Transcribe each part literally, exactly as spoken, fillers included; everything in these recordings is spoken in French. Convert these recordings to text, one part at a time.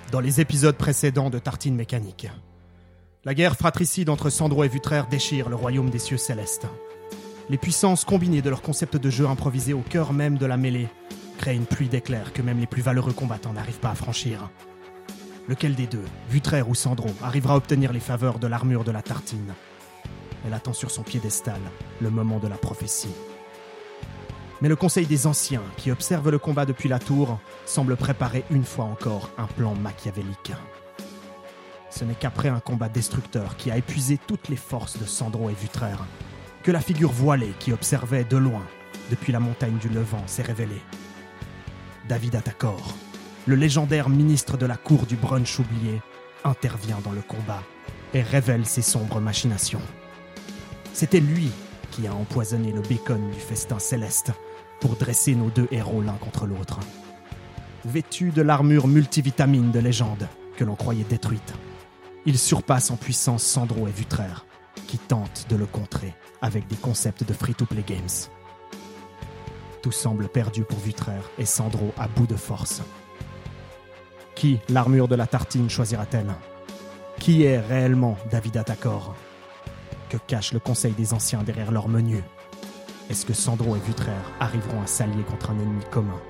Dans les épisodes précédents de Tartine Mécanique, la guerre fratricide entre Sandro et Vutraire déchire le royaume des cieux célestes. Les puissances combinées de leurs concepts de jeu improvisés au cœur même de la mêlée créent une pluie d'éclairs que même les plus valeureux combattants n'arrivent pas à franchir. Lequel des deux, Vutraire ou Sandro, arrivera à obtenir les faveurs de l'armure de la Tartine? Elle attend sur son piédestal le moment de la prophétie. Mais le Conseil des Anciens, qui observe le combat depuis la tour, semble préparer une fois encore un plan machiavélique. Ce n'est qu'après un combat destructeur qui a épuisé toutes les forces de Sandro et Vutraire que la figure voilée qui observait de loin depuis la montagne du Levant s'est révélée. David Atakor, le légendaire ministre de la cour du brunch oublié, intervient dans le combat et révèle ses sombres machinations. C'était lui qui a empoisonné le bacon du festin céleste pour dresser nos deux héros l'un contre l'autre. Vêtus de l'armure multivitamine de légende que l'on croyait détruite, il surpasse en puissance Sandro et Vutraire, qui tentent de le contrer avec des concepts de free-to-play games. Tout semble perdu pour Vutraire et Sandro à bout de force. Qui l'armure de la Tartine choisira-t-elle? Qui est réellement David Atakor? Que cache le Conseil des Anciens derrière leur menu? Est-ce que Sandro et Vutraire arriveront à s'allier contre un ennemi commun?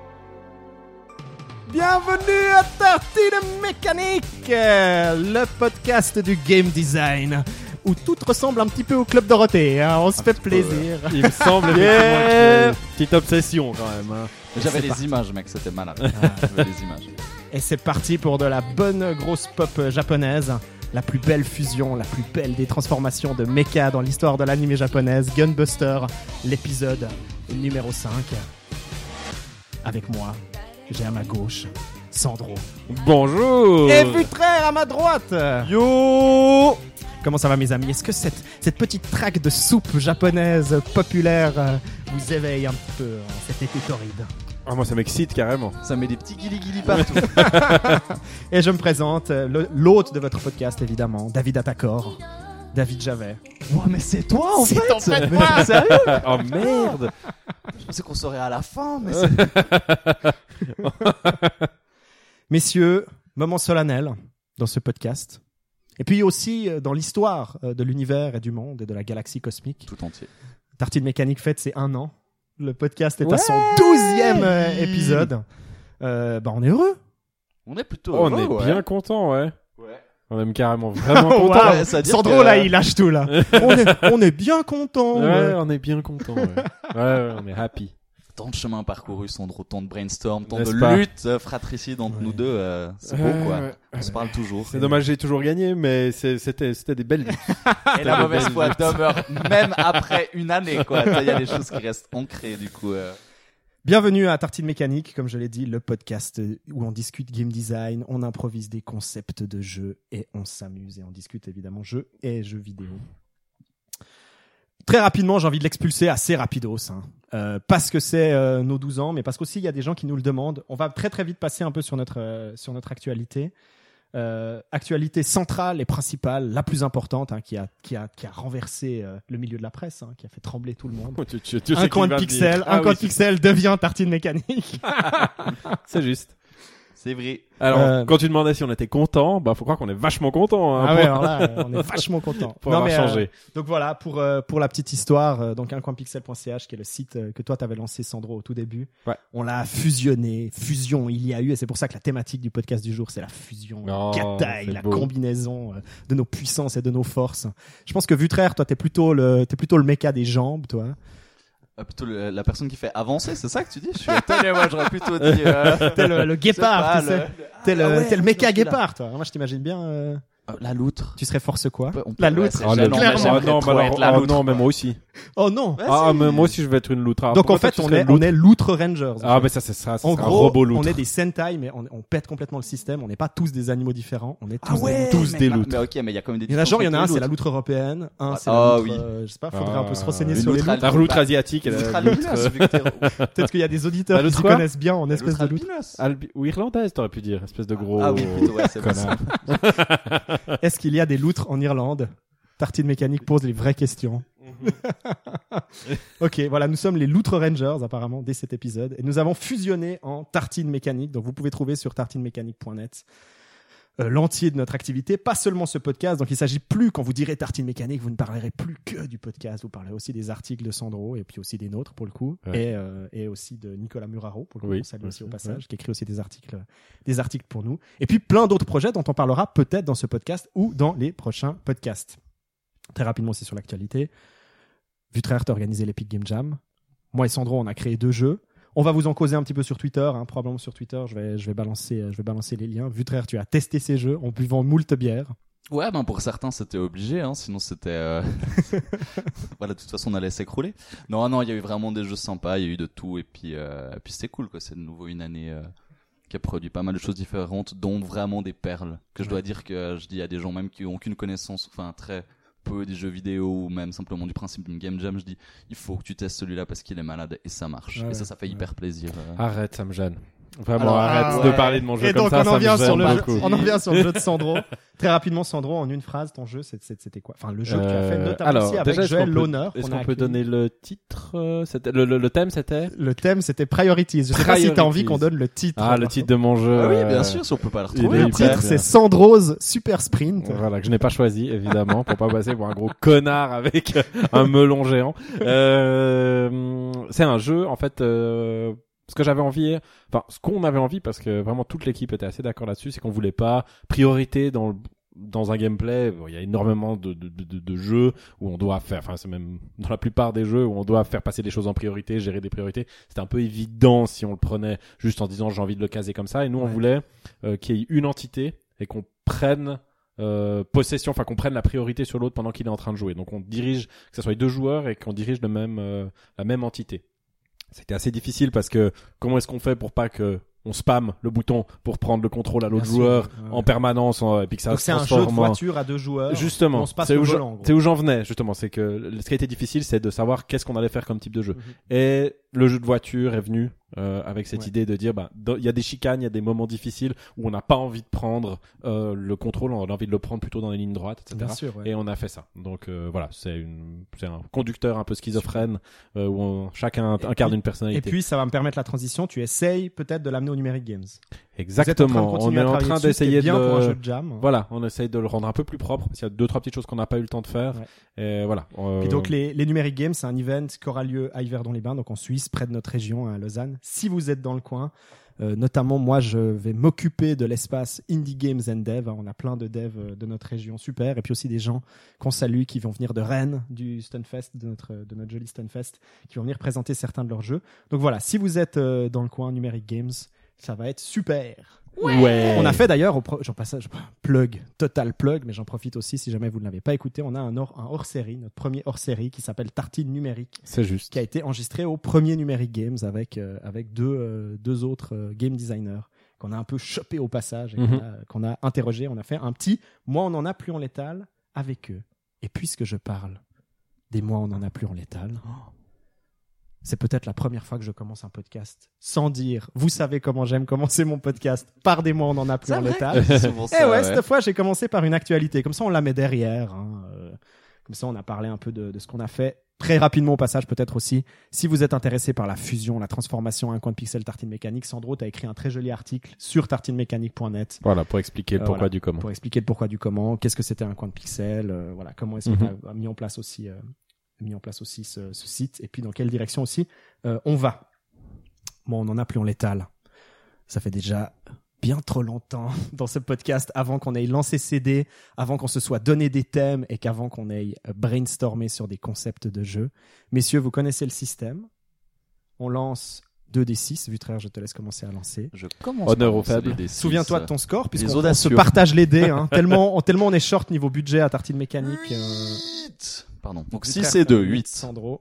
Bienvenue à Tartine Mécanique, le podcast du game design, où tout ressemble un petit peu au Club Dorothée, hein, on se un fait plaisir. Peu, ouais. Il me semble yeah. Une petite obsession quand même. Hein. J'avais les parti. Images, mec, c'était malade. Ah. J'avais les images. Et c'est parti pour de la bonne grosse pop japonaise. La plus belle fusion, la plus belle des transformations de mecha dans l'histoire de l'anime japonaise, Gunbuster, l'épisode numéro cinq. Avec moi, j'ai à ma gauche Sandro. Bonjour. Et Vutraire à ma droite. Yo. Comment ça va mes amis? Est-ce que cette, cette petite traque de soupe japonaise populaire euh, vous éveille un petit peu en cet été torride? Ah, moi ça m'excite carrément. Ça met des petits guili-guili partout. Et je me présente, le, l'hôte de votre podcast évidemment, David Atakor, David Javet. Ouais, mais c'est toi en c'est fait. En fait mais t'es sérieux? Oh merde. Je pensais qu'on saurait à la fin, mais c'est... Messieurs, moment solennel dans ce podcast. Et puis aussi dans l'histoire de l'univers et du monde et de la galaxie cosmique. Tout entier. Tartine Mécanique fête ses un an. Le podcast est ouais à son douzième euh, épisode. Euh, bah on est heureux. On est plutôt oh, heureux. On est ouais. bien content, ouais. Ouais. On est carrément vraiment content. Wow, ouais, ça veut dire Sandro que... là, il lâche tout là. on, est, on est bien content. Ouais, ouais, on est bien content. Ouais. ouais, ouais, on est happy. Tant de chemin parcouru, Sandro, tant de brainstorm, tant N'est-ce de pas lutte euh, fratricide entre ouais. nous deux. Euh, c'est beau, quoi. Ouais, on ouais. se parle toujours. C'est dommage, j'ai toujours gagné, mais c'est, c'était, c'était des belles luttes. Et la mauvaise foi demeure même après une année, quoi. Il y a des choses qui restent ancrées, du coup. Euh... Bienvenue à Tartine Mécanique, comme je l'ai dit, le podcast où on discute game design, on improvise des concepts de jeux et on s'amuse et on discute évidemment jeux et jeux vidéo. Très rapidement, j'ai envie de l'expulser assez rapidos, hein. euh, parce que c'est euh, nos douze ans, mais parce qu'aussi il y a des gens qui nous le demandent. On va très très vite passer un peu sur notre euh, sur notre actualité. Euh, actualité centrale et principale, la plus importante, hein, qui a qui a qui a renversé euh, le milieu de la presse, hein, qui a fait trembler tout le monde. Oh, tu, tu, tu un coin de pixel, un ah, coin oui, de pixel devient Tartine Mécanique. C'est juste. C'est vrai. Alors, euh... quand tu demandais si on était content, bah faut croire qu'on est vachement content. Hein, ah ouais, alors là, on est vachement content. pour non, avoir mais, changé. Euh, donc voilà, pour euh, pour la petite histoire, euh, donc un coin pixel point c h qui est le site euh, que toi t'avais lancé, Sandro, au tout début. Ouais. On l'a fusionné, fusion. Il y a eu, et c'est pour ça que la thématique du podcast du jour, c'est la fusion, oh, la bataille, la beau. combinaison euh, de nos puissances et de nos forces. Je pense que Vutraire, toi, t'es plutôt le t'es plutôt le méca des jambes, toi. Ah, plutôt le, la personne qui fait avancer, c'est ça que tu dis? Je suis étonné, moi j'aurais plutôt dit. Euh... T'es le, le guépard, tu sais. Le... T'es le, ah ouais, t'es le méca guépard, toi. Moi, je t'imagine bien. Euh... Euh, la loutre. Tu serais force quoi? peut, peut, La ouais, loutre. Oh, la non, clairement. non, bah, alors, la oh, loutre, non, mais moi aussi. Oh non. Ouais, ah, si. mais moi aussi je vais être une loutre. Alors, donc en fait, on est, on est loutre Rangers. Ah, mais ça, c'est ça. ça en gros, gros, un robot loutre. on est des Sentai, mais on, on pète complètement le système. On n'est pas tous des animaux différents. On est tous ah ouais, des, tous mais, des bah, loutres. Mais ok, mais il y a quand même des. Il y en a genre, il y en a un, c'est la loutre européenne. Un, ah, c'est ah, la loutre. Oui. Euh, je sais pas, faudrait ah, un peu se renseigner une sur les loutre. loutres. La loutre asiatique. Peut-être qu'il y a des auditeurs qui se connaissent bien en espèce de loutre. Albi... Ou irlandaise, t'aurais pu dire, espèce de gros. Ah oui, plutôt, ouais, c'est connard. Est-ce qu'il y a des loutres en Irlande? Tartine Mécanique pose les vraies questions. Ok, voilà, nous sommes les Loutre Rangers apparemment dès cet épisode et nous avons fusionné en Tartine Mécanique. Donc vous pouvez trouver sur tartine mécanique point net euh, l'entier de notre activité, pas seulement ce podcast. Donc il s'agit plus, quand vous direz Tartine Mécanique, vous ne parlerez plus que du podcast. Vous parlerez aussi des articles de Sandro et puis aussi des nôtres pour le coup, ouais. et, euh, et aussi de Nicolas Muraro pour le coup, oui, on salue aussi oui, au passage, ouais. qui écrit aussi des articles, des articles pour nous. Et puis plein d'autres projets dont on parlera peut-être dans ce podcast ou dans les prochains podcasts. Très rapidement aussi sur l'actualité. Vutraire t'a organisé l'Epic Game Jam. Moi et Sandro, on a créé deux jeux. On va vous en causer un petit peu sur Twitter, hein, probablement sur Twitter. Je vais, je vais balancer, je vais balancer les liens. Vutraire, tu as testé ces jeux en buvant moult bières. Ouais, ben pour certains c'était obligé, hein, sinon c'était. Euh... voilà, de toute façon on allait s'écrouler. Non, non, il y a eu vraiment des jeux sympas, il y a eu de tout, et puis, euh... et puis c'était cool, quoi. C'est de nouveau une année euh... qui a produit pas mal de choses différentes, dont vraiment des perles. Que je dois dire que je dis à des gens même qui ont aucune connaissance, enfin très peu des jeux vidéo ou même simplement du principe d'une game jam, je dis il faut que tu testes celui-là parce qu'il est malade et ça marche. Ouais, et ça, ça fait ouais. hyper plaisir. Euh... Arrête, ça me gêne. Vraiment, Alors, arrête ah, de ouais. parler de mon jeu Et comme donc ça, on en ça vient me sur gêne le jeu, beaucoup. on en vient sur le jeu de Sandro. Très rapidement, Sandro, en une phrase, ton jeu, c'était quoi? Enfin, le jeu que tu as fait, Euh, notamment alors, aussi avec déjà, est-ce Joël qu'on peut- L'Honneur. Est-ce qu'on a qu'on peut accueilli. donner le titre euh, c'était, le, le, le thème, c'était Le thème, c'était Priorities. Je sais pas si t'as envie Priorities. qu'on donne le titre. Ah, le titre de mon jeu. Ah oui, euh, bien sûr, si on peut pas le il retrouver. est Le après. hyper titre, bien. c'est Sandro's Super Sprint. Voilà, que je n'ai pas choisi, évidemment, pour pas passer pour un gros connard avec un melon géant. Euh, c'est un jeu, en fait, euh, ce que j'avais envie, enfin, ce qu'on avait envie, parce que vraiment toute l'équipe était assez d'accord là-dessus, c'est qu'on voulait pas priorité dans le dans un gameplay. Bon, il y a énormément de, de, de, de jeux où on doit faire, enfin c'est même dans la plupart des jeux où on doit faire passer des choses en priorité, gérer des priorités. C'était un peu évident si on le prenait juste en disant j'ai envie de le caser comme ça. Et nous on Ouais. voulait euh, qu'il y ait une entité et qu'on prenne euh, possession, enfin qu'on prenne la priorité sur l'autre pendant qu'il est en train de jouer. Donc on dirige, que ce soit deux joueurs et qu'on dirige le même euh, la même entité. C'était assez difficile parce que comment est-ce qu'on fait pour pas que on spamme le bouton pour prendre le contrôle à l'autre Bien sûr, joueur ouais. en permanence en- et puis que ça Donc se c'est un jeu de transforme en- voiture à deux joueurs. Justement, On se passe c'est le où, je- volant, en gros. c'est où j'en venais, justement. C'est que le- ce qui a été difficile, c'est de savoir qu'est-ce qu'on allait faire comme type de jeu. Mhm. Et le jeu de voiture est venu euh, avec cette Ouais. idée de dire, bah, dans- il y a des chicanes, il y a des moments difficiles où on n'a pas envie de prendre euh, le contrôle, on a envie de le prendre plutôt dans les lignes droites, et cetera. Bien sûr, ouais. Et on a fait ça. Donc euh, voilà, c'est une, c'est un conducteur un peu schizophrène euh, où on- chacun Et incarne puis- une personnalité. Et puis, ça va me permettre la transition. Tu essayes peut-être de l'amener au numérique games. Exactement. On est en train d'essayer de bien pour un le- jeu de jam. Voilà, on essaye de le rendre un peu plus propre parce qu'il y a deux trois petites choses qu'on n'a pas eu le temps de faire. Ouais. Et voilà. Euh, Puis donc les, les numériques games, c'est un event qui aura lieu à Yverdon-les-Bains, donc en Suisse, près de notre région, à Lausanne. Si vous êtes dans le coin, euh, notamment moi, je vais m'occuper de l'espace Indie Games and Dev. On a plein de devs euh, de notre région, super. Et puis aussi des gens qu'on salue qui vont venir de Rennes, du Stunfest, de notre de notre joli Stunfest, qui vont venir présenter certains de leurs jeux. Donc voilà, si vous êtes euh, dans le coin, numérique games, ça va être super. Ouais. On a fait d'ailleurs, au pro- j'en passage, plug, total plug, mais j'en profite aussi si jamais vous ne l'avez pas écouté, on a un, hors, un hors-série, notre premier hors-série qui s'appelle Tartine numérique, C'est juste. qui a été enregistré au premier Numérique Games avec, euh, avec deux, euh, deux autres euh, game designers qu'on a un peu chopé au passage et Mhm. qu'on a, qu'on a interrogé. On a fait un petit « Moi, on n'en a plus en létal » avec eux. Et puisque je parle des « Moi, on n'en a plus en létal », c'est peut-être la première fois que je commence un podcast sans dire « Vous savez comment j'aime commencer mon podcast par des mots on n'en a plus en létal ». C'est souvent Eh ça, ouais, ouais. cette fois, j'ai commencé par une actualité. Comme ça, on la met derrière. Hein. Euh, comme ça, on a parlé un peu de, de ce qu'on a fait. Très rapidement au passage, peut-être aussi, si vous êtes intéressé par la fusion, la transformation à un coin de pixel Tartine Mécanique, Sandro, tu as écrit un très joli article sur tartine mécanique point net Voilà, pour expliquer le Euh, pourquoi voilà. du comment. pour expliquer le pourquoi du comment, qu'est-ce que c'était un coin de pixel, euh, voilà, comment est-ce Mhm. qu'on a mis en place aussi, euh, mis en place aussi ce, ce site, et puis dans quelle direction aussi euh, on va. Bon, on en a plus en létal. Ça fait déjà bien trop longtemps dans ce podcast, avant qu'on ait lancé C D, avant qu'on se soit donné des thèmes et qu'avant qu'on ait brainstormé sur des concepts de jeu. Messieurs, vous connaissez le système. On lance deux D six. Vutraire, je te laisse commencer à lancer. Je commence Honneur par aux lancer faibles. les D six. Souviens-toi de ton score, puisqu'on on se audacieux. partage les dés. Hein, tellement, on, tellement on est short niveau budget à Tartine Mécanique. euh, huit. Pardon. Donc Vutraire, six et deux, t'as huit. Sandro.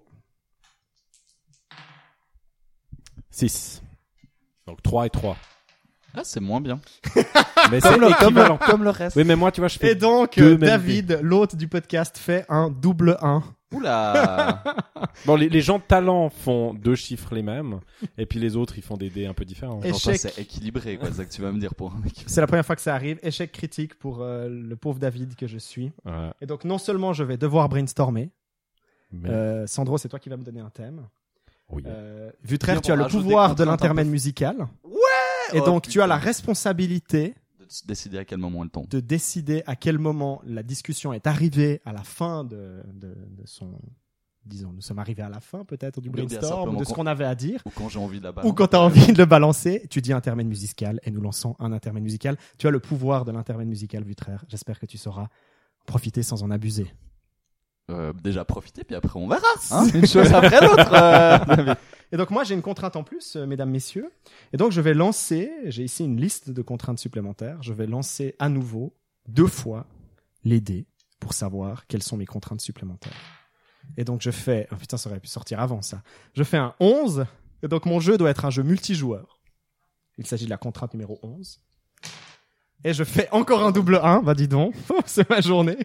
six. Donc trois et trois. Ah, c'est moins bien. Mais c'est Comme le, comme, équivalent. le, comme le reste. Oui, mais moi, tu vois, je fais Et donc, deux euh, mêmes David, l'hôte du podcast, fait un double un. Oula. Bon, les, les gens de talent font deux chiffres les mêmes, et puis les autres, ils font des dés un peu différents. Et- Genre, toi, Échec. c'est équilibré, quoi. C'est ça que tu vas me dire pour un mec. C'est la première fois que ça arrive. Échec critique pour euh, le pauvre David que je suis. Voilà. Et donc, non seulement je vais devoir brainstormer, Mais... Euh, Sandro, c'est toi qui vas me donner un thème. Oui. Euh, Vutraire, Bien, tu as on le rajoute des pouvoir de contraintes un l'intermède peu. musical. Ouais. Et Oh, donc, tu as putain. la responsabilité De s- décider à quel moment elle tombe. de décider à quel moment la discussion est arrivée à la fin de, de, de son... Disons, nous sommes arrivés à la fin peut-être du Ou bien brainstorm, simplement de ce qu'on- qu'on avait à dire. Ou quand j'ai envie de la Ou balancer. quand tu as envie de le balancer, tu dis intermède musical et nous lançons un intermède musical. Tu as le pouvoir de l'intermède musical, Vutraire. J'espère que tu sauras profiter sans en abuser. Euh, déjà profiter, puis après on verra. Hein une chose après l'autre. euh. Et donc moi j'ai une contrainte en plus, euh, mesdames, messieurs. Et donc je vais lancer, j'ai ici une liste de contraintes supplémentaires. Je vais lancer à nouveau deux fois les dés pour savoir quelles sont mes contraintes supplémentaires. Et donc je fais, oh putain ça aurait pu sortir avant ça. Je fais un onze. Et donc mon jeu doit être un jeu multijoueur. Il s'agit de la contrainte numéro onze. Et je fais encore un double un, bah dis donc, c'est ma journée.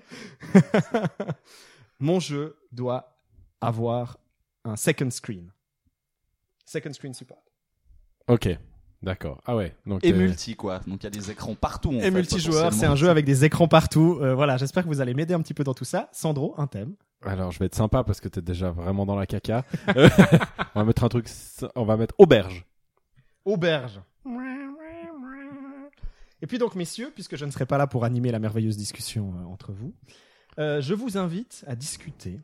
Mon jeu doit avoir un second screen. Second screen support. Ok, d'accord. Ah ouais. Donc, Et euh, multi quoi. Donc il y a des écrans partout. En Et fait, multijoueur, c'est un potentiellement. jeu avec des écrans partout. Euh, voilà, j'espère que vous allez m'aider un petit peu dans tout ça. Sandro, un thème. Alors, je vais être sympa parce que t'es déjà vraiment dans la caca. On va mettre un truc. On va mettre auberge. Auberge. Et puis donc, messieurs, puisque je ne serai pas là pour animer la merveilleuse discussion euh, entre vous, euh, je vous invite à discuter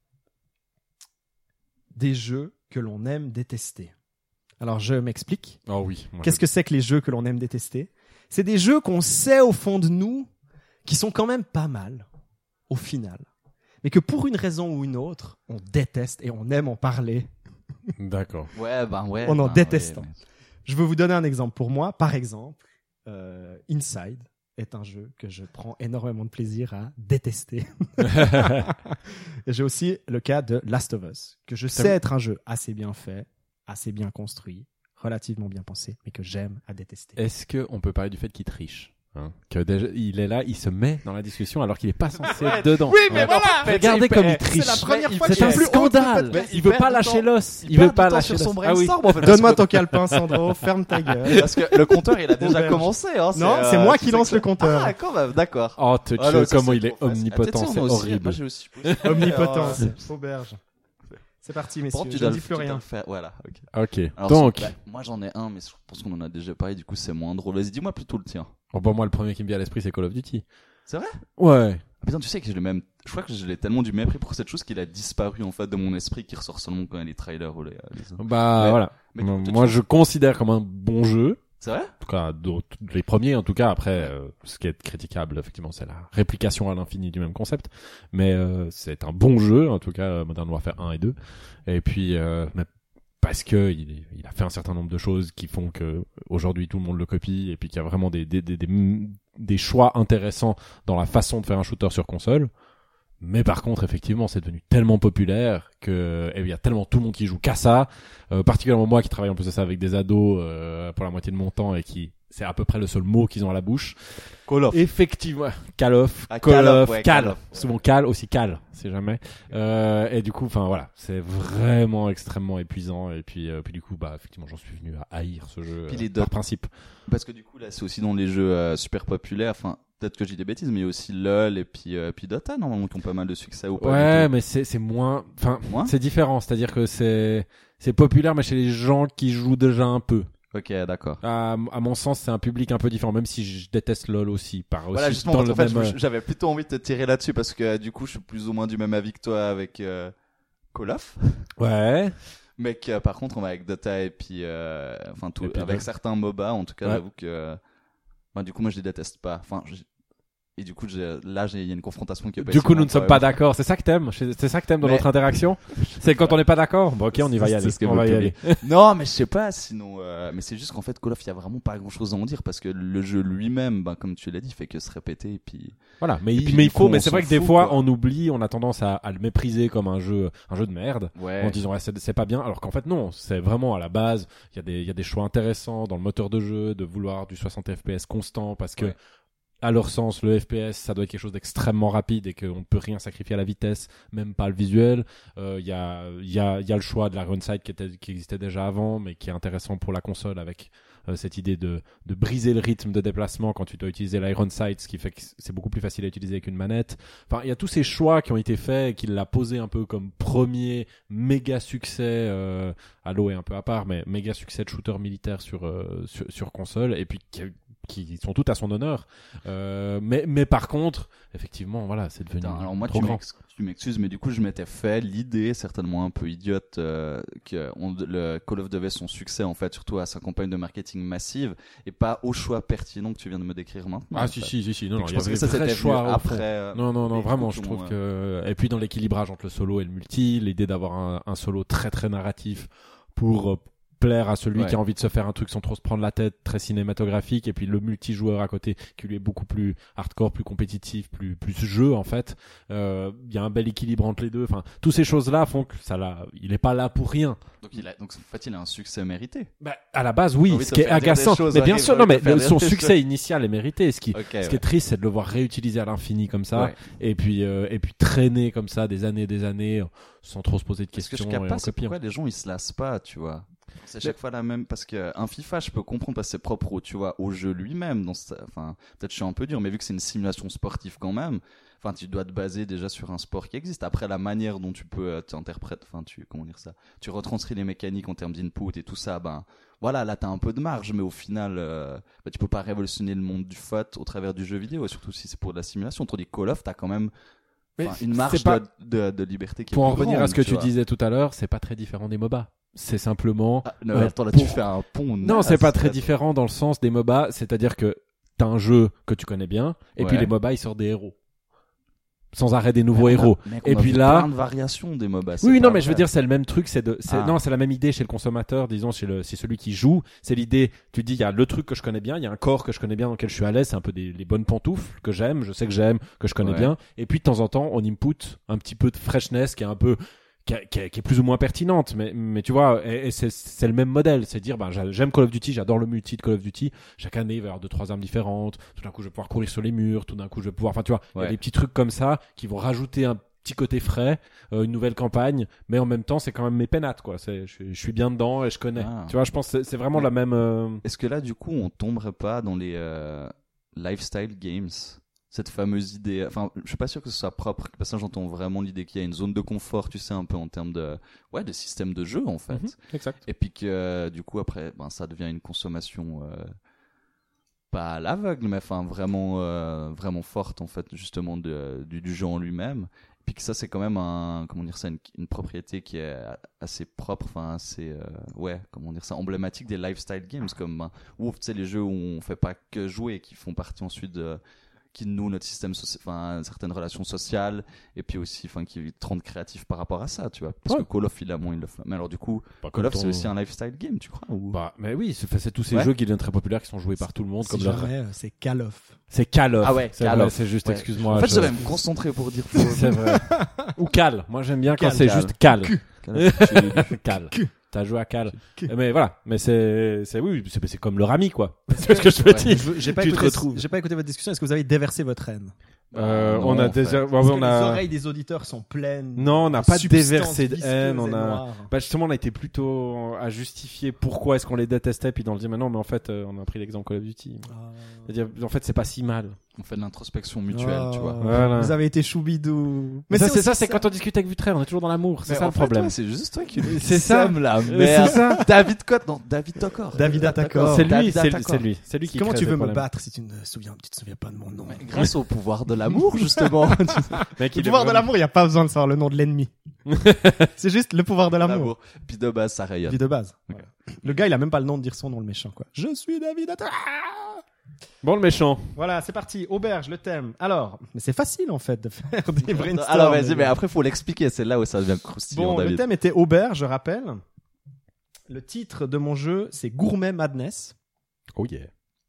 des jeux que l'on aime détester. Alors, je m'explique. Oh oui. moi, Qu'est-ce que c'est que les jeux que l'on aime détester ? C'est des jeux qu'on sait au fond de nous qui sont quand même pas mal, au final. Mais que pour une raison ou une autre, on déteste et on aime en parler. je- D'accord. Ouais, ben ouais. On en ben déteste. ouais, ouais. Je veux vous donner un exemple. Pour moi, par exemple, euh, Inside est un jeu que je prends énormément de plaisir à détester. Et j'ai aussi le cas de Last of Us, que je sais vu- être un jeu assez bien fait, assez bien construit, relativement bien pensé, mais que j'aime à détester. Est-ce que on peut parler du fait qu'il triche hein que déjà, il est là, il se met dans la discussion alors qu'il est pas censé être dedans. Oui, mais Ouais. voilà. Regardez C'est- comme il c'est triche. la première Mais fois il- qu'il C'est un y a plus haut que le scandale. podcast. Il veut perd pas du lâcher temps. l'os. Il Il veut perd pas du temps lâcher sur son l'os. Ah oui. brainstorm, en fait. Donne-moi ton calepin, Sandro. Ferme ta gueule. Parce que le compteur il a déjà Auberge. commencé. Hein, Non, euh, c'est moi tu qui sais lance que le ça- compteur. Ah, quand même, d'accord. Oh, Touch, Ah, non, ça, comment c'est il est trop facile. omnipotent, Ah, c'est peut-être, moi aussi. horrible. Moi j'ai aussi. Omnipotence. Ah, Auberge. C'est parti, Par messieurs. contre, tu Je dois ne le dis plus tu dois rien. le faire. Voilà. Ok. Ok. Alors, Donc, bah, moi j'en ai un, mais je pense qu'on en a déjà parlé. Du coup, c'est moins drôle. Vas-y, dis-moi plutôt le tien. oh, bah, moi, le premier qui me vient à l'esprit, c'est Call of Duty. C'est vrai? Ouais. Ah, putain, tu sais que je l'ai même. Je crois que je l'ai tellement du mépris pour cette chose qu'il a disparu en fait de mon esprit, qui ressort seulement quand il y a les trailers ou les. les... Bah, Mais- voilà. mais du coup, toi, Moi, tu- je considère comme un bon jeu. C'est vrai? En tout cas, d'autres- les premiers, en tout cas. Après, euh, ce qui est critiquable, effectivement, c'est la réplication à l'infini du même concept. Mais euh, c'est un bon jeu, en tout cas, euh, Modern Warfare un et deux. Et puis, euh, mais parce que il, il a fait un certain nombre de choses qui font que aujourd'hui tout le monde le copie, et puis qu'il y a vraiment des, des, des, des, des choix intéressants dans la façon de faire un shooter sur console. Mais par contre, effectivement, c'est devenu tellement populaire que eh, il y a tellement tout le monde qui joue qu'à ça. Euh, particulièrement moi qui travaille en plus de ça avec des ados euh, pour la moitié de mon temps et qui c'est à peu près le seul mot qu'ils ont à la bouche. Call of. Effectivement, Call of, Ah, Call Call of, of, ouais, Cal, Call of. souvent Cal aussi Cal, c'est jamais. Euh, et du coup, enfin voilà, c'est vraiment extrêmement épuisant. Et puis, euh, puis du coup, bah effectivement, j'en suis venu à haïr ce jeu Puis euh, les par dots. principe. Parce que du coup, là, c'est aussi dans les jeux euh, super populaires. Enfin, peut-être que je dis des bêtises, mais il y a aussi LoL et puis, euh, puis Dota, normalement, qui ont pas mal de succès ou pas. Ouais, du tout. mais c'est c'est moins, enfin Moins c'est différent. C'est-à-dire que c'est c'est populaire, mais chez les gens qui jouent déjà un peu. Ok, d'accord. À, à mon sens, c'est un public un peu différent, même si je déteste LoL aussi. Par Voilà, aussi justement, dans parce le qu'en fait, même, je- j'avais plutôt envie de te tirer là-dessus parce que euh, du coup, je suis plus ou moins du même avis que toi avec euh, Call of. Ouais. Mais que, euh, par contre, on va avec Dota et puis, euh, enfin, tout, Et puis avec LoL. certains MOBA, en tout cas, Ouais. j'avoue que, euh, bah, du coup, moi, je les déteste pas. Enfin, je- et du coup, j'ai- là, j'ai- il y a une confrontation qui est Du coup, nous ne possible sommes pas entre- d'accord. C'est ça que t'aimes. C'est ça que t'aimes dans Mais- notre interaction. C'est quand on n'est pas d'accord. Bon, ok, on y va y C'est aller. ce que On vous va y pouvez. aller. Non, mais je sais pas, sinon, euh, mais c'est juste qu'en fait, Call of, il y a vraiment pas grand chose à en dire parce que le jeu lui-même, ben, comme tu l'as dit, fait que se répéter et puis. Voilà. Mais, Et il- puis, mais il du faut. coup, Mais on c'est vrai s'en que des fout, fois, quoi. on oublie, on a tendance à, à le mépriser comme un jeu, un jeu de merde. Ouais. En disant ouais, c'est c'est pas bien, alors qu'en fait non, c'est vraiment à la base, il y a des il y a des choix intéressants dans le moteur de jeu, de vouloir du soixante F P S constant parce que Ouais. à leur sens, le F P S, ça doit être quelque chose d'extrêmement rapide et qu'on ne peut rien sacrifier à la vitesse, même pas le visuel. Il euh, y, a, y, a, y a le choix de la run side qui, était, qui existait déjà avant, mais qui est intéressant pour la console avec euh, cette idée de, de briser le rythme de déplacement quand tu dois utiliser l'iron sight, ce qui fait que c'est beaucoup plus facile à utiliser avec une manette. Enfin, il y a tous ces choix qui ont été faits et qu'il l'a posé un peu comme premier méga succès, euh, Halo est un peu à part, mais méga succès de shooter militaire sur, euh, sur, sur console, et puis qui qui sont toutes à son honneur, euh, mais mais par contre effectivement voilà, c'est devenu Putain, alors moi trop tu, grand. m'ex- tu m'excuses, mais du coup je m'étais fait l'idée certainement un peu idiote euh, que on, le Call of devait son succès en fait surtout à sa campagne de marketing massive et pas au choix pertinent que tu viens de me décrire maintenant. Ah en si, fait. si si si non, non je il y pense avait que ça vrai c'était choix venu au fond. après. euh, Non non non les vraiment coups je qui trouve ont, que et puis dans l'équilibrage entre le solo et le multi, l'idée d'avoir un, un solo très très narratif pour euh, plaire à celui Ouais. qui a envie de se faire un truc sans trop se prendre la tête, très cinématographique, et puis le multijoueur à côté qui lui est beaucoup plus hardcore, plus compétitif, plus plus jeu en fait. Il euh, y a un bel équilibre entre les deux. Enfin, toutes ces choses-là font que ça l'a. Il est pas là pour rien. Donc il a donc en fait il a un succès mérité. Bah, à la base, oui, J'ai envie de ce te qui est faire dire des agaçant. choses Mais bien horribles, sûr, j'ai non, envie mais de te faire le- son dire des succès initial est mérité. Ce qui, Ok, ce qui ouais. est triste, c'est de le voir réutiliser à l'infini comme ça, Ouais. et puis euh, et puis traîner comme ça des années, et des années, sans trop se poser de Ce que questions je et capte en pas, c'est copiant. pourquoi les gens ils se lassent pas, tu vois. C'est chaque fois la même parce que un FIFA, je peux comprendre parce que c'est propre, au, tu vois, au jeu lui-même. Dans sa... Enfin, peut-être je suis un peu dur, mais vu que c'est une simulation sportive quand même, enfin, tu dois te baser déjà sur un sport qui existe. Après, la manière dont tu peux euh, t'interprètes, enfin, tu comment dire ça, tu retranscris les mécaniques en termes d'input et tout ça, ben voilà, là t'as un peu de marge, mais au final, euh, bah, tu peux pas révolutionner le monde du foot au travers du jeu vidéo, et surtout si c'est pour de la simulation. Tandis que Call of, t'as quand même Mais enfin, une c'est marge pas- de, de, de liberté qui est Pour en plus revenir à grande, ce que tu vois. disais tout à l'heure, c'est pas très différent des MOBA. C'est simplement. Ah, non, euh, mais attends, là pour- tu fais un pont. Non, naze, c'est pas très là. différent dans le sens des MOBA, c'est-à-dire que t'as un jeu que tu connais bien, et Ouais. puis les MOBA ils sortent des héros. Sans arrêt des nouveaux Mais on a- héros. mec, Et on a puis vu là- plein de variations des MOBA. c'est Oui, pas non, mais je veux vrai. dire, c'est le même truc, c'est de, c'est, Ah. non, c'est la même idée chez le consommateur, disons, chez le, c'est celui qui joue. C'est l'idée, tu te dis, il y a le truc que je connais bien, il y a un corps que je connais bien, dans lequel je suis à l'aise, c'est un peu des, les bonnes pantoufles que j'aime, je sais que j'aime, que je connais Ouais. bien. Et puis, de temps en temps, on input un petit peu de freshness qui est un peu, qui, est- qui est- qui est plus ou moins pertinente, mais, mais tu vois, et, et c'est, c'est le même modèle, c'est dire, ben, j'a- j'aime Call of Duty, j'adore le multi de Call of Duty, chaque année, il va y avoir deux, trois armes différentes, tout d'un coup, je vais pouvoir courir sur les murs, tout d'un coup, je vais pouvoir, enfin, tu vois, il y a Ouais. des petits trucs comme ça qui vont rajouter un petit côté frais, euh, une nouvelle campagne, mais en même temps, c'est quand même mes pénates, quoi. C'est, je, suis- je suis bien dedans et je connais. Ah. Tu vois, je pense que c'est, c'est vraiment Ouais. la même. euh, Est-ce que là, du coup, on tomberait pas dans les euh, lifestyle games? Cette fameuse idée, enfin, je suis pas sûr que ce soit propre, parce que j'entends vraiment l'idée qu'il y a une zone de confort, tu sais, un peu en termes de, ouais, de système de jeu, en fait. Mhm, exact. Et puis que, euh, du coup, après, ben, ça devient une consommation, euh, pas à l'aveugle, mais enfin, vraiment, euh, vraiment forte, en fait, justement, de, du, du jeu en lui-même. Et puis que ça, c'est quand même un, comment dire ça, une, une propriété qui est assez propre, enfin, assez, euh, ouais, comment dire ça, emblématique des lifestyle games, comme, ben, ou, tu sais, les jeux où on fait pas que jouer, qui font partie ensuite de, qui nouent notre système social, enfin certaines relations sociales, et puis aussi enfin qui te rendent créatif par rapport à ça, tu vois, parce Ouais. que Call of il a moins il le fait. Mais alors du coup Pas Call comme of ton- c'est aussi un lifestyle game, tu crois, ou... Bah, mais oui, c'est, c'est tous ces Ouais. jeux qui deviennent très populaires, qui sont joués par tout le monde, Si comme le- jamais, euh, c'est Call of. C'est Call of. Ah ouais, c'est Call vrai, of. c'est juste, Ouais. excuse-moi. en fait je- je devais me concentrer pour dire C'est vrai. Ou Cal. Moi, j'aime bien quand Cal, c'est Cal. juste Cal. Call of, tu- Cal. Que- T'as joué à Cal. que- Mais voilà. Mais c'est, c'est, oui, c'est, c'est comme le Rami, quoi. C'est ce que je veux Ouais. dire. Je veux- J'ai pas, Tu te écouté, retrouves. j'ai pas écouté votre discussion. Est-ce que vous avez déversé votre haine? Euh, Non, on a en fait. déjà, ouais, Parce on que a. les oreilles des auditeurs sont pleines. Non, on n'a de pas substances déversé de visqueuses haine, on et a- noires. Bah justement, on a été plutôt à justifier pourquoi est-ce qu'on les détestait, puis dans le dire, mais non, mais en fait, euh, on a pris l'exemple Call of Duty. Ah. C'est-à-dire, en fait, c'est pas si mal. on fait de l'introspection mutuelle, Ah. tu vois. Voilà. Vous avez été choubidou. Mais ça, c'est aussi ça, c'est quand on discute avec Vutraire, on est toujours dans l'amour. C'est Mais ça en le fait, problème. ouais, c'est juste toi qui C'est ça. la Euh, merde. c'est ça. David Cotte, non, David Tocor. David Attacor. C'est lui, David c'est, Attacor. c'est lui, c'est lui qui Comment crée tu ce veux me problème. battre si tu ne te souviens, tu te souviens pas de mon nom? Mais grâce au pouvoir de l'amour, justement. Mec, Le il est pouvoir de vraiment- l'amour, il n'y a pas besoin de savoir le nom de l'ennemi. c'est juste le pouvoir de l'amour. L'amour. Puis de base, ça rayonne. Vie de base. Ok. Voilà. Le gars, il a même pas le nom de dire son nom, le méchant, quoi. Je suis David Attacor. Bon, le méchant. Voilà, c'est parti. Auberge, le thème. Alors, mais c'est facile en fait de faire des brainstorms. Alors vas-y, les mais gars. après faut l'expliquer, c'est là où ça devient croustillant, Bon, le David. thème était Auberge, je rappelle. Le titre de mon jeu, c'est Gourmet Madness. Oh yeah.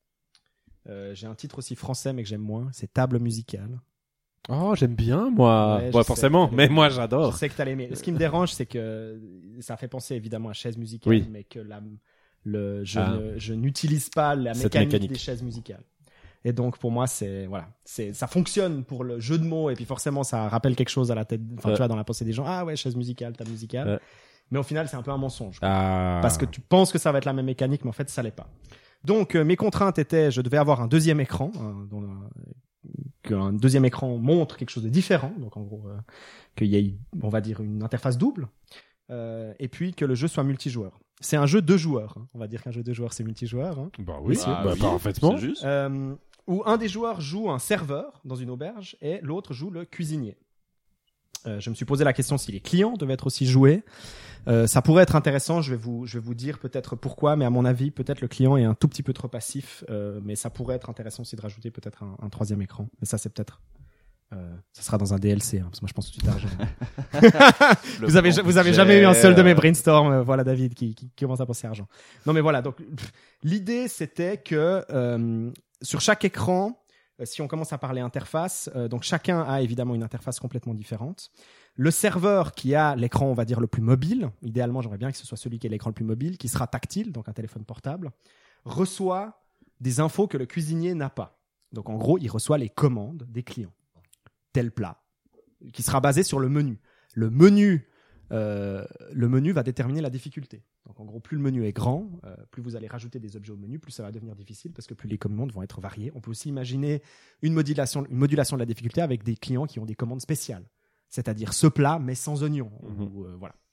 Euh, j'ai un titre aussi français, mais que j'aime moins. C'est Table musicale. Oh, j'aime bien, moi. Ouais, Ouais, je sais, forcément, t'as mais les- moi, Je j'adore. sais que t'as aimé. Ce qui me dérange, c'est que ça fait penser évidemment à chaise musicale, Oui. mais que la, le, je, Ah. ne- je n'utilise pas la Cette mécanique, mécanique. des chaises musicales. Et donc pour moi c'est voilà, c'est ça fonctionne pour le jeu de mots et puis forcément ça rappelle quelque chose à la tête, enfin ouais. tu vois dans la pensée des gens, ah ouais chaise musicale, table musicale. Ouais. Mais au final c'est un peu un mensonge. Ah. Parce que tu penses que ça va être la même mécanique mais en fait ça l'est pas. Donc euh, mes contraintes étaient je devais avoir un deuxième écran, hein, dont un, qu'un deuxième écran montre quelque chose de différent, donc en gros euh, qu'il y ait on va dire une interface double euh, et puis que le jeu soit multijoueur. C'est un jeu de joueurs, hein. On va dire qu'un jeu de joueurs c'est multijoueur. Hein. Bah oui, Ah, bah, oui, parfaitement. c'est juste. Euh, où un des joueurs joue un serveur dans une auberge et l'autre joue le cuisinier. Euh, je me suis posé la question si les clients devaient être aussi joués. Euh, ça pourrait être intéressant, je vais vous, je vais vous dire peut-être pourquoi, mais à mon avis, peut-être le client est un tout petit peu trop passif, euh, mais ça pourrait être intéressant aussi de rajouter peut-être un, un troisième écran. Mais ça, c'est peut-être... Euh, ça sera dans un D L C, hein, parce que moi je pense tout de suite à argent. vous avez, vous avez jamais eu un seul de mes brainstorms, euh, voilà David qui, qui, qui commence à penser argent. Non mais voilà, donc pff, l'idée c'était que euh, sur chaque écran, euh, si on commence à parler interface, euh, donc chacun a évidemment une interface complètement différente. Le serveur qui a l'écran, on va dire le plus mobile, idéalement j'aimerais bien que ce soit celui qui a l'écran le plus mobile, qui sera tactile, donc un téléphone portable, reçoit des infos que le cuisinier n'a pas. Donc en gros, il reçoit les commandes des clients. Tel plat, qui sera basé sur le menu. Le menu, euh, le menu va déterminer la difficulté. Donc en gros, plus le menu est grand, euh, plus vous allez rajouter des objets au menu, plus ça va devenir difficile parce que plus les commandes vont être variées. On peut aussi imaginer une modulation, une modulation de la difficulté avec des clients qui ont des commandes spéciales, c'est-à-dire ce plat mais sans oignon. Mm-hmm. Ou, euh, voilà.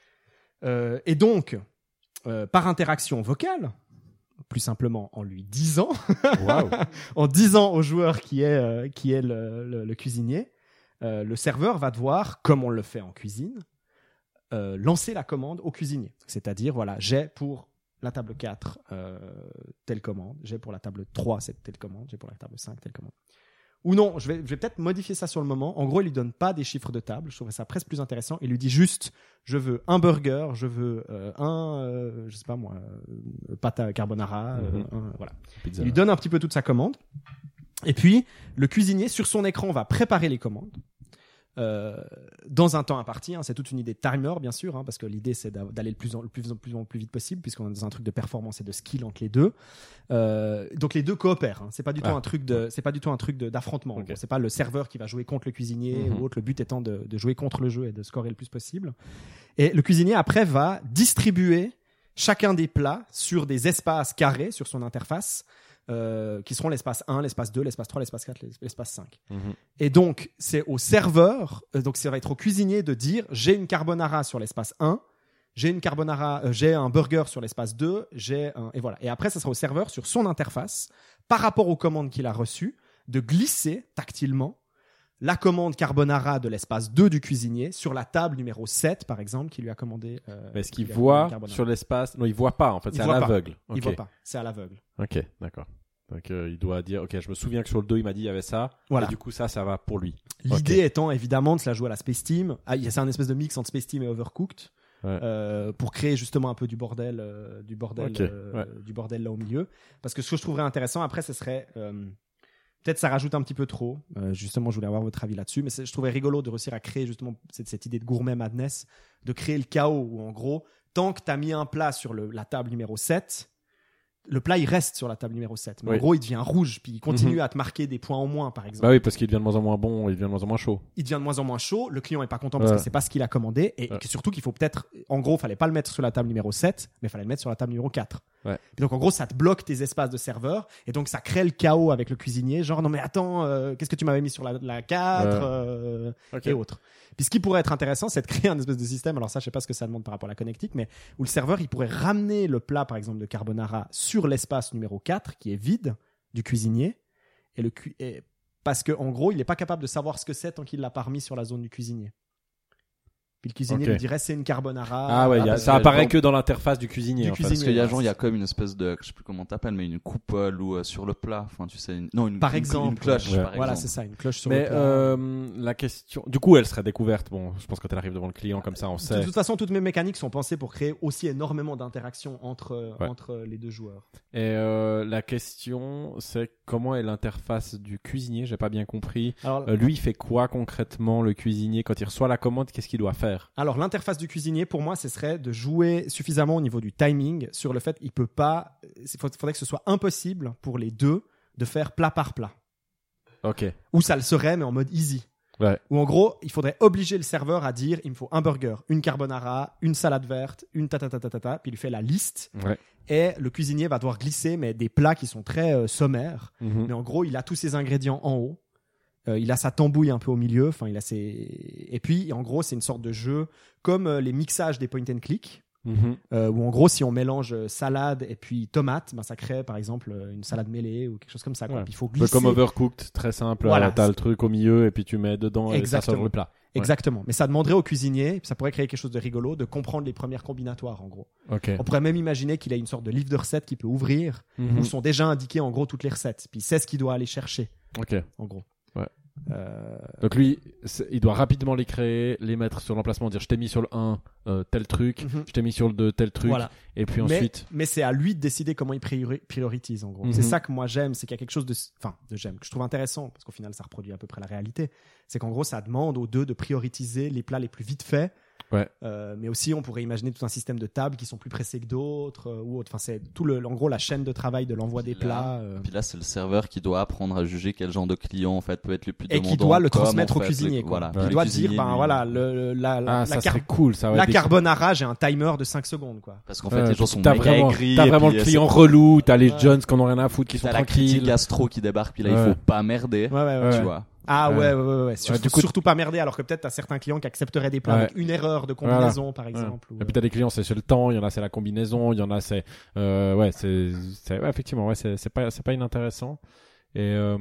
Euh, et donc, euh, par interaction vocale, plus simplement en lui disant, Wow. en disant au joueur qui est, euh, qui est le, le, le cuisinier, euh, le serveur va devoir, comme on le fait en cuisine, euh, lancer la commande au cuisinier. C'est-à-dire, voilà, j'ai pour la table quatre euh, telle commande, j'ai pour la table trois cette telle commande, j'ai pour la table cinq telle commande. Ou non, je vais, je vais peut-être modifier ça sur le moment. En gros, il lui donne pas des chiffres de table. Je trouverais ça presque plus intéressant. Il lui dit juste, je veux un burger, je veux euh, un, euh, je sais pas moi, euh, pâte à carbonara, euh, Mhm. un, voilà. Pizza. Il lui donne un petit peu toute sa commande. Et puis, le cuisinier, sur son écran, va préparer les commandes. Euh, dans un temps imparti, hein, c'est toute une idée de timer bien sûr, hein, parce que l'idée c'est d'aller le plus en, le plus, en, plus, en plus vite possible puisqu'on est dans un truc de performance et de skill entre les deux. Euh, donc les deux coopèrent. Hein, c'est pas du tout Ah. un truc de, c'est pas du tout un truc de, d'affrontement. Okay. C'est pas le serveur qui va jouer contre le cuisinier Mm-hmm. ou autre. Le but étant de, de jouer contre le jeu et de scorer le plus possible. Et le cuisinier après va distribuer chacun des plats sur des espaces carrés sur son interface. Euh, qui seront l'espace un, l'espace deux, l'espace trois, l'espace quatre, l'espace cinq. Mhm. Et donc, c'est au serveur, euh, donc ça va être au cuisinier de dire j'ai une carbonara sur l'espace un, j'ai une carbonara, euh, j'ai un burger sur l'espace deux, j'ai un... Et voilà. Et après, ça sera au serveur sur son interface, par rapport aux commandes qu'il a reçues, de glisser tactilement la commande carbonara de l'espace deux du cuisinier sur la table numéro sept, par exemple, qui lui a commandé. Euh, Mais est-ce qu'il qui lui a voit commandé carbonara. sur l'espace? Non, il voit pas en fait, Il c'est à voit pas. l'aveugle. Il Ok. voit pas, c'est à l'aveugle. Ok, d'accord. Donc euh, il doit dire, ok, je me souviens que sur le deux il m'a dit il y avait ça. Voilà. Et du coup ça, ça va pour lui. L'idée Ok. étant évidemment de se la jouer à la Space Team. Ah, il y a c'est un espèce de mix entre Space Team et Overcooked. Ouais. Euh, pour créer justement un peu du bordel, euh, du bordel, Ok, euh, ouais. du bordel là au milieu. Parce que ce que je trouverais intéressant après, ce serait euh, peut-être ça rajoute un petit peu trop. Euh, justement, je voulais avoir votre avis là-dessus, mais c'est- je trouvais rigolo de réussir à créer justement cette, cette idée de gourmet madness, de créer le chaos où en gros, tant que t'as mis un plat sur le, la table numéro sept, le plat il reste sur la table numéro sept. Mais Oui. en gros, il devient rouge, puis il continue Mhm. à te marquer des points en moins, par exemple. Bah oui, parce qu'il devient de moins en moins bon, il devient de moins en moins chaud. Il devient de moins en moins chaud, le client est pas content parce Ouais. que c'est pas ce qu'il a commandé et Ouais. que surtout qu'il faut peut-être, en gros, fallait pas le mettre sur la table numéro sept, mais fallait le mettre sur la table numéro quatre. Ouais. Et donc en gros, ça te bloque tes espaces de serveur et donc ça crée le chaos avec le cuisinier, genre non mais attends, euh, qu'est-ce que tu m'avais mis sur la, la quatre Ouais. euh, Ok. et autres. Puis ce qui pourrait être intéressant, c'est de créer un espèce de système, alors ça je sais pas ce que ça demande par rapport à la connectique, mais où le serveur il pourrait ramener le plat par exemple de carbonara sur l'espace numéro quatre qui est vide du cuisinier et le cu- et parce que en gros il n'est pas capable de savoir ce que c'est tant qu'il l'a pas remis sur la zone du cuisinier. Puis le cuisinier Ok. lui dirait c'est une carbonara. Ah ouais, il y a- parce ça que apparaît donc- que dans l'interface du cuisinier. Du en fait. cuisinier. Parce qu'il y a voilà, genre, il y a c'est- comme une espèce de, je sais plus comment t'appelles, mais une coupole ou euh, sur le plat. Enfin, tu sais, une... non, une, Par une- exemple, une cloche. ouais. Par Voilà, exemple. c'est ça, une cloche sur Mais le plat. euh, la question, du coup, elle serait découverte. Bon, je pense que quand elle arrive devant le client comme ça, on De sait. toute façon, toutes mes mécaniques sont pensées pour créer aussi énormément d'interactions entre, Ouais. entre les deux joueurs. Et euh, la question, c'est comment est l'interface du cuisinier? J'ai pas bien compris. Alors, Euh, lui, il fait quoi concrètement, le cuisinier, quand il reçoit la commande? Qu'est-ce qu'il doit faire? alors l'interface du cuisinier, pour moi, ce serait de jouer suffisamment au niveau du timing sur le fait qu'il peut pas. Il faudrait que ce soit impossible pour les deux de faire plat par plat. Ok. Ou ça le serait, mais en mode easy. Ouais. Ou en gros, il faudrait obliger le serveur à dire il me faut un burger, une carbonara, une salade verte, une ta ta ta ta ta, ta puis il fait la liste. Ouais. Et le cuisinier va devoir glisser mais des plats qui sont très euh, sommaires. Mm-hmm. Mais en gros, il a tous ses ingrédients en haut. Euh, il a sa tambouille un peu au milieu. Enfin, il a ses. Et puis, en gros, c'est une sorte de jeu comme euh, les mixages des point and click. Mm-hmm. Euh, où en gros, si on mélange euh, salade et puis tomate, ben, ça crée par exemple euh, une salade mêlée ou quelque chose comme ça. Quoi. Ouais. Puis il faut Un peu glisser. comme Overcooked, très simple. Voilà. T'as le truc au milieu et puis tu mets dedans et ça Exactement. sort le plat. Exactement. Mais ça demanderait au cuisinier, ça pourrait créer quelque chose de rigolo, de comprendre les premières combinatoires en gros. Ok. On pourrait même imaginer qu'il a une sorte de livre de recettes qu'il peut ouvrir Mm-hmm. où sont déjà indiquées en gros toutes les recettes. Puis il sait ce qu'il doit aller chercher Ok. en gros. Ouais. Euh... Donc lui, c'est- il doit rapidement les créer, les mettre sur l'emplacement, dire je t'ai mis sur le un euh, tel truc, Mhm. je t'ai mis sur le deux tel truc, Voilà. et puis Mais, ensuite. mais c'est à lui de décider comment il priori- prioritise en gros. Mhm. C'est ça que moi j'aime, c'est qu'il y a quelque chose de, enfin, de j'aime, que je trouve intéressant parce qu'au final ça reproduit à peu près la réalité. C'est qu'en gros ça demande aux deux de prioriser les plats les plus vite faits. Ouais. Euh, mais aussi on pourrait imaginer tout un système de tables qui sont plus pressés que d'autres euh, ou autre. Enfin c'est tout le, en gros la chaîne de travail de l'envoi des Puis là- plats. euh, Puis là, c'est le serveur qui doit apprendre à juger quel genre de client en fait peut être le plus et demandant. qui doit le comme, transmettre en au fait, cuisinier. les- Quoi. Voilà. Il Le doit dire, cuisinier, ben lui, voilà, le, la, Ah, la, ça car- serait cool, ça. Ouais, la des- carbonara, j'ai un timer de cinq secondes. Quoi. Parce qu'en fait, Ouais, les gens sont t'as méga vraiment, aigris. t'as et vraiment puis, le euh, client relou, t'as les Ouais. Jones qui n'ont rien à foutre, qui sont T'as la critique tranquilles. gastro qui débarque, puis là, Ouais. il faut pas merder. Ouais, ouais, ouais. Ouais. Tu vois. Ah ouais, Ouais. ouais, ouais, ouais. Surtout, du coup- surtout pas merder, alors que peut-être t'as certains clients qui accepteraient des plats Ouais. avec une erreur de combinaison, par exemple. ou, Et puis t'as des clients, c'est sur le temps, il y en a c'est la combinaison, il y en a c'est euh, ouais c'est c'est ouais, effectivement ouais c'est c'est pas c'est pas inintéressant. Et euh,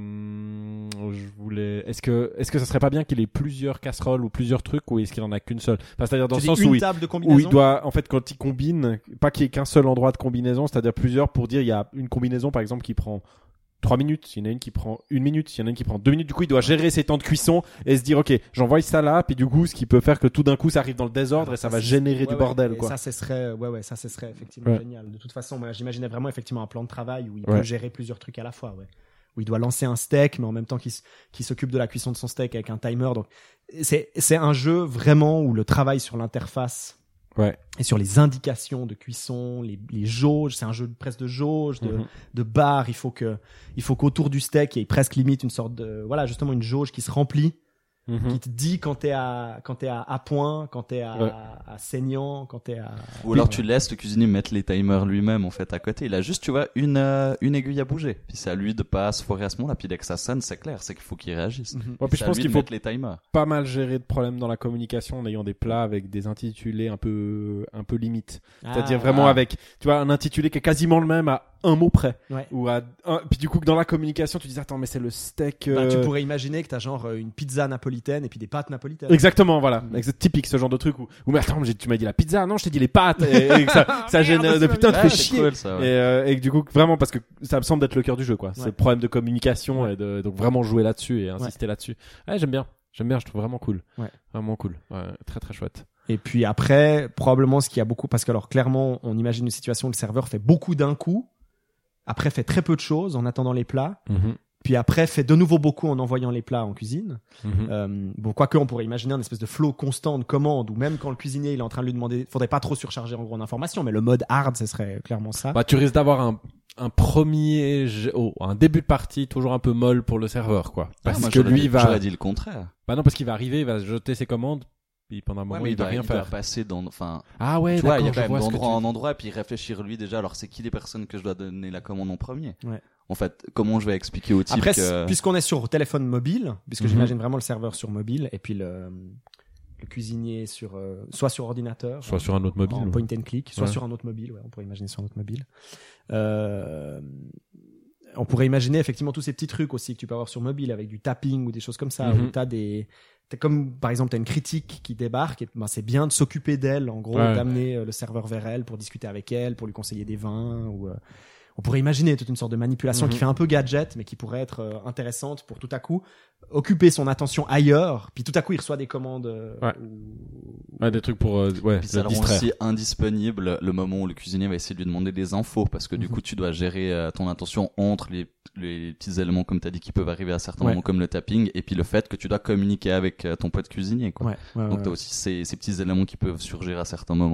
je voulais est-ce que est-ce que ça serait pas bien qu'il ait plusieurs casseroles ou plusieurs trucs ou est-ce qu'il en a qu'une seule? Enfin, c'est-à-dire dans tu le dis sens une où il, table de combinaison. où il doit en fait quand il combine pas qu'il y ait qu'un seul endroit de combinaison, c'est-à-dire plusieurs pour dire il y a une combinaison par exemple qui prend trois minutes, il y en a une qui prend une minute, il y en a une qui prend deux minutes, du coup il doit gérer ses temps de cuisson et se dire ok j'envoie ça là, puis du coup ce qui peut faire que tout d'un coup ça arrive dans le désordre Alors, et ça, ça, va c'est- générer ouais, du ouais, bordel et quoi. Ça, ce serait, ouais, ouais, ça, ce serait effectivement Ouais. génial. De toute façon, moi, j'imaginais vraiment effectivement un plan de travail où il Ouais. peut gérer plusieurs trucs à la fois, ouais. Où il doit lancer un steak, mais en même temps qu'il s- qu'il s'occupe de la cuisson de son steak avec un timer. Donc, c'est, c'est un jeu vraiment où le travail sur l'interface Ouais. et sur les indications de cuisson, les, les jauges, c'est un jeu de, presque de jauge, de, Mhm. de barre. Il faut que, il faut qu'autour du steak, il y ait presque limite une sorte de, voilà, justement une jauge qui se remplit, Mhm. qui te dit quand t'es à, quand t'es à, à point, quand t'es à, Ouais. à saignant, quand t'es à. Ou alors Puis, tu laisses le cuisinier mettre les timers lui-même en fait à côté. Il a juste tu vois une euh, une aiguille à bouger. Puis c'est à lui de pas se foirer à ce moment-là. Puis dès que ça sonne, c'est clair, c'est qu'il faut qu'il réagisse. Mhm. Ouais, Puis puis c'est je à pense lui qu'il de faut mettre les timers. pas mal gérer de problèmes dans la communication en ayant des plats avec des intitulés un peu un peu limites. C'est-à-dire Ah, vraiment ah. avec tu vois un intitulé qui est quasiment le même à un mot près Ouais. ou à un... puis du coup que dans la communication tu dis attends mais c'est le steak Bah, euh, tu pourrais imaginer que t'as genre euh, une pizza napolitaine et puis des pâtes napolitaines. Exactement, voilà. Mm. C'est typique ce genre de truc où, où mais attends, j'ai- tu m'as dit la pizza, non, je t'ai dit les pâtes, et, et que ça, ça Merde, gêne, c'est de pas putain, te bien. fait Ouais, c'est chier. cool, ça, ouais. Et, euh, et que du coup, vraiment, parce que ça me semble d'être le cœur du jeu, quoi. C'est Ouais. le problème de communication et de, donc vraiment jouer là-dessus et insister là-dessus. Ouais, j'aime bien. J'aime bien, je trouve vraiment cool. Ouais. Vraiment cool. Ouais, très très chouette. Et puis après, probablement ce qu'il y a beaucoup, parce que alors clairement, on imagine une situation où le serveur fait beaucoup d'un coup, après fait très peu de choses en attendant les plats, Mhm. puis après fait de nouveau beaucoup en envoyant les plats en cuisine. Mhm. Euh, bon, quoique on pourrait imaginer un espèce de flow constant de commandes, ou même quand le cuisinier il est en train de lui demander, faudrait pas trop surcharger en gros en information, mais le mode hard, ce serait clairement ça. Bah, tu risques d'avoir un, un premier, jet- oh, un début de partie toujours un peu molle pour le serveur, quoi. Parce Ah, moi, que j'aurais lui, dit- il va, J'aurais dit le contraire. bah non, parce qu'il va arriver, il va jeter ses commandes, puis pendant un moment, Ouais, mais il va doit- rien il faire. doit passer dans, enfin, Ah ouais, tu vois, il y a d'accord, quand je même vois ce que d'endroit tu- en endroit, et puis réfléchir lui déjà. Alors c'est qui les personnes que je dois donner la commande en premier? Ouais. En fait, comment je vais expliquer au type Après, que... puisqu'on est sur téléphone mobile, puisque Mhm. j'imagine vraiment le serveur sur mobile, et puis le, le cuisinier sur, euh, soit sur ordinateur, Soit sur un autre mobile. en ou- point and click, soit Ouais. sur un autre mobile, ouais, on pourrait imaginer sur un autre mobile. Euh, on pourrait imaginer effectivement tous ces petits trucs aussi que tu peux avoir sur mobile avec du tapping ou des choses comme ça, Mhm. où t'as des, t'as comme par exemple t'as une critique qui débarque, et ben c'est bien de s'occuper d'elle, en gros, Ouais. d'amener euh, le serveur vers elle pour discuter avec elle, pour lui conseiller des vins ou euh, on pourrait imaginer toute une sorte de manipulation Mhm. qui fait un peu gadget, mais qui pourrait être euh, intéressante pour tout à coup occuper son attention ailleurs, puis tout à coup il reçoit des commandes euh, Ouais. ou- Ouais, des trucs pour, euh, ouais, Puis ça le le rend distraire. aussi indisponible le moment où le cuisinier va essayer de lui demander des infos, parce que du Mhm. coup tu dois gérer euh, ton attention entre les, les petits éléments comme t'as dit qui peuvent arriver à certains Ouais. moments comme le tapping, et puis le fait que tu dois communiquer avec euh, ton pote cuisinier, quoi. Ouais, ouais, Donc ouais, t'as aussi ces, ces petits éléments qui peuvent surgir à certains moments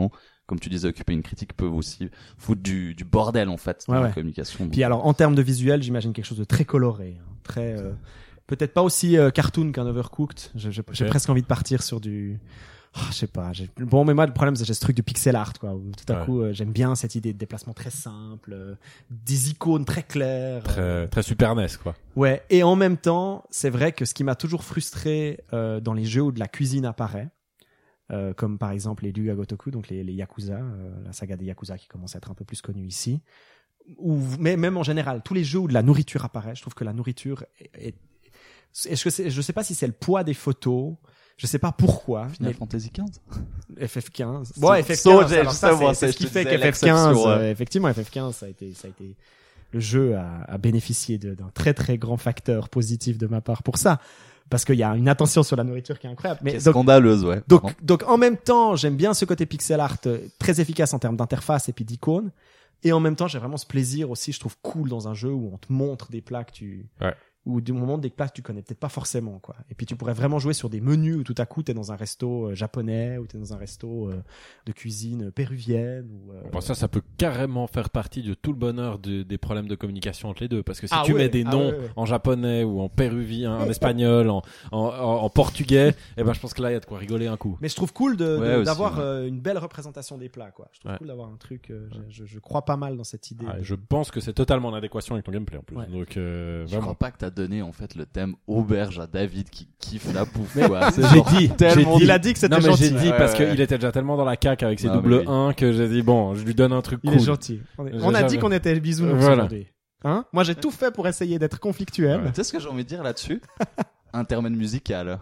comme tu disais, occuper une critique peuvent aussi foutre du, du bordel en fait dans Ouais, la ouais. communication. Donc, Puis alors, en termes de visuel, j'imagine quelque chose de très coloré, hein, très euh, peut-être pas aussi euh, cartoon qu'un Overcooked. Je, je, J'ai Ok. presque envie de partir sur du, oh, je sais pas. J'ai... Bon, mais moi le problème c'est que j'ai ce truc de pixel art, quoi. Où tout à Ouais. coup, euh, j'aime bien cette idée de déplacement très simple, euh, des icônes très claires. euh, Très, très Super N E S, quoi. Ouais. Et en même temps, c'est vrai que ce qui m'a toujours frustré euh, dans les jeux où de la cuisine apparaît. Euh, comme par exemple les Ryu Gotoku, donc les, les Yakuza, euh, la saga des Yakuza qui commence à être un peu plus connue ici. Ou, mais même en général, tous les jeux où de la nourriture apparaît, je trouve que la nourriture est... est est-ce que c'est, je sais pas si c'est le poids des photos, je sais pas pourquoi, Final mais Fantasy quinze. F F quinze. So- Bon, F F so, quinze, j'ai- alors ça, justement, c'est, c'est c'est- ce qui je te fait disais qu'F F quinze, l'exception, ouais. euh, effectivement, F F quinze, ça a été, ça a été, le jeu a, a bénéficié de, d'un très très grand facteur positif de ma part pour ça. Parce qu'il y a une attention sur la nourriture qui est incroyable. Mais Qui est donc, scandaleuse, ouais. donc, Vraiment. donc, en même temps, j'aime bien ce côté pixel art euh, très efficace en termes d'interface et puis d'icônes. Et en même temps, j'ai vraiment ce plaisir aussi, je trouve cool dans un jeu où on te montre des plats que tu, Ouais. ou du moment des plats que tu connais peut-être pas forcément, quoi. Et puis tu pourrais vraiment jouer sur des menus où tout à coup t'es dans un resto euh, japonais, ou t'es dans un resto euh, de cuisine péruvienne, ou, euh, Bon, ça, ça peut carrément faire partie de tout le bonheur de- des problèmes de communication entre les deux. Parce que si Ah tu ouais, mets des ah noms ouais, ouais. en japonais ou en péruvien, en espagnol, en, en, en, en portugais, eh ben, je pense que là, il y a de quoi rigoler un coup. Mais je trouve cool de, de- Ouais, aussi, d'avoir ouais. euh, une belle représentation des plats, quoi. Je trouve Ouais. cool d'avoir un truc. euh, je, je, je crois pas mal dans cette idée. Ah, de- je pense que c'est totalement en adéquation avec ton gameplay en plus. Ouais. Donc, euh, Je vraiment. crois pas que t'as donné en fait le thème auberge à David qui kiffe la bouffe. Mais quoi. C'est j'ai genre dit, tellement j'ai dit. Il a dit que c'était Non, mais gentil. j'ai dit Ouais, parce ouais. qu'il était déjà tellement dans la caque avec ses Non, double mais oui. un que j'ai dit, bon, je lui donne un truc Il cool. est gentil. On, est- J'ai on a jamais- dit qu'on était bisounours Voilà. aujourd'hui. Hein? Moi, j'ai tout fait pour essayer d'être conflictuel. Ouais. Tu sais ce que j'ai envie de dire là-dessus? Intermède musical.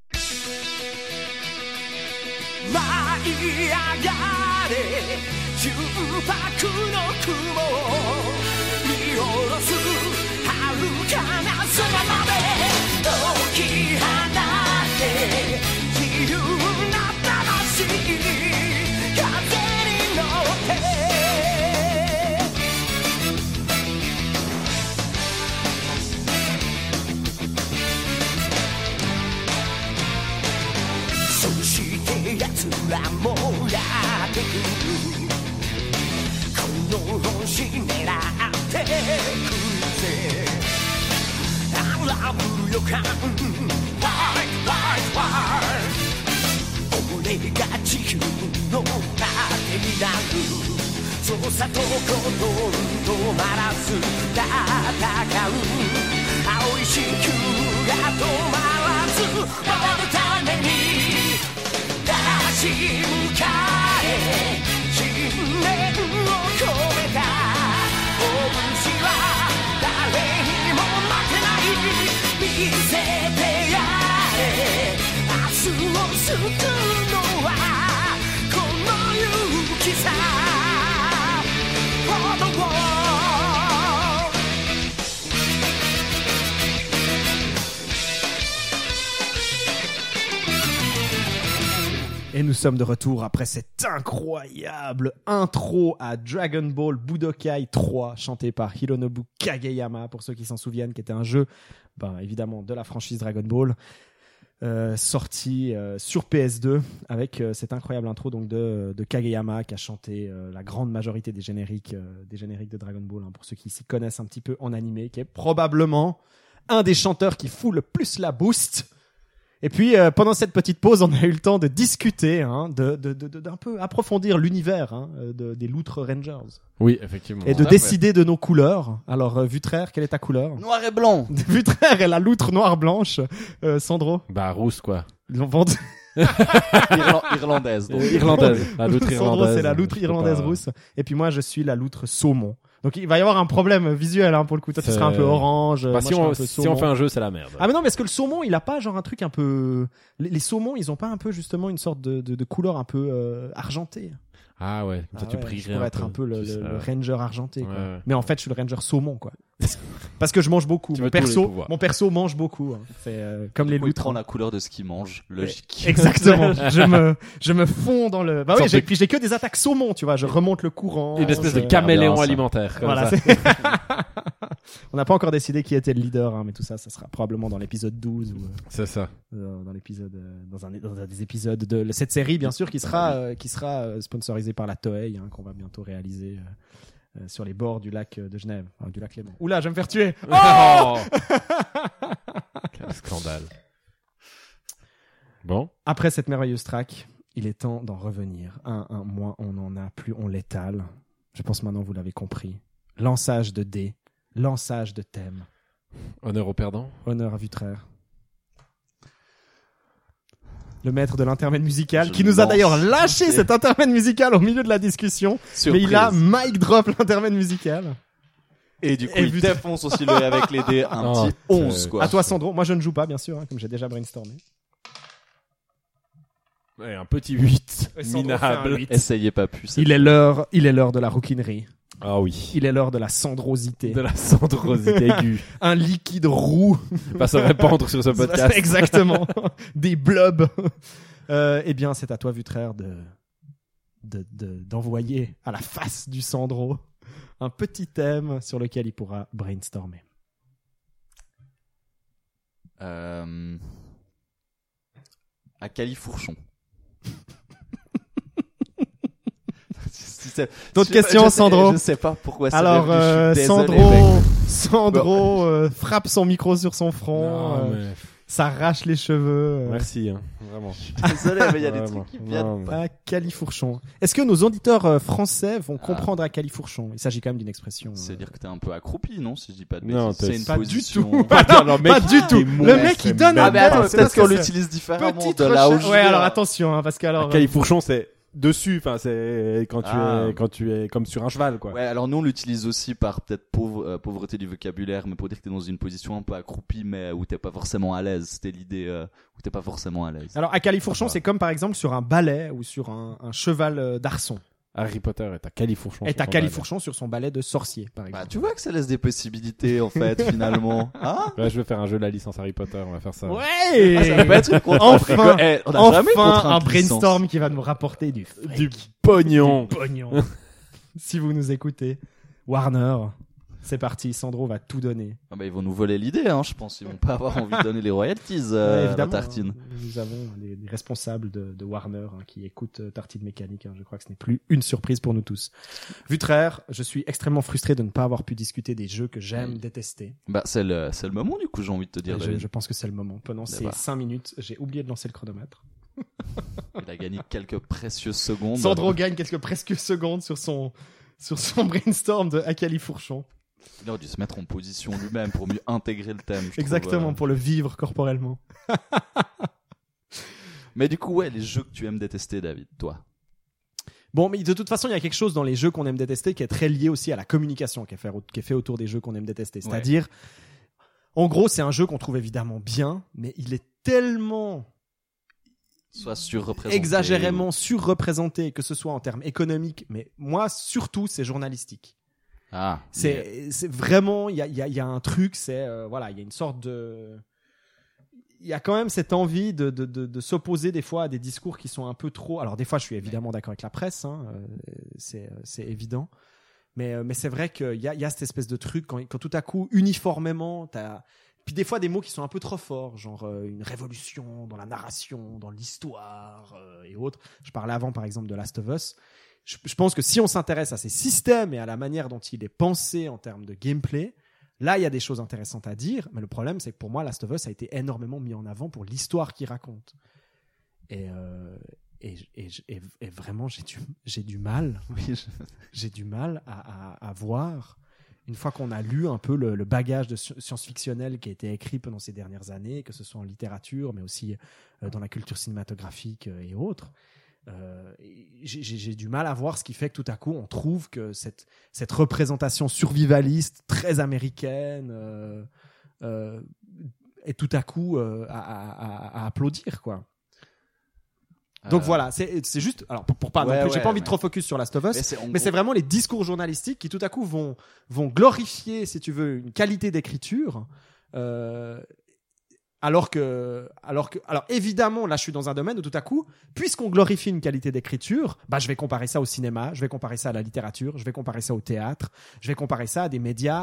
舞い上がれ純白の雲を見下ろす遥かな空まで解き放って自由な魂風に乗ってそして奴らもやってくるこの星狙ってくるぜ荒ぶる予感 Fight, fight, fight 俺が地球の盾になる操作とコントロール止まらず戦う青い地球が止まらず守るために立ち向かえ信念を込めた拳は誰にも負けない見せてやれ明日を救うのはこの勇気さ For the world Et nous sommes de retour après cette incroyable intro à Dragon Ball Budokai trois, chanté par Hironobu Kageyama, pour ceux qui s'en souviennent, qui était un jeu, ben, évidemment, de la franchise Dragon Ball, euh, sorti euh, sur P S deux, avec euh, cette incroyable intro donc de, de Kageyama, qui a chanté euh, la grande majorité des génériques, euh, des génériques de Dragon Ball, hein, pour ceux qui s'y connaissent un petit peu en animé, qui est probablement un des chanteurs qui fout le plus la boost. Et puis euh, pendant cette petite pause, on a eu le temps de discuter, hein, de, de, de, de- d'un peu approfondir l'univers, hein, de, des Loutre Rangers Oui, effectivement. et de à fait. décider de nos couleurs. Alors euh, Vutraire, quelle est ta couleur? Noir et blanc. Vutraire est la loutre noire blanche. Euh, Sandro, Bah, rousse, quoi. ils l'ont vendu. Irla- irlandaise. Donc. Euh, irlandaise. La loutre irlandaise. Sandro, c'est la loutre Je peux irlandaise pas- rousse. Et puis moi, je suis la loutre saumon. Donc il va y avoir un problème visuel, hein, pour le coup. Toi, tu C'est- seras un peu orange. Bah, moi, si, je serai on, un peu si on saumon. fait un jeu, c'est la merde. Ah mais non, parce que le saumon, il a pas genre un truc un peu... Les, les saumons, ils ont pas un peu justement une sorte de, de, de couleur un peu euh, argentée. Ah ouais, comme ça Ah tu ouais, brillerais je pourrais être un peu le, plus, le- euh, le ranger argenté, quoi. Ouais, ouais. Mais en fait, je suis le ranger saumon, quoi. Parce que je mange beaucoup. Tu Mon veux tous les perso, pouvoirs. mon perso mange beaucoup, hein. C'est euh, comme les Du coup, il loutres. prend la couleur de ce qu'il mange. Logique. Exactement. je me, je me fonds dans le. Bah oui, Sorte j'ai, de- puis j'ai que des attaques saumon, tu vois. Je remonte le courant. Une espèce de je- Bien caméléon ça. alimentaire. Comme Voilà. ça. c'est- On n'a pas encore décidé qui était le leader, hein, mais tout ça, ça sera probablement dans l'épisode douze ou C'est ça. euh, dans l'épisode, euh, dans, un, dans un des épisodes de cette série, bien sûr, qui sera, euh, qui sera euh, sponsorisée par la Toei, hein, qu'on va bientôt réaliser euh, euh, sur les bords du lac de Genève, enfin, du lac Léman. Oula, je vais me faire tuer. Oh Quel scandale. Bon. Après cette merveilleuse track, il est temps d'en revenir. Un, un, moins on n'en a, plus on l'étale. Je pense maintenant vous l'avez compris. Lançage de dés, lançage de thèmes. Honneur au perdant. Honneur à Vutraire. Le maître de l'intermède musical, Je qui nous a lance. d'ailleurs lâché cet intermède musical au milieu de la discussion. Surprise. Mais il a mic drop l'intermède musical. Et du coup, Et il vu- défonce aussi le avec les dés. Un Oh, petit onze, quoi. À toi Sandro. Moi je ne joue pas bien sûr, hein, comme j'ai déjà brainstormé. Ouais, un petit huit. Et Sandro fait un Minable. huit. Essayez pas plus. Il est l'heure, il est l'heure de la rouquinerie. Ah oui. Il est l'heure de la cendrosité. De la cendrosité aiguë. Un liquide roux. Va se répandre sur ce podcast. Exactement. Des blobs. Euh, eh bien, c'est à toi, Vutraire, de, de, de, d'envoyer à la face du Sandro un petit thème sur lequel il pourra brainstormer. Euh... À Califourchon. Si c'est- D'autres je sais pas- questions, je sais- Sandro Je sais pas pourquoi ça Alors, m'est venu, je suis euh, désolé, Sandro, mec. Sandro euh, frappe son micro sur son front, Non, euh, mais... s'arrache les cheveux. euh, Merci, hein. Vraiment. Désolé, mais il y a des Vraiment. trucs qui viennent. Non, mais- À Califourchon. Est-ce que nos auditeurs euh, français vont comprendre à Califourchon? Il s'agit quand même d'une expression. C'est euh, dire que t'es un peu accroupi, non? Si je dis pas de Non, bêtises. t'es- C'est une pas du position. tout. Pas, non, non, pas du tout. t'es Le mauvais, mec, il c'est donne même un Ah, mais thème. attends, c'est peut-être parce que qu'on c'est- l'utilise différemment Petite de là où recherche- je Ouais, viens. alors attention, hein, parce qu'alors. À Califourchon, c'est dessus. Enfin, c'est quand tu Ah. es, quand tu es comme sur un cheval, quoi. Ouais, alors nous on l'utilise aussi par peut-être pauvre, euh, pauvreté du vocabulaire, mais pour dire que t'es dans une position un peu accroupie, mais où t'es pas forcément à l'aise. C'était l'idée euh, où t'es pas forcément à l'aise. Alors à Califourchon, Ah. c'est comme par exemple sur un balai ou sur un, un cheval euh, d'arçon. Harry Potter est à Califourchon. Et sur à son Califourchon sur son balai de sorcier, par exemple. Bah, tu vois que ça laisse des possibilités en fait finalement. Hein? balai. Ouais, je vais faire un jeu la licence Harry Potter. On va faire ça. Ouais. Ah, ça peut être une contre- Enfin, Eh, on a jamais enfin contraint un de licence. brainstorm qui va nous rapporter du fric, Du pognon. du pognon. Si vous nous écoutez, Warner, c'est parti. Sandro va tout donner. Ah bah, ils vont nous voler l'idée, hein, je pense. Ils vont pas avoir envie de donner les royalties Ouais, euh, à évidemment, Tartine. hein, nous avons les, les responsables de, de Warner hein, qui écoutent euh, Tartine Mécanique. Hein. Je crois que ce n'est plus une surprise pour nous tous. Vutraire, je suis extrêmement frustré de ne pas avoir pu discuter des jeux que j'aime Oui. détester. Bah c'est le c'est le moment du coup, j'ai envie de te dire. Et je, David. je pense que c'est le moment. Pendant ces D'accord. cinq minutes, j'ai oublié de lancer le chronomètre. Il a gagné quelques précieuses secondes. Sandro gagne quelques presque secondes sur son sur son brainstorm de Akali Fourchon. Il aurait dû se mettre en position lui-même pour mieux intégrer le thème. je Exactement, trouve, euh. pour le vivre corporellement. Mais du coup, ouais, les jeux que tu aimes détester, David, toi. Bon, mais de toute façon, il y a quelque chose dans les jeux qu'on aime détester qui est très lié aussi à la communication qui est fait, qui est fait autour des jeux qu'on aime détester. C'est-à-dire, en gros, c'est un jeu qu'on trouve évidemment bien, mais il est tellement Soit surreprésenté. exagérément surreprésenté, que ce soit en termes économiques, mais moi, surtout, c'est journalistique. Ah. C'est, c'est vraiment, il y a, il y a, il y a un truc, c'est, euh, voilà, il y a une sorte de, il y a quand même cette envie de, de, de, de s'opposer des fois à des discours qui sont un peu trop. Alors des fois, je suis évidemment d'accord avec la presse, hein, euh, c'est, c'est évident. Mais, euh, mais c'est vrai qu'il y a, il y a cette espèce de truc quand, quand tout à coup, uniformément, t'as, puis des fois des mots qui sont un peu trop forts, genre euh, une révolution dans la narration, dans l'histoire euh, et autres. Je parlais avant, par exemple, de Last of Us. Je, je pense que si on s'intéresse à ces systèmes et à la manière dont il est pensé en termes de gameplay, là, il y a des choses intéressantes à dire. Mais le problème, c'est que pour moi, Last of Us a été énormément mis en avant pour l'histoire qu'il raconte. Et, euh, et, et, et, et vraiment, j'ai du, j'ai du mal. Oui, je- J'ai du mal à, à, à voir, une fois qu'on a lu un peu le, le bagage de sci- science-fictionnel qui a été écrit pendant ces dernières années, que ce soit en littérature, mais aussi euh, dans la culture cinématographique euh, et autres. Euh, j'ai, j'ai, j'ai du mal à voir ce qui fait que tout à coup on trouve que cette, cette représentation survivaliste très américaine euh, euh, est tout à coup euh, à, à, à, à applaudir, quoi. Donc Euh, voilà, c'est, c'est juste, alors pour, pour pas, non Ouais, plus, j'ai ouais, pas envie ouais. de trop focus sur Last of Us, Mais c'est, en mais c'est gros- vraiment les discours journalistiques qui tout à coup vont, vont glorifier, si tu veux, une qualité d'écriture, euh, alors que, alors que, alors évidemment, là je suis dans un domaine où tout à coup, puisqu'on glorifie une qualité d'écriture, bah je vais comparer ça au cinéma, je vais comparer ça à la littérature, je vais comparer ça au théâtre, je vais comparer ça à des médias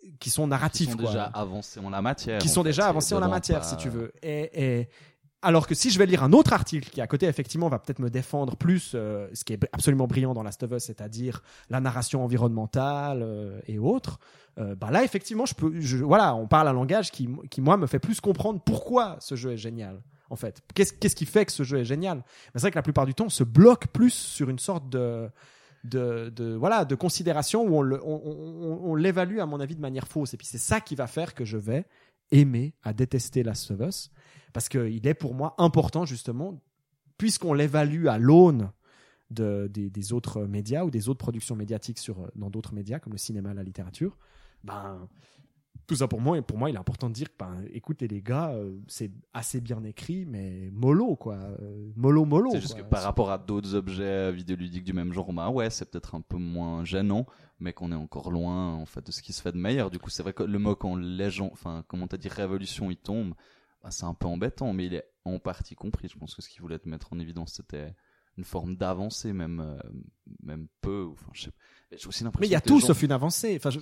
qui sont Qui narratifs, sont quoi. déjà avancés en la matière. qui en sont fait, déjà et avancés en la dedans, matière, pas- si tu veux. Et, et alors que si je vais lire un autre article qui à côté effectivement va peut-être me défendre plus euh, ce qui est absolument brillant dans Last of Us, c'est-à-dire la narration environnementale euh, et autres, euh, bah là effectivement je peux, je, voilà, on parle un langage qui, qui moi me fait plus comprendre pourquoi ce jeu est génial. En fait, qu'est-ce, qu'est-ce qui fait que ce jeu est génial? Mais c'est vrai que la plupart du temps on se bloque plus sur une sorte de De, de voilà de considération où on, le, on, on, on l'évalue à mon avis de manière fausse, et puis c'est ça qui va faire que je vais aimer à détester Last of Us, parce qu'il est pour moi important justement, puisqu'on l'évalue à l'aune de, des, des autres médias ou des autres productions médiatiques sur, dans d'autres médias comme le cinéma, la littérature, ben, tout ça pour moi, et pour moi il est important de dire que ben, écoutez les gars, euh, c'est assez bien écrit mais mollo quoi, euh, mollo mollo C'est juste quoi. que par rapport à d'autres objets vidéoludiques du même genre, bah ouais, c'est peut-être un peu moins gênant, mais qu'on est encore loin en fait de ce qui se fait de meilleur. Du coup, c'est vrai que le mot quand les gens, enfin, comment t'as dit, révolution, il tombe, bah, c'est un peu embêtant, mais il est en partie compris. Je pense que ce qu'il voulait te mettre en évidence, c'était une forme d'avancée, même, euh, même peu. Enfin, je sais. J'ai aussi l'impression. Mais il y a que les tout gens- sauf une avancée. Enfin, je...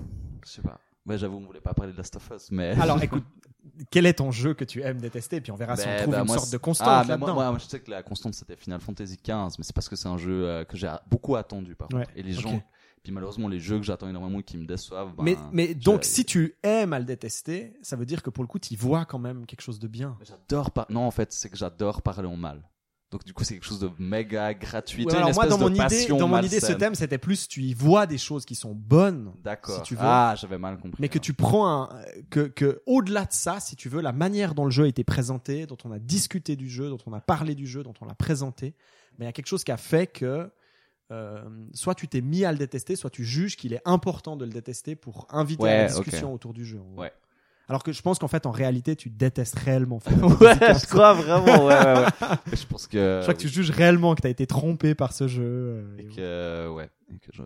Je sais pas. Ouais, j'avoue, on voulait pas parler de Last of Us, mais. Alors écoute, quel est ton jeu que tu aimes détester, et puis on verra si on Ben, trouve ben, une moi, sorte de c'est- constante ah, mais là-dedans. moi, moi, je sais que la constante c'était Final Fantasy quinze, mais c'est parce que c'est un jeu euh, que j'ai beaucoup attendu par Ouais, contre. Et les ok. gens, puis malheureusement les jeux que j'attends énormément qui me déçoivent. Ben, mais mais je- donc si tu aimes à le détester, ça veut dire que pour le coup tu y vois quand même quelque chose de bien. J'adore par... Non, en fait, c'est que j'adore parler en mal. Donc du coup, c'est quelque chose de méga gratuit. Ouais, Tu sais, alors une moi espèce dans mon de idée, passion dans mon idée ce malsaine. thème c'était plus tu y vois des choses qui sont bonnes, D'accord. si tu veux. Ah, j'avais mal compris. mais que tu prends un, que, que au-delà de ça, si tu veux, la manière dont le jeu a été présenté, dont on a discuté du jeu, dont on a parlé du jeu, dont on l'a présenté, mais il y a quelque chose qui a fait que euh, soit tu t'es mis à le détester, soit tu juges qu'il est important de le détester pour inviter Ouais, à la ok. discussion autour du jeu. en gros. Ouais. Alors que je pense qu'en fait, en réalité, tu détestes réellement. Final Ouais, Fantasy je crois vraiment. Ouais, ouais, ouais. Et je pense que. Je crois que tu juges réellement que tu as été trompé par ce jeu. euh, Et et que, ouais, et que je,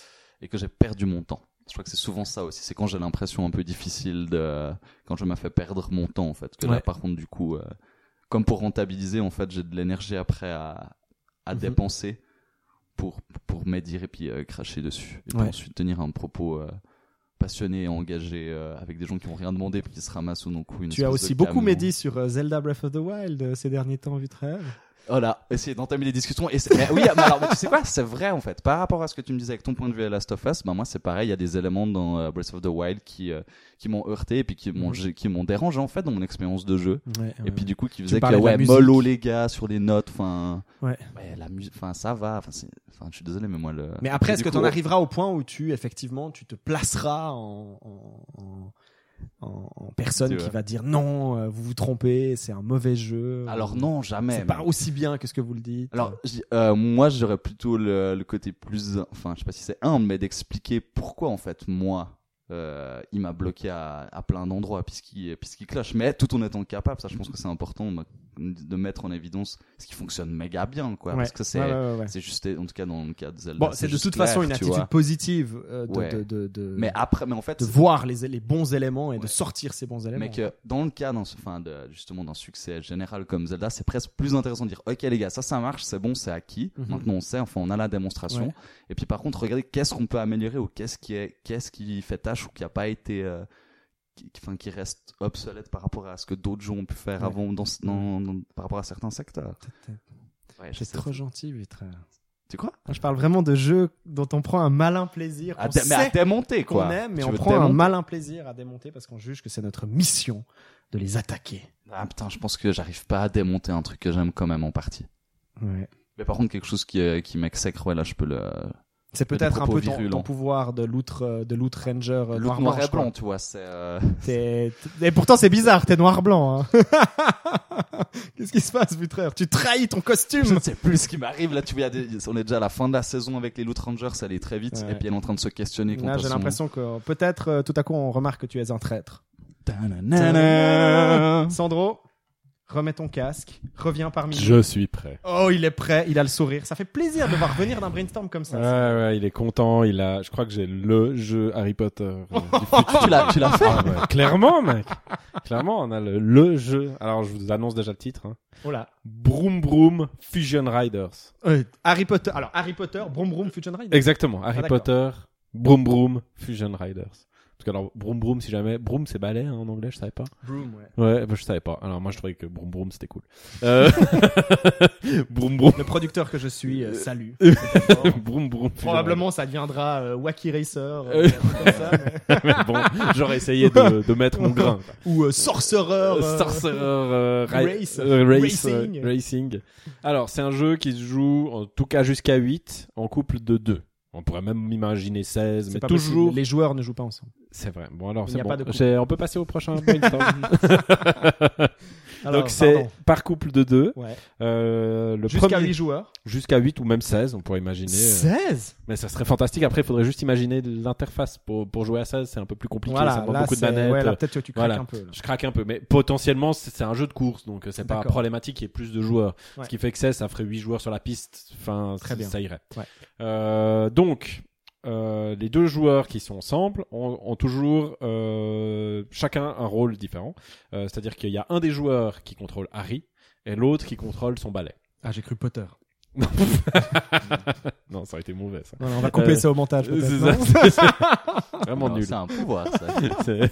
et que j'ai perdu mon temps. Je crois que c'est souvent ça aussi. C'est quand j'ai l'impression un peu difficile de, quand je me fais perdre mon temps, en fait. Que Ouais. là, par contre, du coup, euh, comme pour rentabiliser, en fait, j'ai de l'énergie après à, à Mhm. dépenser pour, pour médire et puis euh, cracher dessus. Et puis Ouais. ensuite tenir un propos, euh, passionné et engagé, euh, avec des gens qui ont rien demandé puis qui se ramassent au non-coup une Tu as espèce aussi de beaucoup camion. médit sur euh, Zelda Breath of the Wild euh, ces derniers temps, Vutraire. Voilà, essayer d'entamer les discussions. Et c'est- mais oui, mais alors, mais tu sais quoi, c'est vrai en fait. Par rapport à ce que tu me disais avec ton point de vue à Last of Us, ben moi c'est pareil. Il y a des éléments dans euh, Breath of the Wild qui euh, qui m'ont heurté et puis qui m'ont Mhm. qui m'ont dérangé en fait dans mon expérience de jeu. Ouais, Et puis du coup qui faisait que parlais de la ouais musique. mollo les gars sur les notes. Enfin, Ouais. ouais, la musique, enfin ça va. Enfin, c'est- enfin, je suis désolé, mais moi le. Mais après, Et est-ce du que coup, tu en arriveras au point où tu, effectivement, tu te placeras en, en, en, en- en personne Tu qui vois. va dire non, euh, vous vous trompez, c'est un mauvais jeu. Alors euh, non, jamais. c'est mais- pas aussi bien que ce que vous le dites. Alors, je dis- euh, moi, j'aurais plutôt le, le côté plus, enfin, je sais pas si c'est humble, mais d'expliquer pourquoi, en fait, moi, euh, il m'a bloqué à, à plein d'endroits, puisqu'il, puisqu'il clash. Mais tout en étant capable, ça, je pense que c'est important de, de mettre en évidence ce qui fonctionne méga bien, quoi. Ouais. Parce que c'est, Ouais, ouais, ouais, ouais. c'est juste, en tout cas, dans le cas de Zelda. Bon, c'est de juste toute clair, façon une tu attitude vois. positive euh, de, Ouais. de, de, de, Mais après, mais en fait, de c'est- voir les, les bons éléments et de Ouais. sortir ces bons éléments. mais que dans le cas d'un, enfin, de, justement, d'un succès général comme Zelda, c'est presque plus intéressant de dire, ok, les gars, ça, ça marche, c'est bon, c'est acquis. Mhm. Maintenant, on sait, enfin, on a la démonstration. Ouais. Et puis, par contre, regardez qu'est-ce qu'on peut améliorer ou qu'est-ce qui est, qu'est-ce qui fait tâche ou qui a pas été, euh, qui, enfin, qui reste obsolète par rapport à ce que d'autres gens ont pu faire Ouais. avant dans, ce- dans, dans- par rapport à certains secteurs. Ouais, J'ai je sais. trop gentil, Vutraire. Tu crois? Moi, je parle vraiment de jeux dont on prend un malin plaisir, qu'on À dé- mais à sait démonter, qu'on quoi. aime, mais Tu on veux prend un démonter? malin plaisir à démonter parce qu'on juge que c'est notre mission de les attaquer. Ah, putain, je pense que j'arrive pas à démonter un truc que j'aime quand même en partie. Ouais. Mais par contre, quelque chose qui, euh, qui m'exècre, ouais, là, je peux le, C'est Des peut-être un propos peu ton, virulents. ton pouvoir de l'outre de l'outre ranger euh, le noir, noir blanc, et blanc, tu vois, c'est, euh, T'es- t'es- Et pourtant c'est bizarre, t'es noir blanc. Hein. Qu'est-ce qui se passe, Vutraire? Tu trahis ton je costume. ne sais plus ce qui m'arrive. Là, tu vois, il y a des- on est déjà à la fin de la saison avec les Loot Rangers, ça allait très vite. Ouais. Et puis elle est en train de se questionner quant Là, à j'ai son- l'impression que euh, peut-être euh, tout à coup on remarque que tu es un traître. Ta-na-na-na. Sandro, remets ton casque, reviens parmi nous. Je suis prêt. Oh, il est prêt, il a le sourire. Ça fait plaisir de voir venir d'un brainstorm comme ça. Ouais, ouais, il est content. Il a, je crois que j'ai le jeu Harry Potter. euh, du futur. Tu l'as, tu l'as fait? Ah ouais, clairement, mec. Clairement, on a le, le jeu. Alors, je vous annonce déjà le titre. Hein. Oh là. Broom Broom Fusion Riders. Euh, Harry Potter. Alors Harry Potter, Broom Broom Fusion Ride. Exactement. Harry Ah, d'accord. Potter, Broom Broom Fusion Riders. Parce que alors broom broom si jamais broom c'est balai hein, en anglais, je savais pas. Broom, ouais. Ouais, bah, je savais pas. Alors moi je trouvais que broom broom c'était cool. Euh... broom broom. Le producteur que je suis, euh, salue. broom broom. Probablement ça deviendra euh, Wacky Racer, euh, un truc comme ça, mais... Mais bon, j'aurais essayé de, de mettre mon grain. Ou euh, Sorcerer. Euh... Sorcerer euh, ra- Race. euh, race, Racing. euh, Racing. Alors, c'est un jeu qui se joue, en tout cas jusqu'à huit, en couple de deux. On pourrait même imaginer seize, C'est mais pas toujours... possible. Les joueurs ne jouent pas ensemble. C'est vrai. Bon, alors, Il c'est n'y a bon. pas de couple. J'ai- On peut passer au prochain brainstorm. Alors, Donc, c'est pardon. par couple de deux. Ouais. Euh, le Jusqu'à premier... huit joueurs. Jusqu'à huit ou même seize, on pourrait imaginer. euh, seize Mais ça serait fantastique. Après, il faudrait juste imaginer l'interface. Pour, pour jouer à seize, c'est un peu plus compliqué. ça Voilà, demande là, beaucoup de c'est... manettes. Ouais, là, peut-être que tu craques voilà. un peu. Là. Je craque un peu, mais potentiellement c'est c'est un jeu de course, donc c'est pas D'accord. problématique qu'il y ait plus de joueurs. Ouais. Ce qui fait que seize, ça ferait huit joueurs sur la piste. Enfin, Très c- bien. ça irait. Ouais. Euh, donc, euh, les deux joueurs qui sont ensemble ont, ont toujours euh, chacun un rôle différent. Euh, C'est-à-dire qu'il y a un des joueurs qui contrôle Harry et l'autre qui contrôle son balai. Ah, j'ai cru Potter. Non, ça aurait été mauvais ça. Non, non, on va couper Euh, ça au montage. peut-être, C'est non ça, c'est ça. Vraiment Non, nul. c'est un pouvoir, ça. C'est-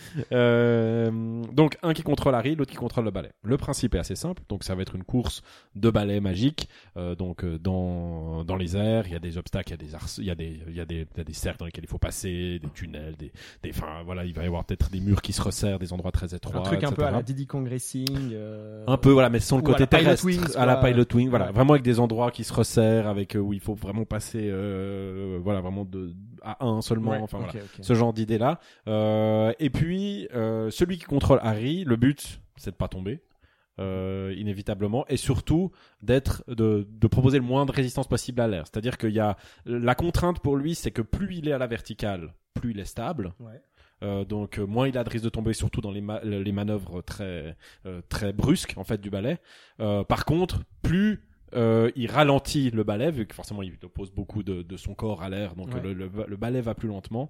euh, donc un qui contrôle Harry, l'autre qui contrôle le balai. Le principe est assez simple, donc ça va être une course de balai magique. Euh, donc euh, dans dans les airs, il y a des obstacles, il y a des ars- il y a des il y a des il y a des cercles dans lesquels il faut passer, des tunnels, des des enfin voilà, il va y avoir peut-être des murs qui se resserrent, des endroits très étroits, Un truc un et peu à cetera. la Diddy Kong Racing. euh, Un peu, voilà, mais sans le ou à côté la Pilot terrestre, Wings, à la quoi. Pilot Wing, voilà, Ouais. vraiment avec des endroits qui se resserrent, avec euh, où il faut vraiment passer, euh, voilà, vraiment de à un seulement, ouais, enfin ok, voilà, ok. ce genre d'idée là. Euh, et puis euh, celui qui contrôle Harry, le but c'est de pas tomber. Euh, inévitablement, et surtout d'être de, de proposer le moins de résistance possible à l'air. C'est-à-dire qu'il y a la contrainte pour lui, c'est que plus il est à la verticale, plus il est stable. Ouais. Euh, donc euh, moins il a de risque de tomber, surtout dans les, ma- les manœuvres très euh, très brusques en fait du balai. Euh, par contre, plus euh, il ralentit le balai, vu que forcément il oppose beaucoup de, de son corps à l'air, donc Ouais. le, le, le balai va plus lentement.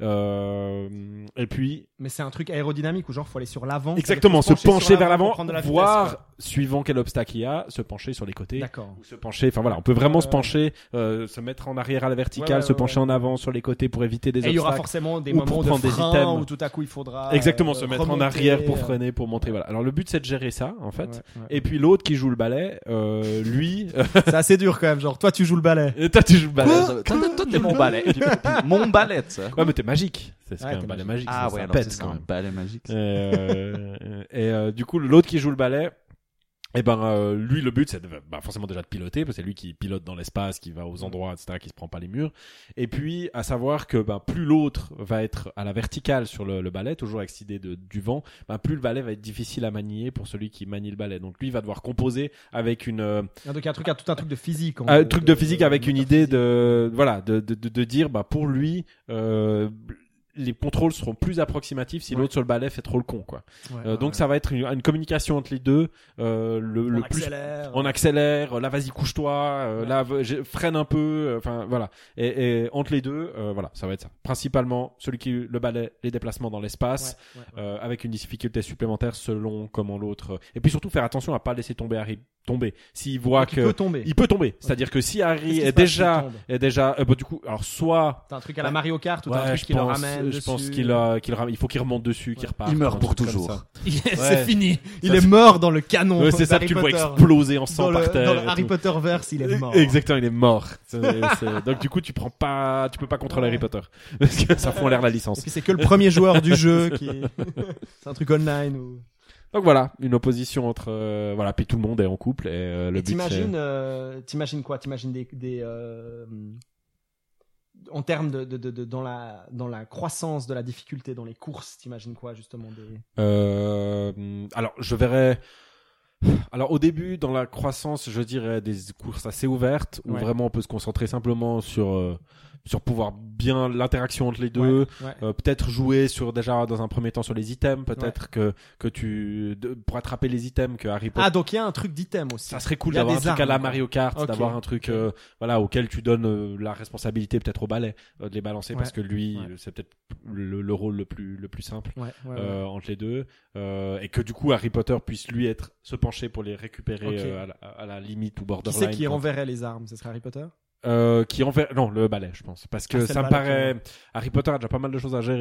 Euh, et puis Mais c'est un truc aérodynamique où genre faut aller sur l'avant. exactement, se c'est-à-dire faut pencher sur vers pour l'avant, prendre de la vitesse, voire quoi. suivant quel obstacle il y a, se pencher sur les côtés. D'accord. Ou se pencher, enfin voilà, on peut vraiment Ouais, se ouais. pencher, euh, se mettre en arrière à la verticale, Ouais, ouais, se ouais, pencher ouais. en avant sur les côtés pour éviter des Et il y aura obstacles. forcément des ou pour moments de prendre des frein items. où tout à coup il faudra Exactement, euh, se mettre en remonter, arrière pour euh, freiner, pour montrer. Voilà. Alors le but c'est de gérer ça en fait. ouais, ouais. Et puis l'autre qui joue le balai, euh, lui, C'est assez dur quand même. Genre toi tu joues le balai. et toi tu joues le balai. Toi, toi, toi, t'es mon balai. Puis- puis Mon balai, ça. Ouais, mais t'es magique. C'est c'est Ouais, quand même t'es un balai magique. magique. Ah ça, ouais, ça alors pète c'est quand un même. balai magique. ça. Euh, et euh, du coup, l'autre qui joue le balai, et ben euh, lui, le but c'est de, bah, forcément déjà de piloter, parce que c'est lui qui pilote dans l'espace, qui va aux endroits, et cetera, qui se prend pas les murs. Et puis à savoir que ben plus l'autre va être à la verticale sur le, le balai, toujours avec cette idée de du vent, ben plus le balai va être difficile à manier pour celui qui manie le balai. Donc lui il va devoir composer avec une euh, Donc il y a un truc, tout un truc de physique. en un gros, truc de physique avec une moteur idée physique. de voilà de de de, de dire bah pour lui euh, les contrôles seront plus approximatifs si Ouais. l'autre sur le balai fait trop le con quoi. Ouais, Euh, ouais, donc ouais. ça va être une, une communication entre les deux, euh, le, On le plus accélère. on accélère, là vas-y couche-toi, euh, Ouais. là v- j'ai- freine un peu, euh, enfin voilà. Et, et entre les deux, euh, voilà, ça va être ça. Principalement celui qui le balai, les déplacements dans l'espace, Ouais, ouais, ouais. euh, avec une difficulté supplémentaire selon comment l'autre. Et puis surtout faire attention à pas laisser tomber Harry tomber. S'il voit Donc, il que peut tomber. il peut tomber, c'est-à-dire que si Qu'est-ce Harry qui se est passe déjà s'il tombe est déjà euh, bah, du coup alors soit T'as un truc à la Mario Kart ou t'as un ouais, truc je qui le pense, ramène je pense dessus. qu'il a qu'il ra- il faut qu'il remonte dessus, qu'il Ouais. reparte. Il meurt un pour truc comme toujours. ça. c'est Ouais. fini. Il Ça, est c'est- mort dans le canon. Ouais, c'est ça, d'Harry tu le vois Potter. exploser en sang Dans le, par terre. dans le et Harry tout. Potter verse, il est mort. Exactement, il est mort. C'est- c'est- Donc du coup, tu prends pas, tu peux pas contrôler Ouais. Harry Potter parce que ça fout en l'air la Et licence. puis c'est que le premier joueur du jeu qui. C'est un truc online ou. Donc voilà, une opposition entre euh, voilà, puis tout le monde est en couple et euh, le Et but t'imagines, euh, t'imagines quoi T'imagines des, des euh, en termes de, de, de, de dans la dans la croissance de la difficulté dans les courses, t'imagines quoi justement des. c'est euh, alors je verrais. Alors au début, dans la croissance, je dirais des courses assez ouvertes où Ouais. vraiment on peut se concentrer simplement sur euh, sur pouvoir bien l'interaction entre les deux. Ouais, ouais. Euh, peut-être jouer sur déjà dans un premier temps sur les items, peut-être que que tu de, pour attraper les items que Harry Potter. Ah donc il y a un truc d'item aussi. Ça serait cool Il y a d'avoir un des truc à la armes, Mario Kart, Ok. d'avoir un truc Ok. euh, voilà auquel tu donnes euh, la responsabilité peut-être au balai euh, de les balancer Ouais. parce que lui Ouais. euh, c'est peut-être le, le rôle le plus le plus simple Ouais, ouais, ouais. euh, entre les deux euh, et que du coup Harry Potter puisse lui être se pencher pour les récupérer Ok. euh, à, la, à la limite ou Qui borderline. c'est qui quand- enverrait les armes Ce serait Harry Potter. euh, qui enverrait non le balai je pense parce que Ah, c'est ça le me balai, paraît Harry Potter a déjà pas mal de choses à gérer.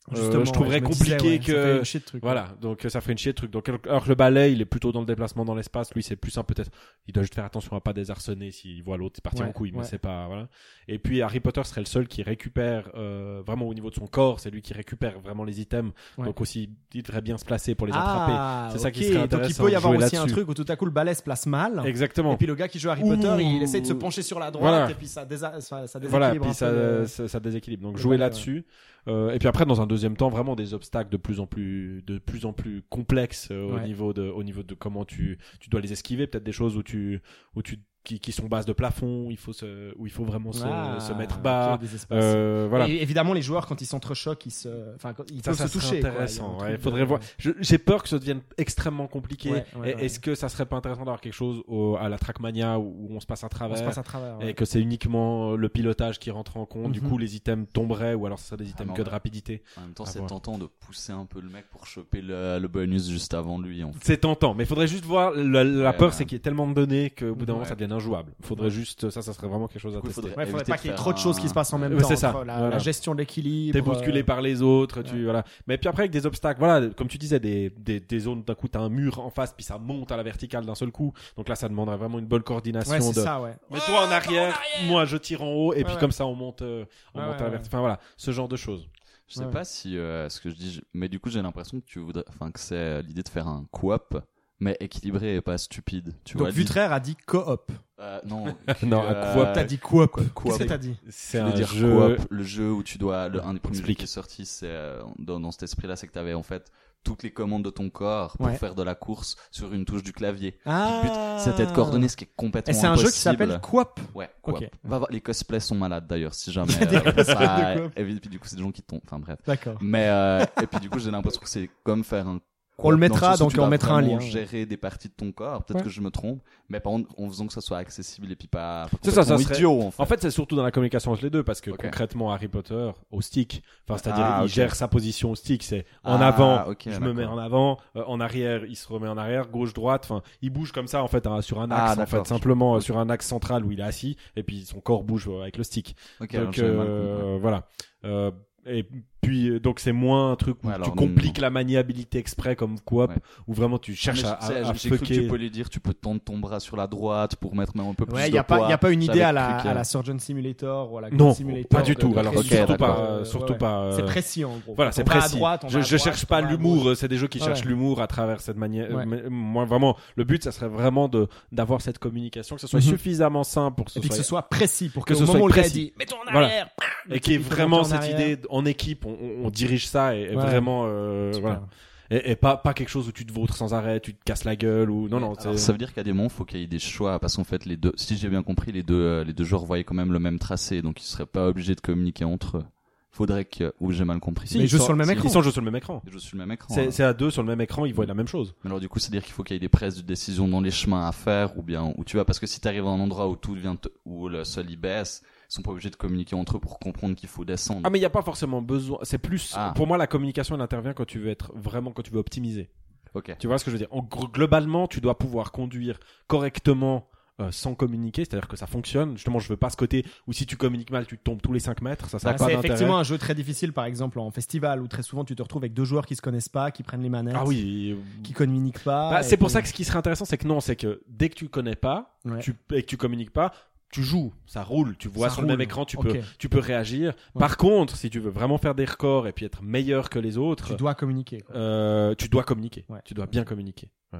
Justement, je trouverais ouais, je me disais, compliqué ouais, que ça fait une chier de truc, voilà, donc ça ferait une chier de truc. Donc alors que le balai, il est plutôt dans le déplacement dans l'espace, lui c'est plus simple peut-être. Il doit juste faire attention à pas désarçonner s'il voit l'autre partir Ouais, en couille, mais ouais. c'est pas voilà. Et puis Harry Potter serait le seul qui récupère euh, vraiment au niveau de son corps, c'est lui qui récupère vraiment les items. Ouais. Donc aussi il devrait bien se placer pour les attraper. Ah, C'est ça qui ok. serait Donc il intéressant peut y de avoir jouer aussi un là-dessus. truc où tout à coup le balai se place mal. Exactement. Et puis le gars qui joue Harry Ouh. Potter, il essaie de se pencher sur la droite Voilà. et puis ça, désa- ça, ça déséquilibre Voilà, un puis peu ça, le- ça, ça déséquilibre. Donc le jouer balai, là-dessus. Euh, et puis après, dans un deuxième temps, vraiment des obstacles de plus en plus, de plus en plus complexes euh, au Ouais. niveau de, au niveau de comment tu, tu dois les esquiver. Peut-être des choses où tu, où tu, qui, qui sont bases de plafond. Il faut se, où il faut vraiment se, Ah, se mettre ok, bas. des espaces. Euh, voilà. Et évidemment, les joueurs, quand ils s'entrechoquent, ils se, enfin, quand- ils Ça, peuvent ça se serait toucher. quoi. intéressant. Il y a un ouais. truc Il faudrait de- voir. Je- J'ai peur que ça devienne extrêmement compliqué. Ouais, ouais, Et ouais. Est-ce que ça serait pas intéressant d'avoir quelque chose au, à la Trackmania où, où on se passe à On travers se passe à travers. et ouais. que c'est uniquement le pilotage qui rentre en compte. Du Mhm. coup, les items tomberaient ou alors ce serait des items non, que de ouais. rapidité. En même temps, À c'est voir. tentant de pousser un peu le mec pour choper le, le bonus juste avant lui. En fait. C'est tentant, mais il faudrait juste voir. La, la Ouais, peur, ouais. c'est qu'il y ait tellement de données qu'au bout d'un moment, Ouais. ça devienne injouable. Il faudrait juste, ça, ça serait vraiment quelque chose à Du coup, tester. faudrait- Ouais, faudrait éviter pas de qu'il y ait faire trop de choses un- qui se passent en même Ouais, temps. c'est ça, entre La, voilà. la gestion de l'équilibre. T'es bousculé euh, par les autres, tu ouais. voilà. Mais puis après avec des obstacles, voilà, comme tu disais, des des, des zones d'un coup t'as un mur en face, puis ça monte à la verticale d'un seul coup. Donc là, ça demanderait vraiment une bonne coordination Ouais, c'est de. ça, ouais. Mets-toi en arrière, moi je tire en haut, et Ouais, puis ouais. comme ça on monte, euh, on Ouais, monte ouais, à la ouais. verticale. Enfin voilà, ce genre de choses. Je sais Ouais. pas si euh, ce que je dis, je- mais du coup j'ai l'impression que tu voudrais, enfin que c'est l'idée de faire un coop, mais équilibré et pas stupide. Tu Donc vois. Vutraire a dit coop. Euh, non. Non, que, un euh, coop, T'as dit coop. coop. Qu'est-ce que t'as dit? C'est Je veux un dire jeu. coop, le jeu où tu dois, le, un des premiers jeux Explique. qui est sorti, c'est euh, dans, dans cet esprit-là, c'est que t'avais en fait toutes les commandes de ton corps pour Ouais. faire de la course sur une touche du clavier. Ah. Le but, c'était de coordonner, ce qui est complètement Et c'est un impossible. jeu qui s'appelle coop. Ouais, coop. Ok. Va voir, les cosplays sont malades d'ailleurs, si jamais. Il y a des euh, cosplays ça- de coop. et puis du coup, c'est des gens qui tombent. Enfin bref. D'accord. Mais euh, et puis du coup, j'ai l'impression que c'est comme faire un. On le coop, dans mettra, sens où donc tu on dois mettra un vraiment lien. Gérer des parties de ton corps. Peut-être Ouais. que je me trompe, mais par contre, en faisant que ça soit accessible et puis pas. pas C'est ça, ça complètement serait- idiot en fait. En fait, c'est surtout dans la communication entre les deux, parce que Ok. concrètement, Harry Potter, au stick, enfin, c'est-à-dire, Ah, il ok. gère sa position au stick, c'est en Ah, avant, ok, je me mets d'accord. en avant, euh, en arrière, il se remet en arrière, gauche, droite, enfin, il bouge comme ça, en fait, hein, sur un Ah, axe, en d'accord. fait, simplement, euh, sur un axe central où il est assis, et puis son corps bouge euh, avec le stick. Ok, alors Donc, j'avais mal compris. euh, voilà. Euh, et puis, euh, donc, c'est moins un truc où Ouais, tu alors, non, compliques non. la maniabilité exprès comme coop, Ouais. où vraiment tu cherches Mais à, je- tu sais, à, à j'ai cru que tu fucker. peux lui dire, tu peux tendre ton bras sur la droite pour mettre même un peu plus Ouais, de y a pas, poids. y a pas une idée J'avais à la, cru que- à la Surgeon Simulator ou à la Non, Gun Simulator. pas du de- tout. de Alors, créer ok, des surtout trucs, pas, euh, surtout ouais. pas. euh, C'est précis en gros. Voilà, On c'est va à précis. droite, on je va à je droite, cherche pas on va à l'humour, gauche. c'est des jeux qui Ouais. cherchent l'humour à travers cette manière. Ouais. Mais, moi, vraiment, le but, ça serait vraiment de d'avoir cette communication, que ce soit Mhm. suffisamment simple pour que ce Et puis que soit ce soit précis pour que que ce au soit moment où le gars précis. dit mets-toi en Voilà. arrière, et qu'il y ait il faut vraiment monter en cette arrière. idée d- en équipe, on, on- on dirige ça et, et Ouais. vraiment, euh, Super. voilà. Et, et pas pas quelque chose où tu te vautres sans arrêt, tu te casses la gueule ou non non. Alors, c'est- ça veut dire qu'à des moments, faut qu'il y ait des choix, parce qu'en fait, les deux, si j'ai bien compris, les deux, euh, les deux joueurs voyaient quand même le même tracé, donc ils seraient pas obligés de communiquer entre eux. Faudrait que, ou j'ai mal compris. Si, Mais ils jouent sont- sur le même si, écran. Ils sont joués sur le même écran. Ils jouent sur le même écran. C'est alors. c'est à deux sur le même écran, ils voient la même chose. Mais alors du coup, c'est-à-dire qu'il faut qu'il y ait des prises de décision dans les chemins à faire, ou bien où tu vas, parce que si t'arrives à un endroit où tout devient, te- où le sol y baisse, ils sont pas obligés de communiquer entre eux pour comprendre qu'il faut descendre. Ah mais il y a pas forcément besoin. C'est plus Ah. pour moi la communication elle intervient quand tu veux être vraiment quand tu veux optimiser. Ok. Tu vois ce que je veux dire? En gros, globalement, tu dois pouvoir conduire correctement euh, sans communiquer, c'est-à-dire que ça fonctionne. Justement, je veux pas ce côté où si tu communiques mal, tu tombes tous les cinq mètres, ça, ça Ah, n'a pas c'est d'intérêt. effectivement un jeu très difficile, par exemple en festival, où très souvent tu te retrouves avec deux joueurs qui se connaissent pas, qui prennent les manettes, Ah oui. qui communiquent pas. Bah, et c'est pour qui- ça que ce qui serait intéressant, c'est que non, c'est que dès que tu connais pas, Ouais. tu, et que tu communiques pas, tu joues, ça roule, tu vois Ça sur le même roule. écran, tu Ok. peux, tu peux réagir. Ouais. Par contre, si tu veux vraiment faire des records et puis être meilleur que les autres, Tu dois communiquer. quoi. euh, tu dois communiquer. Ouais. Tu dois bien communiquer. Ouais.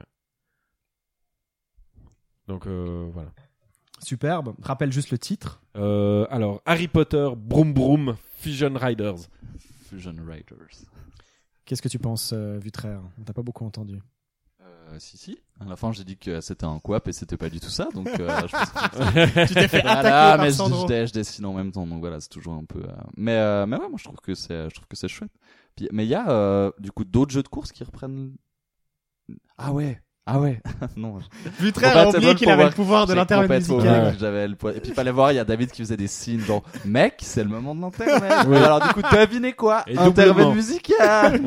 Donc euh, voilà. Superbe. Rappelle juste le titre. Euh, alors Harry Potter, Broom Broom, Fusion Riders. Fusion Riders. Qu'est-ce que tu penses, euh, Vutraire? On t'a pas beaucoup entendu. Euh, si, si. À la fin, j'ai dit que c'était un coop et c'était pas du tout ça, donc euh, je pense que Tu t'es fait Voilà, attaquer par mais je, Sandro. je, dé- je dessine en même temps, donc voilà, c'est toujours un peu. euh, Mais euh, mais ouais, moi je trouve que c'est, je trouve que c'est chouette. Puis, mais il y a euh, du coup d'autres jeux de course qui reprennent. Ah ouais, ah ouais, non. Vutraire Bon, bah, a c'est oublié bon qu'il pour avait voir. le pouvoir de J'ai l'intervalle complètement musical. oublié que j'avais le poids. Et puis fallait voir, il y a David qui faisait des signes genre mec, c'est le moment de l'intervalle. Oui. Alors du coup, devinez quoi? Et Intervalle doublement. musical.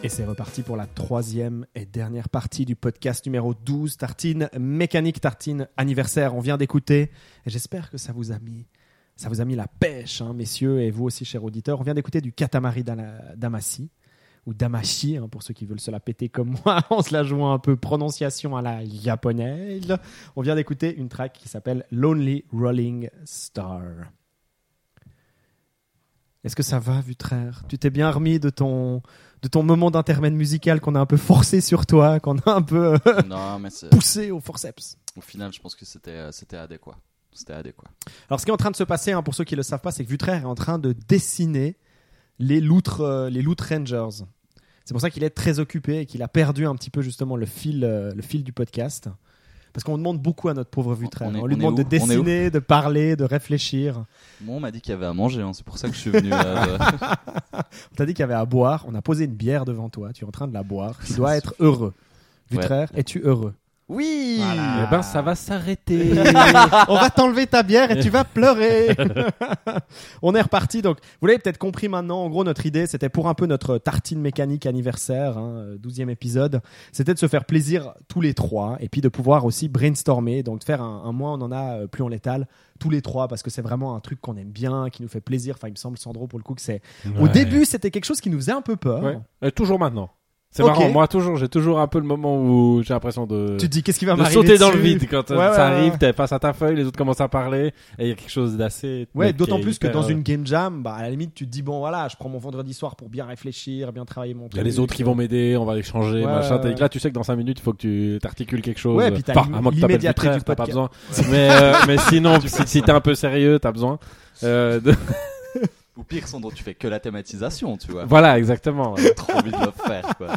Et c'est reparti pour la troisième et dernière partie du podcast numéro douze, Tartine Mécanique, Tartine Anniversaire. On vient d'écouter, et j'espère que ça vous a mis, ça vous a mis la pêche, hein, messieurs, et vous aussi, chers auditeurs. On vient d'écouter du Katamari Damacy, ou Damashi, hein, pour ceux qui veulent se la péter comme moi, en se la jouant un peu prononciation à la japonaise. On vient d'écouter une track qui s'appelle Lonely Rolling Star. Est-ce que ça va, Vutraire ? Tu t'es bien remis de ton, de ton moment d'intermède musical qu'on a un peu forcé sur toi, qu'on a un peu euh, Non, mais c'est... poussé au forceps ? Au final, je pense que c'était, c'était adéquat. C'était adéquat. Alors, ce qui est en train de se passer, hein, pour ceux qui ne le savent pas, c'est que Vutraire est en train de dessiner les Loot, euh, les Loot Rangers. C'est pour ça qu'il est très occupé et qu'il a perdu un petit peu justement le fil, euh, le fil du podcast. Parce qu'on demande beaucoup à notre pauvre Vutraire. On, On est- on lui on est demande où de On est où dessiner, de parler, de réfléchir. Moi, on m'a dit qu'il y avait à manger, hein. C'est pour ça que je suis venu. euh, On t'a dit qu'il y avait à boire. On a posé une bière devant toi. Tu es en train de la boire. Tu dois être heureux. Vutraire, es-tu heureux ? Oui. Voilà. Eh ben, ça va s'arrêter. On va t'enlever ta bière et tu vas pleurer. On est reparti. Donc, vous l'avez peut-être compris maintenant. En gros, notre idée, c'était pour un peu notre tartine mécanique anniversaire, hein, douzième épisode. C'était de se faire plaisir tous les trois et puis de pouvoir aussi brainstormer. Donc, de faire un, un mois, on en a euh, plus en létal tous les trois parce que c'est vraiment un truc qu'on aime bien, qui nous fait plaisir. Enfin, il me semble, Sandro, pour le coup, que c'est. Au Ouais. début, c'était quelque chose qui nous faisait un peu peur. Ouais. Et toujours maintenant. C'est Ok. marrant, moi toujours, j'ai toujours un peu le moment où j'ai l'impression de, Tu te dis, qu'est-ce qui va de m'arriver sauter dans le dessus vide quand euh, Ouais, ouais, ça ouais. arrive, t'es face à ta feuille, les autres commencent à parler, et il y a quelque chose d'assez... Ouais, mec, d'autant qui est plus que hyper, dans euh, une game jam, bah, à la limite, tu te dis, bon, voilà, je prends mon vendredi soir pour bien réfléchir, bien travailler mon il y a truc. les autres qui vont m'aider, on va les changer, Ouais, machin. ouais, Tandis ouais. que là, tu sais que dans cinq minutes, il faut que tu t'articules quelque chose. Ouais, puis t'as Enfin, l'im- à moins que tu t'appelles l'immédiateté Vutraire, du t'as pas besoin. podcast. mais, euh, mais sinon, si, si t'es un peu sérieux, t'as besoin. Euh, de... Ou pire, Sandro, tu fais que la thématisation, tu vois. Voilà, exactement. ouais. J'ai trop envie de le faire, quoi.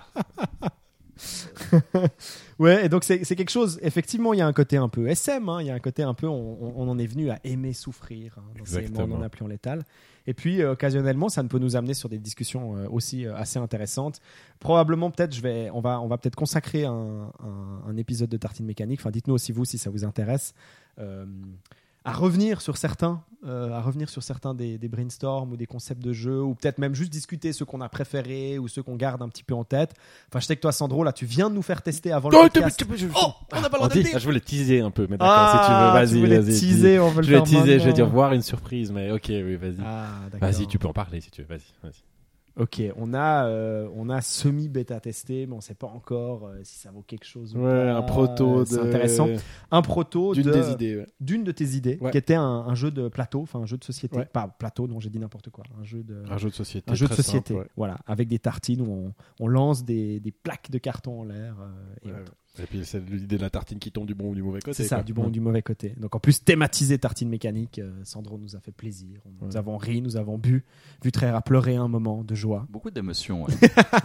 Ouais, et donc c'est c'est quelque chose, effectivement, il y a un côté un peu S M, hein, il y a un côté un peu, on, on- on en est venu à aimer souffrir, hein, dans ces moments, Exactement. on en a plus en létal. Et puis, euh, occasionnellement, ça ne peut nous amener sur des discussions euh, aussi euh, assez intéressantes. Probablement, peut-être, je vais, on va, on va peut-être consacrer un, un, un épisode de Tartine Mécanique, enfin, dites-nous aussi vous si ça vous intéresse, euh, à revenir sur certains, euh, à revenir sur certains des, des brainstorms ou des concepts de jeu, ou peut-être même juste discuter ceux qu'on a préférés ou ceux qu'on garde un petit peu en tête. Enfin, je sais que toi, Sandro, là, tu viens de nous faire tester avant le Oh, podcast. tu- tu- tu- Oh, on n'a pas le On droit de le dit- dire. je voulais teaser un peu, mais d'accord, Ah, si tu veux, voulais vas-y, vas-y. teaser, on veut le Je vais faire teaser, je vais dire maintenant. voir une surprise, mais ok, oui, vas-y. Ah, d'accord. Vas-y, tu peux en parler si tu veux, vas-y, vas-y. Ok, on a, euh, on a semi-bêta testé, mais on ne sait pas encore euh, si ça vaut quelque chose ou Ouais, pas. un proto Euh, de... C'est intéressant. Un proto D'une de- des idées, ouais. d'une de tes idées, Ouais. qui était un, un jeu de plateau, enfin un jeu de société. Ouais. Pas plateau, non, j'ai dit n'importe quoi. Un jeu de, Un jeu de société. un jeu de très société. simple, ouais. Voilà, avec des tartines où on, on lance des, des plaques de carton en l'air. euh, et Ouais, autres. Et puis c'est l'idée de la tartine qui tombe du bon ou du mauvais côté. C'est ça, quoi. du bon ou Ouais. du mauvais côté. Donc en plus, thématiser tartine mécanique, euh, Sandro nous a fait plaisir. On- Nous Ouais. avons ri, nous avons bu. Vutraire a pleuré un moment de joie. Beaucoup d'émotions, ouais.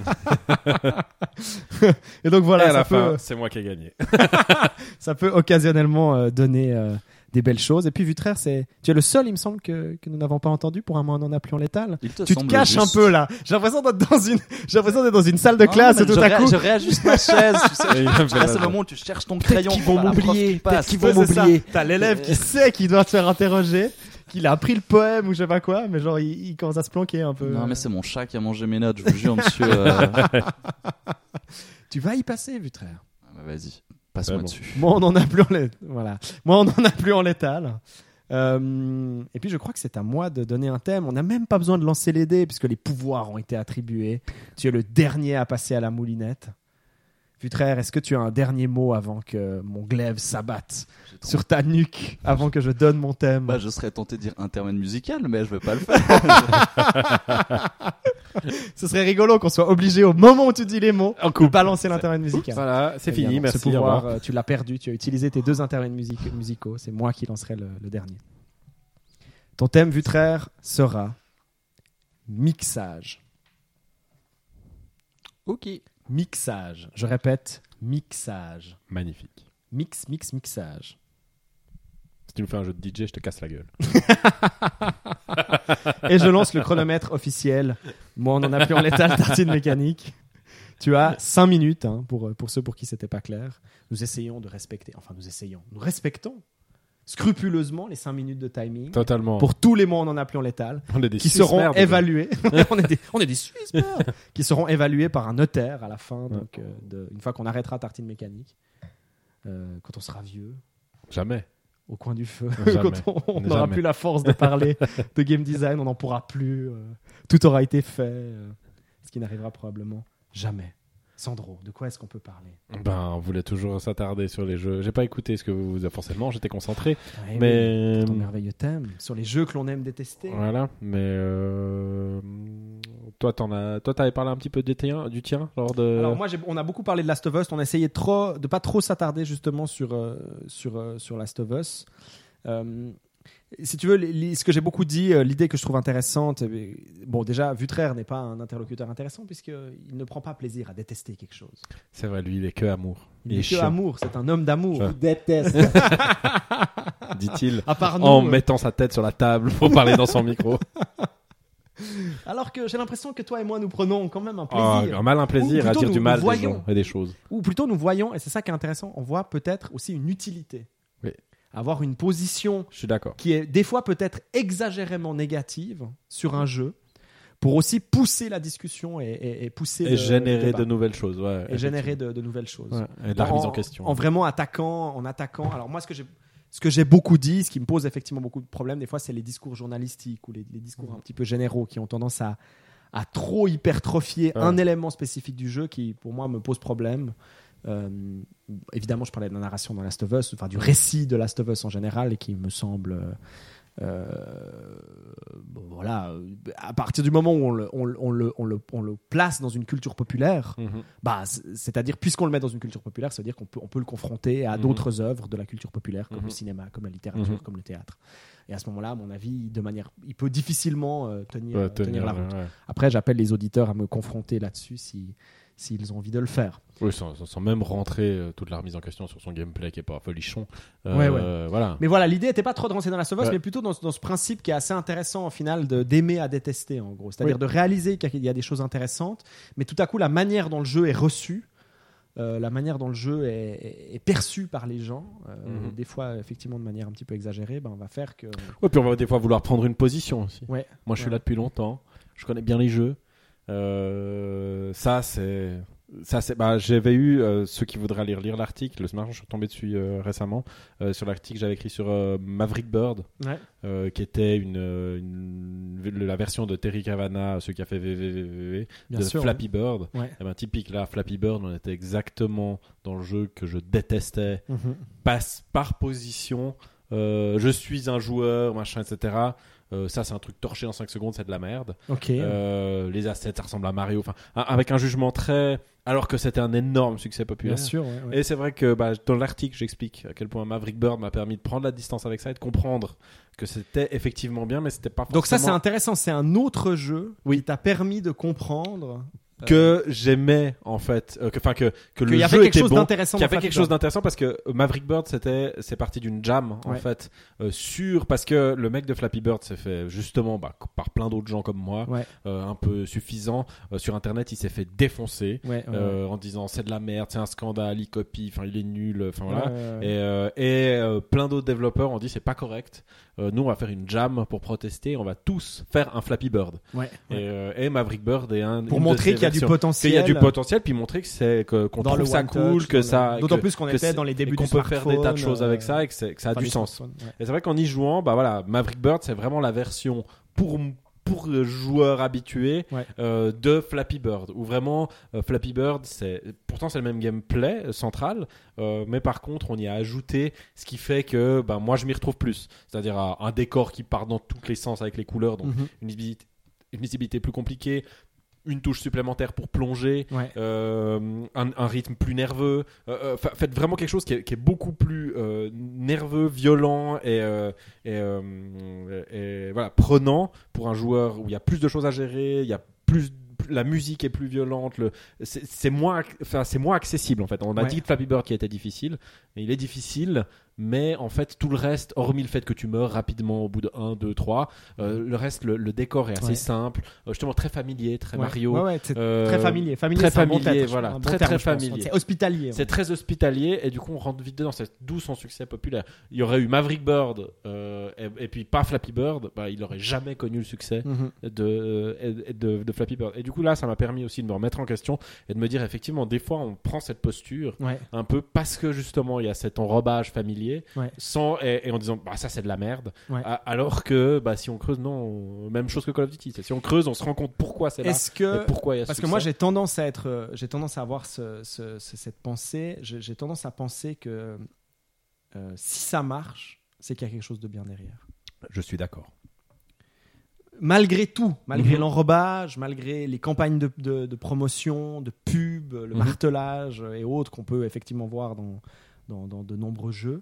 Et donc Et voilà, à ça la peut, fin, c'est moi qui ai gagné. ça peut occasionnellement euh, donner euh, des belles choses. Et puis Vutraire, c'est, tu es le seul, il me semble, que, que nous n'avons pas entendu pour un mois on en a plus en létal. Il te Tu te semble caches un juste. peu là. J'ai l'impression d'être dans une, j'ai l'impression d'être dans une salle de Non, classe mais et tout je à ré- coup. Je réajuste ma chaise, tu sais. Et il me fait Là, la- c'est le moment où tu cherches ton crayon. qu'ils vont voilà, la prof m'oublier, qui passe. peut-être qu'ils Ouais, vont c'est ça. m'oublier. T'as l'élève qui sait qu'il doit te faire interroger, qu'il a appris le poème ou je sais pas quoi, mais genre il, il commence à se planquer un peu. Non, mais c'est mon chat qui a mangé mes notes, je vous jure, monsieur. euh. Tu vas y passer, Vutraire. Ah, bah, vas-y, passe-moi Ouais, bon. dessus. Moi, on en a plus en létal. Voilà. Moi, on en a plus en létal. Euh, et puis, je crois que c'est à moi de donner un thème. On n'a même pas besoin de lancer les dés puisque les pouvoirs ont été attribués. Tu es le dernier à passer à la moulinette. Vutraire, est-ce que tu as un dernier mot avant que mon glaive s'abatte J'ai trop- sur ta nuque, avant que je donne mon thème? Bah, je serais tenté de dire intermède musical, mais je vais pas le faire. Ce serait rigolo qu'on soit obligé au moment où tu dis les mots En de coupe. balancer l'intermède musical. Voilà, c'est fini, Évidemment, ce merci. au pouvoir, revoir. euh, tu l'as perdu. Tu as utilisé tes deux intermèdes music- musicaux. C'est moi qui lancerai le, le dernier. Ton thème, Vutraire, sera mixage. Ok. Mixage. Je répète, mixage. Magnifique. Mix, mix, mixage. Si tu nous fais un jeu de D J, je te casse la gueule. Et je lance le chronomètre officiel. Moi, on en a plus en létal, tartine mécanique. Tu as cinq minutes, hein, pour, pour ceux pour qui c'était pas clair. Nous essayons de respecter, enfin nous essayons, nous respectons scrupuleusement les cinq minutes de timing. Totalement. Pour tous les mots en en appelant létal. On est des Qui Suisses, seront merde. évalués. on, est des, on est des Suisses, merde. Qui seront évalués par un notaire à la fin, donc, euh, de, une fois qu'on arrêtera Tartine Mécanique. Euh, quand on sera vieux, Jamais. au coin du feu, Jamais. quand on n'aura Jamais. plus la force de parler de game design, on n'en pourra plus. euh, tout aura été fait. euh, ce qui n'arrivera probablement jamais. Sandro, de quoi est-ce qu'on peut parler? Ben, on voulait toujours s'attarder sur les jeux. J'ai pas écouté ce que vous vous forcément, j'étais concentré. Ouais, mais oui, ton merveilleux thème sur les jeux que l'on aime détester. voilà. Mais euh... toi, t'en as, toi, t'avais parlé un petit peu du tien, du tien lors de. Alors moi, j'ai- on a beaucoup parlé de Last of Us. On a essayé de trop, de pas trop s'attarder justement sur euh, sur euh, sur Last of Us. Euh, si tu veux, li- li- ce que j'ai beaucoup dit, euh, l'idée que je trouve intéressante. euh, bon, déjà, Vutraire n'est pas un interlocuteur intéressant puisqu'il ne prend pas plaisir à détester quelque chose. C'est vrai, lui, il est que amour. Il est n'est que chiant, amour. C'est un homme d'amour. Ouais. Il déteste. dit-il, À part nous. en euh, mettant sa tête sur la table pour parler dans son micro. Alors que j'ai l'impression que toi et moi, nous prenons quand même un Oh, plaisir. un malin Ou plaisir à plutôt dire nous- du mal nous des voyons. gens et des choses. Ou plutôt, nous voyons, et c'est ça qui est intéressant, on voit peut-être aussi une utilité. Oui. Avoir une position Je suis d'accord. qui est des fois peut-être exagérément négative sur un jeu pour aussi pousser la discussion et, et- et pousser Et le, générer le débat. de nouvelles choses. Ouais, et générer de, de nouvelles choses. Ouais, et de la remise en question. En vraiment attaquant, en attaquant. Alors moi, ce que j'ai, ce que j'ai beaucoup dit, ce qui me pose effectivement beaucoup de problèmes, des fois, c'est les discours journalistiques ou les, les discours un petit peu généraux qui ont tendance à, à trop hypertrophier Ouais. un élément spécifique du jeu qui, pour moi, me pose problème. Euh, évidemment, je parlais de la narration dans Last of Us, enfin du récit de Last of Us en général, et qui me semble, euh, euh, bon, voilà, euh, à partir du moment où on le, on, le- on le, on le, on le place dans une culture populaire, Mhm. bah, c- c'est-à-dire puisqu'on le met dans une culture populaire, ça veut dire qu'on peut, on peut le confronter à Mhm. d'autres œuvres de la culture populaire, comme Mhm. le cinéma, comme la littérature, Mhm. comme le théâtre. Et à ce moment-là, à mon avis, de manière, il peut difficilement euh, tenir, Ouais, euh, tenir tenir, la route. ouais, ouais. Après, j'appelle les auditeurs à me confronter là-dessus si, s'ils ont envie de le faire. Oui, sans, sans- sans même rentrer euh, toute la remise en question sur son gameplay qui est pas folichon. Euh, Ouais, ouais. Voilà. Mais voilà, l'idée n'était pas trop de rentrer dans la sauveuse, Ouais. mais plutôt dans, ce- dans ce principe qui est assez intéressant au final de, d'aimer à détester, en gros. C'est-à-dire Oui. de réaliser qu'il y a des choses intéressantes, mais tout à coup, la manière dont le jeu est reçu, euh, la manière dont le jeu est, est- est perçu par les gens, euh, Mhm. des fois, effectivement, de manière un petit peu exagérée, ben, on va faire que. Ouais, puis on va des fois vouloir prendre une position aussi. Ouais. Moi, je suis Ouais. là depuis longtemps. Je connais bien les jeux. Euh, ça, c'est. Ça, c'est. Bah, j'avais eu euh, ceux qui voudraient aller lire l'article. Ce matin, je suis tombé dessus euh, récemment. Euh, sur l'article que j'avais écrit sur euh, Maverick Bird, Ouais. euh, qui était une, une- la version de Terry Cavanagh, celui qui a fait V V V V V, Bien de sûr. Flappy Bird. Ouais. Eh ben, typique là, Flappy Bird, on était exactement dans le jeu que je détestais. Mhm. Passe par position. Euh, je suis un joueur, machin, et cetera. Euh, ça, c'est un truc torché en cinq secondes, c'est de la merde. Ok. Euh, les assets, ça ressemble à Mario. Enfin, un- avec un jugement très. Alors que c'était un énorme succès populaire. Bien sûr. Ouais, ouais. Et c'est vrai que bah, dans l'article, j'explique à quel point Maverick Bird m'a permis de prendre la distance avec ça et de comprendre que c'était effectivement bien, mais c'était pas forcément Donc, ça, c'est intéressant. C'est un autre jeu Oui. qui t'a permis de comprendre euh, que j'aimais en fait, euh, que enfin que que qu'il le y avait jeu quelque était chose bon. d'intéressant. Qu'il y dans avait Flappy quelque chose Bird. d'intéressant parce que Maverick Bird c'était c'est parti d'une jam en Ouais. fait euh, sur parce que le mec de Flappy Bird s'est fait justement bah, par plein d'autres gens comme moi Ouais. euh, un peu suffisant euh, sur internet il s'est fait défoncer Ouais, ouais, euh, en disant c'est de la merde c'est un scandale il copie enfin il est nul enfin voilà ouais, ouais, ouais. et, euh, et euh, plein d'autres développeurs ont dit c'est pas correct. Euh, nous on va faire une jam pour protester on va tous faire un Flappy Bird Ouais, et, ouais. euh, et Maverick Bird est un Pour une de montrer ces qu'il y a du versions. potentiel. Qu'il y a du potentiel, puis montrer que c'est que- qu'on dans trouve le ça one cool, touch, que dans ça, le- D'autant que- plus qu'on que était c'est- dans les et débuts qu'on du peut faire des tas de smartphone, choses euh, avec ça et que, c'est- que ça a enfin, du sens. smartphone, ouais. Et c'est vrai qu'en y jouant, bah voilà, Maverick Bird, c'est vraiment la version pour pour euh, joueurs habitués Ouais. euh, de Flappy Bird, où vraiment euh, Flappy Bird, c'est pourtant c'est le même gameplay euh, central, euh, mais par contre on y a ajouté ce qui fait que bah, moi je m'y retrouve plus, c'est-à-dire un, un décor qui part dans tous les sens avec les couleurs, donc Mhm. une visibilité, une visibilité plus compliquée, une touche supplémentaire pour plonger, Ouais. euh, un, un rythme plus nerveux. Euh, euh, fa- faites vraiment quelque chose qui est, qui est beaucoup plus euh, nerveux, violent et, euh, et, euh, et voilà, prenant pour un joueur où il y a plus de choses à gérer, il y a plus la musique est plus violente, le, c'est, c'est moins, enfin, c'est moins accessible en fait. On a Ouais. dit que Flappy Bird qui était difficile, et il est difficile, mais en fait tout le reste, hormis le fait que tu meurs rapidement au bout de un, deux, trois, euh, le reste, le, le décor est assez Ouais. simple, euh, justement très familier, très Ouais. Mario. Ouais, ouais, c'est euh, très familier. familier très c'est un bon familier, terme, voilà, un bon très, terme, très je pense. familier. C'est hospitalier. C'est ouais. très hospitalier et du coup on rentre vite dedans, c'est d'où son succès populaire. Il y aurait eu Maverick Bird euh, et, et puis pas Flappy Bird, bah, il aurait jamais connu le succès Mhm. de, euh, de, de Flappy Bird. Et du coup là ça m'a permis aussi de me remettre en question et de me dire effectivement des fois on prend cette posture Ouais. un peu parce que justement il y a cet enrobage familier Ouais. sans, et, et en disant bah ça c'est de la merde, Ouais. A- alors que bah, si on creuse non, on- même chose que Call of Duty, c'est si on creuse on se rend compte pourquoi c'est là Est-ce que et pourquoi il y a ce parce que moi succès. j'ai tendance à être, euh, j'ai tendance à avoir ce, ce- ce- cette pensée, j'ai, j'ai tendance à penser que euh, si ça marche, c'est qu'il y a quelque chose de bien derrière. Je suis d'accord. Malgré tout, malgré Mhm. l'enrobage, malgré les campagnes de, de- de promotion, de pub, le Mhm. martelage et autres qu'on peut effectivement voir dans, dans, dans de nombreux jeux,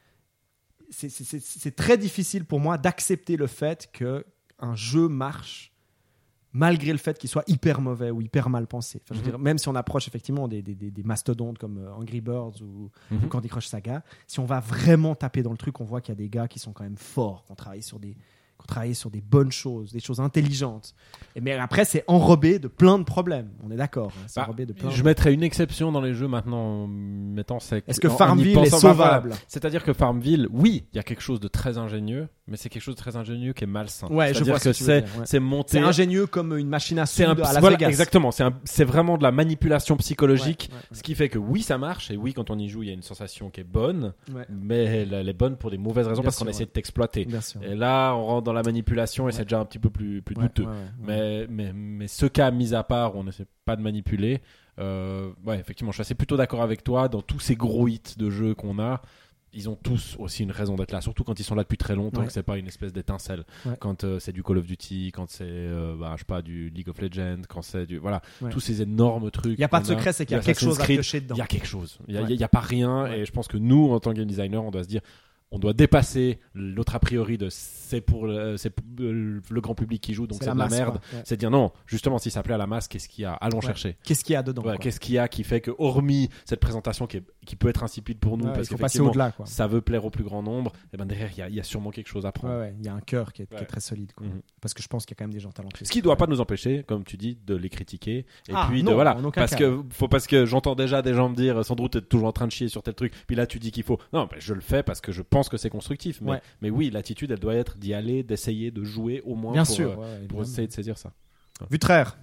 c'est, c'est- c'est- c'est très difficile pour moi d'accepter le fait qu'un jeu marche malgré le fait qu'il soit hyper mauvais ou hyper mal pensé. Enfin, je veux Mhm. dire, même si on approche effectivement des, des- des- des mastodontes comme euh, Angry Birds ou, Mhm. ou Candy Crush Saga, si on va vraiment taper dans le truc, on voit qu'il y a des gars qui sont quand même forts, qui ont travaillé sur des, qui ont travaillé sur des bonnes choses, des choses intelligentes. Et mais après, c'est enrobé de plein de problèmes. On est d'accord. hein, c'est Bah, enrobé de plein. je de... mettrais une exception dans les jeux maintenant en mettant c'est Est-ce que en- en y Farmville est pensant, bah, voilà. sauvable? C'est-à-dire que Farmville, oui, il y a quelque chose de très ingénieux, mais c'est quelque chose de très ingénieux qui est malsain. Ouais, je C'est-à-dire vois ce que que tu veux c'est dire, ouais. c'est monté. C'est ingénieux comme une machine à C'est un, sous à Las voilà, Vegas. exactement. C'est un- c'est vraiment de la manipulation psychologique, Ouais, ouais, ouais. ce qui fait que oui, ça marche et oui, quand on y joue, il y a une sensation qui est bonne, Ouais. mais elle, elle est bonne pour des mauvaises raisons Bien parce sûr, qu'on essaie ouais. de t'exploiter. Bien sûr. Et là, on rentre dans la manipulation et Ouais. c'est déjà un petit peu plus plus Ouais, douteux. ouais, ouais, ouais. Mais, mais, mais ce cas mis à part où on n'essaie pas de manipuler, euh, ouais, effectivement, je suis assez plutôt d'accord avec toi. Dans tous ces gros hits de jeux qu'on a, ils ont tous aussi une raison d'être là, surtout quand ils sont là depuis très longtemps, Ouais. que c'est pas une espèce d'étincelle. Ouais. Quand euh, c'est du Call of Duty, quand c'est, euh, bah, je sais pas, du League of Legends, quand c'est du, voilà, Ouais. tous ces énormes trucs. Il n'y a pas de qu'on secret, c'est qu'il y a du quelque chose Assassin's à Creed, piocher dedans. Il y a quelque chose. Il y a, Ouais. il y a pas rien, Ouais. et je pense que nous, en tant que game designer, on doit se dire. On doit dépasser l'autre a priori de c'est pour le, c'est pour le le grand public qui joue, donc c'est, la de la masse, merde. quoi. Ouais. C'est de dire non, justement, si ça plaît à la masse, qu'est-ce qu'il y a? Allons Ouais. chercher. Qu'est-ce qu'il y a dedans Ouais, quoi. qu'est-ce qu'il y a qui fait que, hormis cette présentation qui, est, qui peut être insipide pour nous, Ouais, parce il faut passer qu'effectivement, au-delà. Quoi. ça veut plaire au plus grand nombre, et ben derrière, il y a, il y a sûrement quelque chose à Ouais, prendre. ouais, il y a un cœur qui est, qui est Ouais. très solide. Quoi. Mhm. Parce que je pense qu'il y a quand même des gens talentueux. Ce qui ne doit pas nous empêcher, comme tu dis, de les critiquer. Et Ah, puis, non, de, voilà, en aucun parce cas. que, faut, parce que j'entends déjà des gens me dire, Sandro, t'es toujours en train de chier sur tel truc. Puis là, tu dis qu'il faut. Non, ben, je le fais parce que je pense que c'est constructif. Mais, Ouais. mais oui, l'attitude, elle doit être d'y aller, d'essayer, de jouer au moins Bien pour, sûr. euh, ouais, pour évidemment. essayer de saisir ça. Vutraire,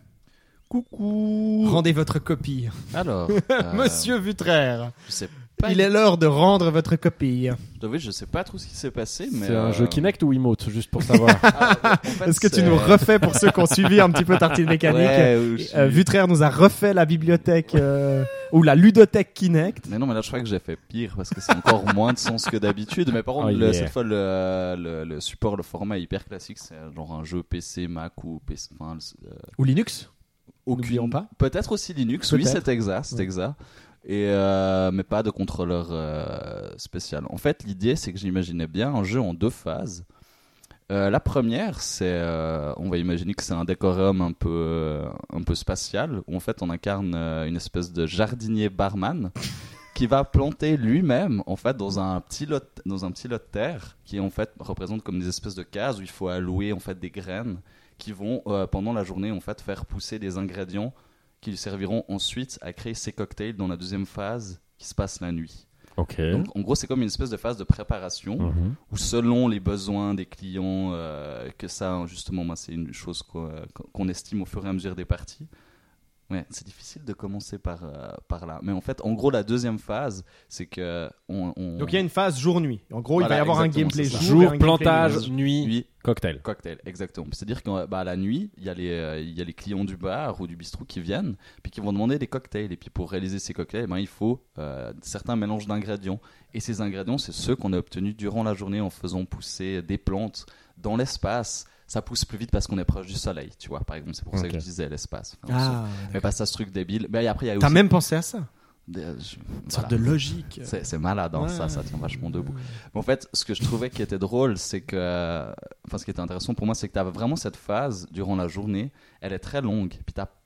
Coucou. rendez votre copie. Alors, euh, Monsieur Vutraire, je sais pas. il est l'heure de rendre votre copie. Je dois avouer, je sais pas trop ce qui s'est passé, mais C'est un euh, jeu Kinect ou Wiimote, juste pour savoir. ah, en fait, Est-ce que tu c'est- nous refais pour ceux qui ont suivi un petit peu Tartine Mécanique Ouais, où je suis- euh, Vutraire nous a refait la bibliothèque euh, ou la ludothèque Kinect. Mais non, mais là, je crois que j'ai fait pire parce que c'est encore moins de sens que d'habitude. Mais par contre, Oh, le- yeah. cette fois, le, le, le support, le format est hyper classique. C'est genre un jeu P C, Mac ou P C. Enfin, euh, Ou Linux. aucune- N'oublions pas. Peut-être aussi Linux. Oui, Peut-être. c'est exact, c'est Ouais. exact. Et euh, mais pas de contrôleur euh, spécial. En fait, l'idée, c'est que j'imaginais bien un jeu en deux phases. Euh, la première, c'est, euh, on va imaginer que c'est un décorum un peu, euh, un peu spatial, où en fait on incarne euh, une espèce de jardinier barman qui va planter lui-même en fait dans un petit lot, dans un petit lot de terre qui en fait représente comme des espèces de cases où il faut allouer en fait des graines qui vont euh, pendant la journée en fait faire pousser des ingrédients qui lui serviront ensuite à créer ses cocktails dans la deuxième phase qui se passe la nuit. Ok. Donc en gros c'est comme une espèce de phase de préparation Mhm. où selon les besoins des clients, euh, que ça justement moi, c'est une chose qu'on, qu'on estime au fur et à mesure des parties. Ouais, c'est difficile de commencer par, euh, par là. Mais en fait, en gros, la deuxième phase, c'est que on, on... Donc il y a une phase jour-nuit. En gros, il Voilà, va y avoir un exactement, gameplay c'est ça. jour, et un Jour, gameplay plantage, nuit. nuit, nuit, cocktail. cocktail, exactement. C'est-à-dire que bah, la nuit, il y a les euh, il y a les clients du bar ou du bistrot qui viennent, puis qui vont demander des cocktails. Et puis pour réaliser ces cocktails, ben, il faut euh, certains mélanges d'ingrédients. Et ces ingrédients, c'est ceux qu'on a obtenus durant la journée en faisant pousser des plantes dans l'espace. Ça pousse plus vite parce qu'on est proche du soleil, tu vois. Par exemple, c'est pour ça Ok. que je disais l'espace. Enfin, Ah, mais pas ça, ce truc débile. Mais après, il y a aussi t'as même pensé à ça. des- je- Une sorte voilà. de logique. C'est, c'est malade, hein, Ouais. ça, ça tient vachement debout. Mais en fait, ce que je trouvais qui était drôle, c'est que, enfin, ce qui était intéressant pour moi, c'est que tu as vraiment cette phase durant la journée, elle est très longue, puis tu as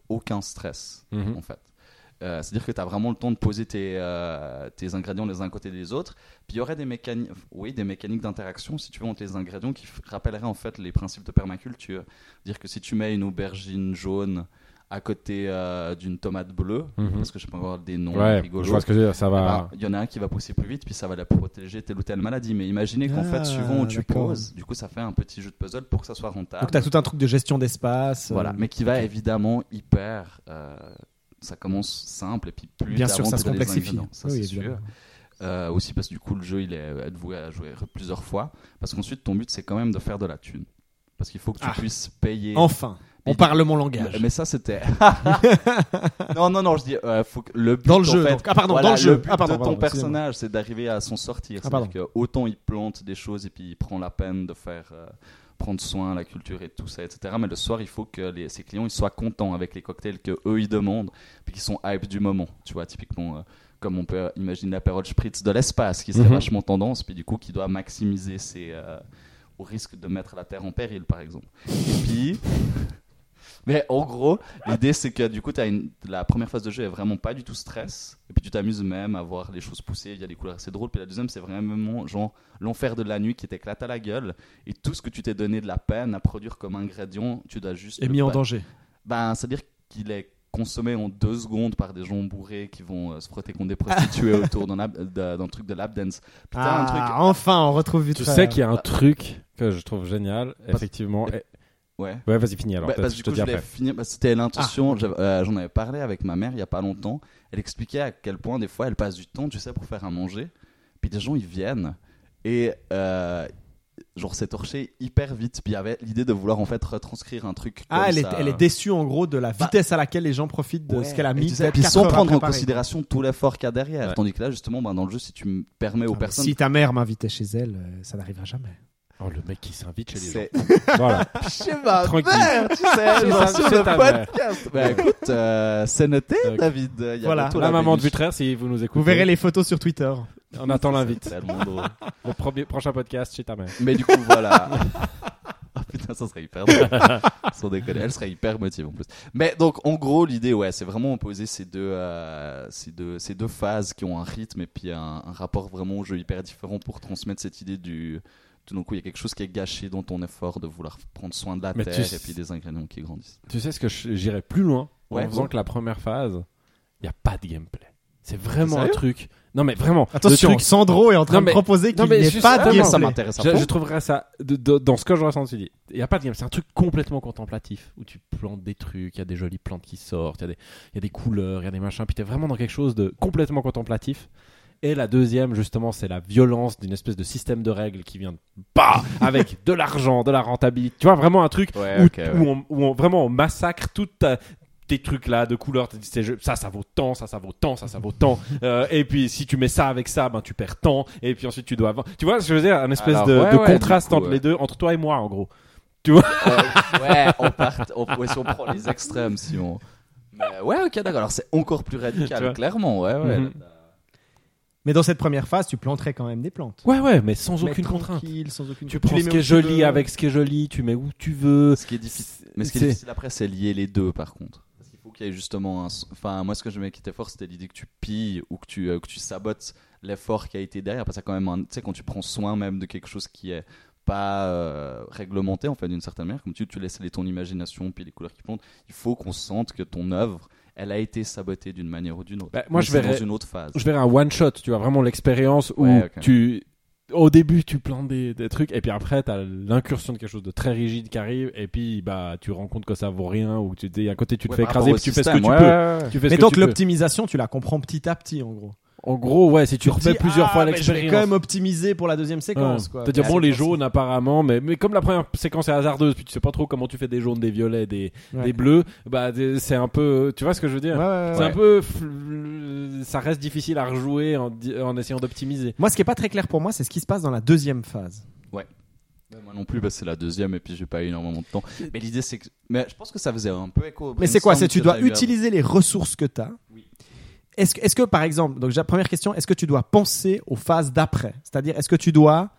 aucun stress, Mhm. en fait. Euh, c'est-à-dire que tu as vraiment le temps de poser tes, euh, tes ingrédients les uns à côté des autres. Puis il y aurait des mécaniques, oui, des mécaniques d'interaction, si tu veux, entre les ingrédients qui f- rappelleraient en fait les principes de permaculture. C'est-à-dire que si tu mets une aubergine jaune à côté euh, d'une tomate bleue, Mhm. parce que je peux avoir des noms Ouais, rigolos, je vois ce que je veux dire, ça eh va. ben, il y en a un qui va pousser plus vite, puis ça va la protéger telle ou telle maladie. Mais imaginez qu'en Ah, fait, suivant où tu d'accord. poses, du coup, ça fait un petit jeu de puzzle pour que ça soit rentable. Donc t'as tout un truc de gestion d'espace. euh, Voilà, mais qui va ok. évidemment hyper. euh, ça commence simple et puis plus Bien sûr, t'avances, ça se plus t'as des complexifie. ingrédients, ça Oui, c'est évidemment. sûr. Euh, aussi parce que du coup le jeu il est voué à jouer plusieurs fois. Parce qu'ensuite ton but c'est quand même de faire de la thune. Parce qu'il faut que tu Ah. puisses payer. Enfin, on Mais- parle mon langage. Mais ça c'était. non non non je dis euh, faut que le but Dans le en jeu, fait, donc. Ah, pardon, voilà, dans le jeu. but Ah, pardon, de ton pardon, excusez-moi. personnage c'est d'arriver à s'en sortir. Ah, C'est-à-dire que autant il plante des choses et puis il prend la peine de faire euh, prendre soin, la culture et tout ça, et cetera. Mais le soir, il faut que les, ses clients ils soient contents avec les cocktails que eux ils demandent, puis qui sont hype du moment. Tu vois, typiquement, euh, comme on peut imaginer l'apéro spritz de l'espace, qui serait Mhm. vachement tendance, puis du coup, qui doit maximiser ses, euh, au risque de mettre la terre en péril, par exemple. Et puis. Mais en gros, l'idée c'est que du coup, t'as une... la première phase de jeu est vraiment pas du tout stress. Et puis tu t'amuses même à voir les choses pousser. Il y a des couleurs assez drôles. Puis la deuxième, c'est vraiment genre l'enfer de la nuit qui t'éclate à la gueule. Et tout ce que tu t'es donné de la peine à produire comme ingrédient, tu dois juste. Et le mis en ba- danger. Ben, c'est-à-dire qu'il est consommé en deux secondes par des gens bourrés qui vont euh, se frotter contre des prostituées autour d'un, lap- d'un, d'un truc de lap dance. Puis t'as un Ah, truc. enfin, on retrouve vite. Tu sais qu'il y a un truc que je trouve génial, effectivement. Et- Ouais. Ouais, vas-y, finis alors. Bah, peut-être, parce que je du te coup, dis je voulais après. finir. Bah, c'était l'intention. j'avais- euh, j'en avais parlé avec ma mère il y a pas longtemps. Elle expliquait à quel point des fois elle passe du temps, tu sais, pour faire à manger. Puis des gens ils viennent et euh, genre c'est torché hyper vite. Puis il y avait l'idée de vouloir en fait retranscrire un truc. Ah, comme elle est, ça. elle est déçue en gros de la vitesse à laquelle les gens profitent de Ouais. ce qu'elle a Et mis. tu sais, peut-être puis quatre sans heures à prendre en préparer. considération tout l'effort qu'il y a derrière. Ouais. Tandis que là, justement, ben, dans le jeu, si tu me permets aux Ah, mais personnes. Si ta mère m'invitait chez elle, euh, ça n'arrivera jamais. Oh, le mec qui s'invite chez les c'est. gens. Voilà. Chez ma Tranquille. mère, tu sais, Chez genre ta- sur chez le ta mère. podcast. Bah écoute, euh, c'est noté, Ok. David. Il y a Voilà. bientôt La maman de baby. Vutraire, si vous nous écoutez. Vous verrez les photos sur Twitter. On attend l'invite. C'est tellement drôle. Le premier, prochain podcast chez ta mère. Mais du coup, voilà. Oh putain, ça serait hyper drôle. Sans déconner, elle serait hyper motivée en plus. Mais donc, en gros, l'idée, ouais, c'est vraiment opposer ces deux, euh, ces deux, ces deux phases qui ont un rythme et puis un, un rapport vraiment au jeu hyper différent pour transmettre cette idée du. Tout d'un coup, il y a quelque chose qui est gâché dans ton effort de vouloir prendre soin de la Mais terre tu et sais- puis des ingrédients qui grandissent. Tu sais ce que je- j'irais plus loin Ouais, en faisant bon. que la première phase, il n'y a pas de gameplay. C'est vraiment un Sérieux truc. Non mais vraiment. Attention, le truc, Sandro est en train Non, de mais- proposer non, qu'il mais n'y ait juste- pas de ah, mais gameplay. ça m'intéresse à je, fond. je trouverais ça de- de- dans ce que je ressens. Tu dis, il y a pas de game. C'est un truc complètement contemplatif où tu plantes des trucs, il y a des jolies plantes qui sortent, il y a des, il y a des couleurs, il y a des machins. Puis t'es vraiment dans quelque chose de complètement contemplatif. Et la deuxième, justement, c'est la violence d'une espèce de système de règles qui vient de bah avec de l'argent, de la rentabilité. Tu vois, vraiment un truc Ouais, où, ok, ouais. où on, où on- vraiment on massacre toute ta- tes trucs là de couleurs. T'as dit, c'est jeu- ça, ça vaut tant, ça, ça vaut tant, ça, ça vaut tant. Euh, et puis si tu mets ça avec ça, ben tu perds tant. Et puis ensuite tu dois avoir. Tu vois ce que je veux dire, un espèce Alors, de, ouais, de ouais, contraste du coup, entre ouais. les deux, entre toi et moi en gros. Tu vois. Euh, ouais, on part, on, ouais, si on prend les extrêmes, si on. Mais ouais, ok, d'accord. Alors c'est encore plus Tu radical, vois. clairement. Ouais, ouais. Mhm. Mais dans cette première phase, tu planterais quand même des plantes. Ouais, ouais, mais sans Mais aucune contrainte. tranquille, sans aucune Tu contrainte. prends les ce mets qui est où tu joli veux. avec ce qui est joli, tu mets où tu veux. Ce qui est difficile, mais ce qui est C'est- difficile après, c'est lier les deux, par contre. Parce qu'il faut qu'il y ait justement un. Enfin, moi, ce que je me qui était fort, c'était l'idée que tu pilles ou que tu, euh, que tu sabotes l'effort qui a été derrière. Parce que quand même, un- tu sais, quand tu prends soin même de quelque chose qui est pas euh, réglementé, en fait, d'une certaine manière, comme tu, tu laisses aller ton imagination puis les couleurs qui plantent, il faut qu'on sente que ton œuvre, elle a été sabotée d'une manière ou d'une autre. Bah, moi, Mais je c'est verrais- dans une autre phase. Je verrais un one shot, tu vois, vraiment l'expérience où Ouais, ok. tu. Au début, tu plantes des, des trucs, et puis après, t'as l'incursion de quelque chose de très rigide qui arrive, et puis bah, tu rends compte que ça vaut rien, ou tu dis à côté, tu te Ouais, fais par rapport écraser, au puis tu fais ce que système, tu ouais, peux. ouais, ouais. Tu fais ce Mais que donc tu peux. l'optimisation, tu la comprends petit à petit en gros. En gros, ouais, si tu refais dis, plusieurs ah, fois mais Je vais l'expérience. quand même optimiser pour la deuxième séquence. Ouais. Quoi. C'est-à-dire, Mais bon, c'est les possible. jaunes apparemment, mais, mais comme la première séquence est hasardeuse, puis tu sais pas trop comment tu fais des jaunes, des violets, des, Ouais. des bleus, bah des- c'est un peu. Tu vois ce que je veux dire? Ouais, ouais, ouais. C'est un peu. fl- Ça reste difficile à rejouer en, di- en essayant d'optimiser. Moi, ce qui est pas très clair pour moi, c'est ce qui se passe dans la deuxième phase. Ouais, moi non plus, parce que c'est la deuxième et puis j'ai pas eu énormément de temps. Mais l'idée c'est que. Mais je pense que ça faisait un peu écho. au Mais c'est quoi? C'est brainstorm tu que dois t'as eu avant. utiliser les ressources que tu as. Oui. Est-ce que, est-ce que, par exemple, donc déjà, première question, est-ce que tu dois penser aux phases d'après? C'est-à-dire, est-ce que tu dois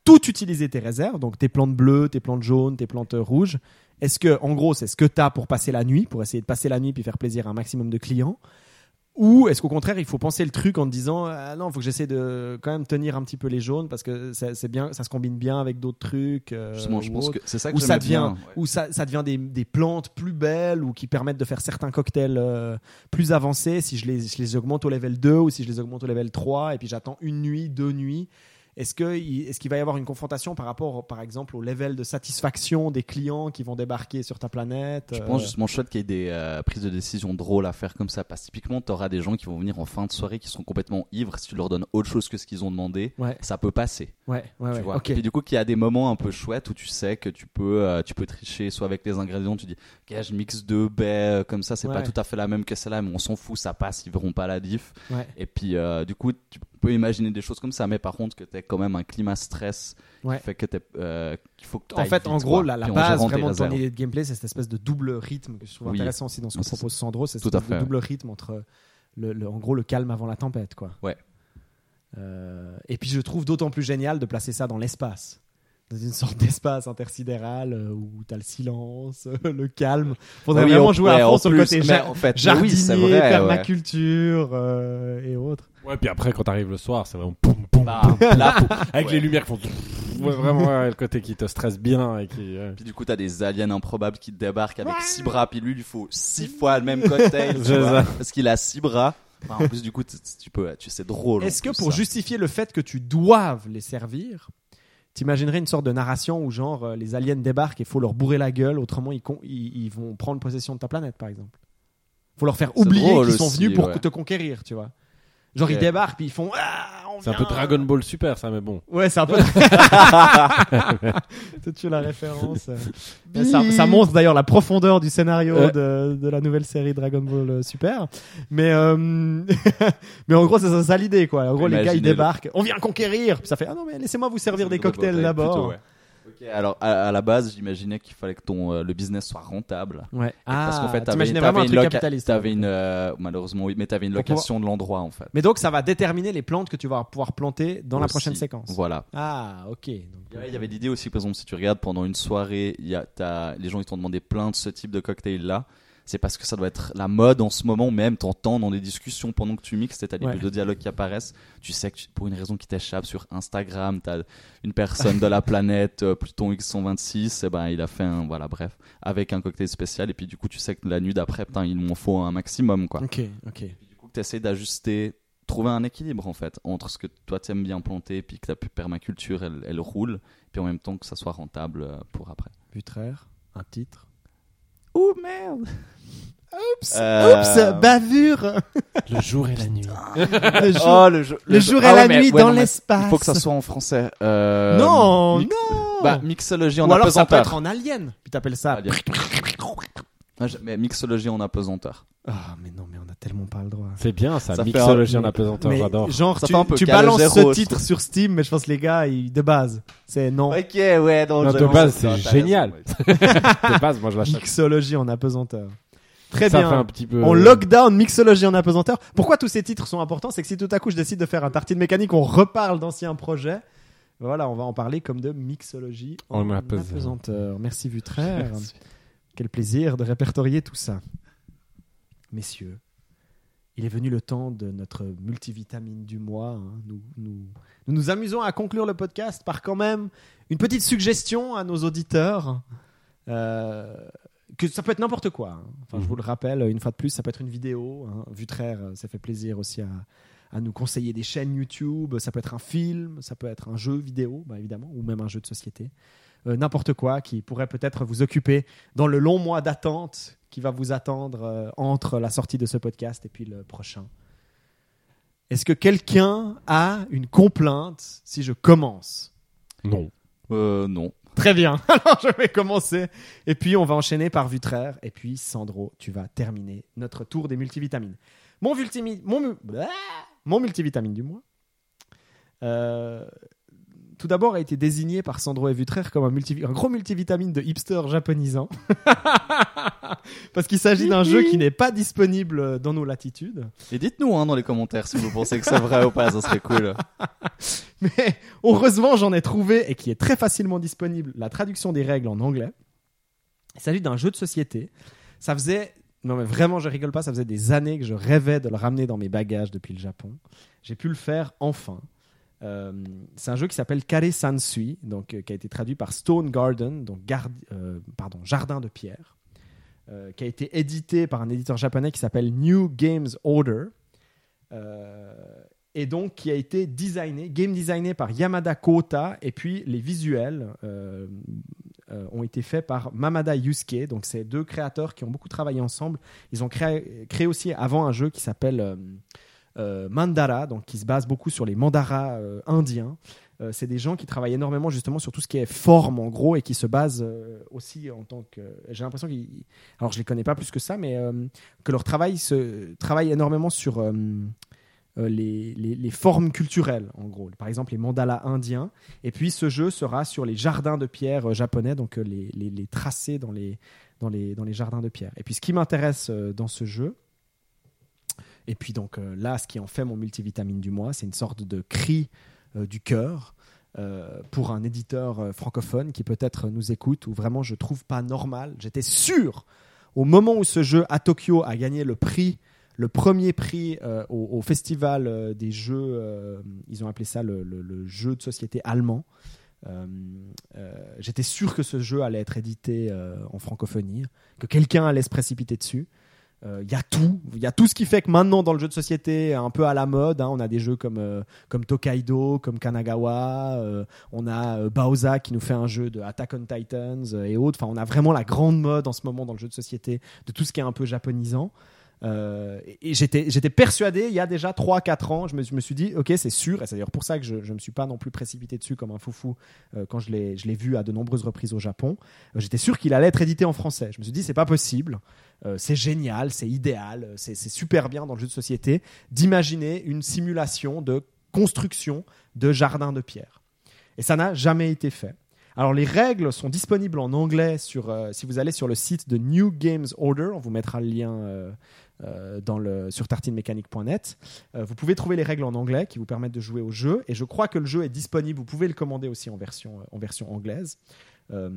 tout utiliser tes réserves, donc tes plantes bleues, tes plantes jaunes, tes plantes rouges. Est-ce que, en gros, c'est ce que tu as pour passer la nuit, pour essayer de passer la nuit puis faire plaisir à un maximum de clients? Ou est-ce qu'au contraire, il faut penser le truc en te disant ah non, il faut que j'essaie de quand même tenir un petit peu les jaunes parce que c'est, c'est bien, ça se combine bien avec d'autres trucs. Euh, Justement, je pense autres. que c'est ça que Ou j'aimais ça devient, bien. Ouais. ou ça, ça devient des, des plantes plus belles ou qui permettent de faire certains cocktails euh, plus avancés si je les, je les augmente au level deux ou si je les augmente au level trois et puis j'attends une nuit, deux nuits. Est-ce, que, est-ce qu'il va y avoir une confrontation par rapport, par exemple, au level de satisfaction des clients qui vont débarquer sur ta planète? Je euh... pense justement chouette qu'il y ait des euh, prises de décision drôles à faire comme ça. Parce que typiquement, tu auras des gens qui vont venir en fin de soirée qui sont complètement ivres. Si tu leur donnes autre chose que ce qu'ils ont demandé, Ouais, ça peut passer. ouais, ouais. Tu ouais. vois. Ok. Et puis du coup, qu'il y a des moments un peu chouettes où tu sais que tu peux, euh, tu peux tricher soit avec les ingrédients. Tu dis, ok, je mixe deux baies euh, comme ça, c'est Ouais. pas tout à fait la même que celle-là, mais on s'en fout, ça passe, ils verront pas la diff. Ouais. Et puis euh, du coup, tu peux imaginer des choses comme ça, mais par contre que tu quand même un climat stress Ouais. qui fait que t'es, euh, qu'il faut que En t'ailles fait, vite, en gros, quoi. la, la Puis en base gérant tes vraiment de ton réserves. idée de gameplay, c'est cette espèce de double rythme que je trouve Oui. intéressant aussi dans ce que C'est- propose Sandro. C'est cette tout à espèce de fait, double rythme entre, le, le- en gros, le calme avant la tempête, quoi. Ouais. Euh, et puis, je trouve d'autant plus génial de placer ça dans l'espace. Dans une sorte d'espace intersidéral euh, où tu as le silence, le calme. Faudrait Oui, vraiment en- jouer ouais, à fond en sur le plus, côté mais ja- en fait, jardinier, oui, c'est vrai, permaculture euh, et autres. Ouais, puis après, quand t'arrives le soir, c'est vraiment poum, poum, Bah, poum, là, poum, avec ouais. les lumières qui font. Ouais, vraiment, ouais, le côté qui te stresse bien et qui. ouais. Puis du coup, t'as des aliens improbables qui te débarquent avec six bras, puis lui, il lui faut six fois le même cocktail, tu C'est vois, ça. parce qu'il a six bras. Enfin, en plus, du coup, tu, tu peux, tu c'est drôle. en Est-ce que plus, pour ça. justifier le fait que tu doives les servir, t'imaginerais une sorte de narration où genre euh, les aliens débarquent et il faut leur bourrer la gueule, autrement ils, con- ils, ils vont prendre possession de ta planète par exemple. Faut leur faire C'est oublier drôle qu'ils sont aussi, venus pour ouais. te conquérir, tu vois. Genre ils Ok. débarquent puis ils font ah, on C'est un vient. peu Dragon Ball Super, ça, mais bon. Ouais, c'est un peu. Tu la référence. euh. Mais ça, ça montre d'ailleurs la profondeur du scénario Ouais. de, de la nouvelle série Dragon Ball euh, Super. Mais, euh... mais en gros, c'est ça, ça l'idée, quoi. En gros, les gars, ils Imaginez le- débarquent. On vient conquérir. Puis ça fait, ah non, mais laissez-moi vous servir des cocktails Plutôt, d'abord. ouais. Ok, alors à, à la base, j'imaginais qu'il fallait que ton euh, le business soit rentable. Ouais. parce qu'en fait, t'avais, t'imaginais t'avais vraiment un une truc loca- capitaliste. T'avais une, euh, malheureusement oui, mais t'avais une Pour pouvoir- location de l'endroit en fait. Mais donc, ça va déterminer les plantes que tu vas pouvoir planter dans la Aussi. prochaine séquence. Voilà. Ah, ok. Donc, Il y avait- il y avait l'idée aussi, par exemple, si tu regardes pendant une soirée, il y a, t'as, les gens ils t'ont demandé plein de ce type de cocktail-là. C'est parce que ça doit être la mode en ce moment, même t'entends dans des discussions pendant que tu mixes, t'as des Ouais. bulles de dialogue qui apparaissent. Tu sais que tu- pour une raison qui t'échappe sur Instagram, t'as une personne de la planète, euh, Pluton X cent vingt-six, et ben il a fait un, voilà, bref, avec un cocktail spécial, et puis du coup tu sais que la nuit d'après, putain, il m'en faut un maximum, quoi. Ok, ok. Puis du coup, tu essaies d'ajuster, trouver un équilibre en fait entre ce que toi t'aimes bien planter, puis que ta permaculture elle, elle roule, puis en même temps que ça soit rentable euh, pour après. Butraire, un titre. Oh merde! Oups, Euh, oups, bavure. Le jour et la nuit. Le jour- Oh, le, jeu- le jour et ah la ouais, mais- nuit ouais, dans non, mais l'espace. Il faut que ça soit en français. Euh, non, mix- non. Bah, mixologie en Ou alors ça peut apesanteur. être en alien. Puis t'appelles ça. Alien. Ah, je- mais mixologie en apesanteur. Ah, mais non, mais on a tellement pas le droit. C'est bien, ça. Ça fait Mixologie un- en apesanteur, Mais j'adore. genre, Ça tu, fait un peu tu Calogero, balances ce je titre trouve. sur Steam, mais je pense que les gars, ils, de base, c'est non. Ok, ouais, non, Non, de j'avoue, base, ça, c'est intéressant, génial. ouais. De base, moi, je l'achète. Mixologie en apesanteur. Très Ça bien. fait un petit peu. On lockdown, mixologie en apesanteur. Pourquoi tous ces titres sont importants? C'est que si tout à coup je décide de faire un tartine mécanique, on reparle d'anciens projets. Voilà, on va en parler comme de mixologie en, En apes- apesanteur. Merci Vutraire. Quel plaisir de répertorier tout ça. Messieurs, il est venu le temps de notre multivitamine du mois. hein. Nous, nous, nous nous amusons à conclure le podcast par quand même une petite suggestion à nos auditeurs. Euh, que ça peut être n'importe quoi. hein. Enfin, je vous le rappelle, une fois de plus, ça peut être une vidéo. Hein. Vutraire, euh, ça fait plaisir aussi à, à nous conseiller des chaînes YouTube. Ça peut être un film, ça peut être un jeu vidéo, bah, évidemment, ou même un jeu de société. Euh, n'importe quoi qui pourrait peut-être vous occuper dans le long mois d'attente qui va vous attendre euh, entre la sortie de ce podcast et puis le prochain. Est-ce que quelqu'un a une complainte si je commence? Non. Euh, non. Très bien, alors je vais commencer. Et puis on va enchaîner par Vutraire. Et puis Sandro, tu vas terminer notre tour des multivitamines. Mon, multimi- mon, mu- Blah mon multivitamine du mois, euh, tout d'abord a été désigné par Sandro et Vutraire comme un, multi- un gros multivitamine de hipster japonisant. Parce qu'il s'agit d'un jeu qui n'est pas disponible dans nos latitudes. Et dites-nous hein, dans les commentaires si vous pensez que c'est vrai ou pas, ça serait cool. Mais heureusement, j'en ai trouvé et qui est très facilement disponible la traduction des règles en anglais. Il s'agit d'un jeu de société. Ça faisait, non mais vraiment, je rigole pas, ça faisait des années que je rêvais de le ramener dans mes bagages depuis le Japon. J'ai pu le faire enfin. Euh, c'est un jeu qui s'appelle Kare Sansui, donc euh, qui a été traduit par Stone Garden, donc garde, euh, pardon, Jardin de pierre, euh, qui a été édité par un éditeur japonais qui s'appelle New Games Order. Euh, Et donc, qui a été designé, game designé par Yamada Kota, et puis les visuels euh, euh, ont été faits par Mamada Yusuke. Donc, c'est deux créateurs qui ont beaucoup travaillé ensemble. Ils ont créé, créé aussi avant un jeu qui s'appelle euh, euh, Mandara, donc qui se base beaucoup sur les mandaras euh, indiens. Euh, c'est des gens qui travaillent énormément justement sur tout ce qui est forme en gros et qui se basent euh, aussi en tant que. J'ai l'impression qu'ils. Alors, je les connais pas plus que ça, mais euh, que leur travail se travaille énormément sur. Euh, Euh, les, les, les formes culturelles, en gros. Par exemple, les mandalas indiens. Et puis, ce jeu sera sur les jardins de pierre euh, japonais, donc euh, les, les, les tracés dans les, dans, les, dans les jardins de pierre. Et puis, ce qui m'intéresse euh, dans ce jeu, et puis donc euh, là, ce qui en fait mon multivitamine du mois, c'est une sorte de cri euh, du cœur euh, pour un éditeur euh, francophone qui peut-être nous écoute, où vraiment je trouve pas normal. J'étais sûr, au moment où ce jeu à Tokyo a gagné le prix le premier prix euh, au, au festival euh, des jeux, euh, ils ont appelé ça le, le, le jeu de société allemand. Euh, euh, j'étais sûr que ce jeu allait être édité euh, en francophonie, que quelqu'un allait se précipiter dessus. Il euh, y a tout, il y a tout ce qui fait que maintenant dans le jeu de société, un peu à la mode, hein, on a des jeux comme euh, comme Tokaido, comme Kanagawa, euh, on a euh, Baoza qui nous fait un jeu de Attack on Titans euh, et autres. Enfin, on a vraiment la grande mode en ce moment dans le jeu de société de tout ce qui est un peu japonisant. Euh, et j'étais, j'étais persuadé il y a déjà trois à quatre ans, je me, je me suis dit ok c'est sûr, et c'est d'ailleurs pour ça que je ne me suis pas non plus précipité dessus comme un foufou euh, quand je l'ai, je l'ai vu à de nombreuses reprises au Japon. Euh, j'étais sûr qu'il allait être édité en français. Je me suis dit c'est pas possible, euh, c'est génial, c'est idéal, c'est, c'est super bien dans le jeu de société d'imaginer une simulation de construction de jardins de pierre, et ça n'a jamais été fait. Alors, les règles sont disponibles en anglais sur, euh, si vous allez sur le site de New Games Order. On vous mettra le lien euh, euh, dans le, sur tartine mécanique point net. Euh, vous pouvez trouver les règles en anglais qui vous permettent de jouer au jeu. Et je crois que le jeu est disponible. Vous pouvez le commander aussi en version, en version anglaise. Euh,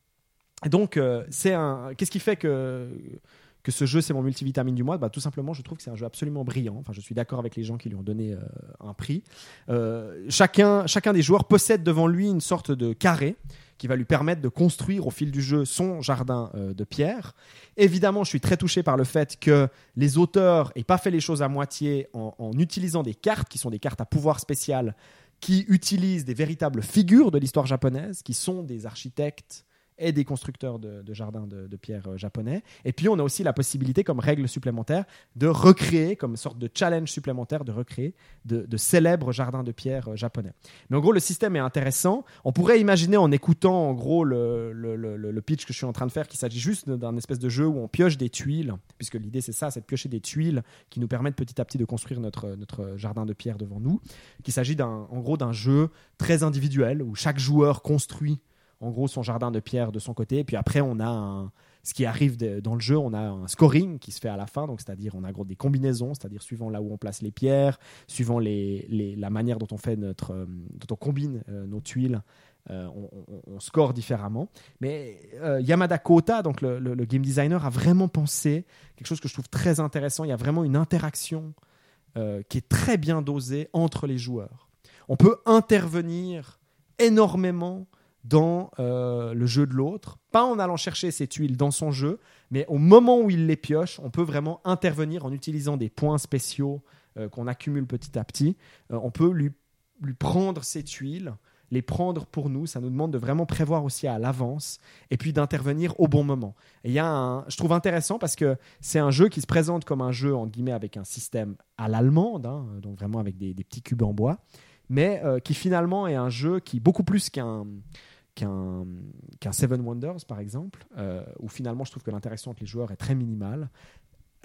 et donc, euh, c'est un, qu'est-ce qui fait que... que ce jeu c'est mon multivitamine du mois, bah, tout simplement je trouve que c'est un jeu absolument brillant. Enfin, je suis d'accord avec les gens qui lui ont donné euh, un prix. Euh, chacun, chacun des joueurs possède devant lui une sorte de carré qui va lui permettre de construire au fil du jeu son jardin euh, de pierre. Évidemment, je suis très touché par le fait que les auteurs n'aient pas fait les choses à moitié en, en utilisant des cartes qui sont des cartes à pouvoir spécial, qui utilisent des véritables figures de l'histoire japonaise, qui sont des architectes et des constructeurs de, de jardins de, de pierre euh, japonais. Et puis, on a aussi la possibilité, comme règle supplémentaire, de recréer, comme sorte de challenge supplémentaire, de recréer de, de célèbres jardins de pierre euh, japonais. Mais en gros, le système est intéressant. On pourrait imaginer, en écoutant en gros le, le, le, le pitch que je suis en train de faire, qu'il s'agit juste d'un espèce de jeu où on pioche des tuiles, puisque l'idée c'est ça, c'est de piocher des tuiles qui nous permettent petit à petit de construire notre, notre jardin de pierre devant nous. Qu'il s'agit d'un, en gros d'un jeu très individuel, où chaque joueur construit en gros son jardin de pierre de son côté, et puis après on a un, ce qui arrive de, dans le jeu, on a un scoring qui se fait à la fin, donc c'est-à-dire on a en gros des combinaisons, c'est-à-dire suivant là où on place les pierres, suivant les, les, la manière dont on fait notre, euh, dont on combine euh, nos tuiles, euh, on, on, on score différemment. Mais euh, Yamada Kota, donc le, le, le game designer, a vraiment pensé quelque chose que je trouve très intéressant. Il y a vraiment une interaction euh, qui est très bien dosée entre les joueurs. On peut intervenir énormément dans euh, le jeu de l'autre, pas en allant chercher ses tuiles dans son jeu, mais au moment où il les pioche, on peut vraiment intervenir en utilisant des points spéciaux euh, qu'on accumule petit à petit. Euh, on peut lui, lui prendre ses tuiles, les prendre pour nous. Ça nous demande de vraiment prévoir aussi à l'avance et puis d'intervenir au bon moment. Et il y a un, je trouve intéressant parce que c'est un jeu qui se présente comme un jeu entre guillemets avec un système à l'allemande, hein, donc vraiment avec des, des petits cubes en bois, mais euh, qui finalement est un jeu qui, beaucoup plus qu'un, qu'un, qu'un Seven Wonders par exemple, euh, où finalement je trouve que l'interaction entre les joueurs est très minimale.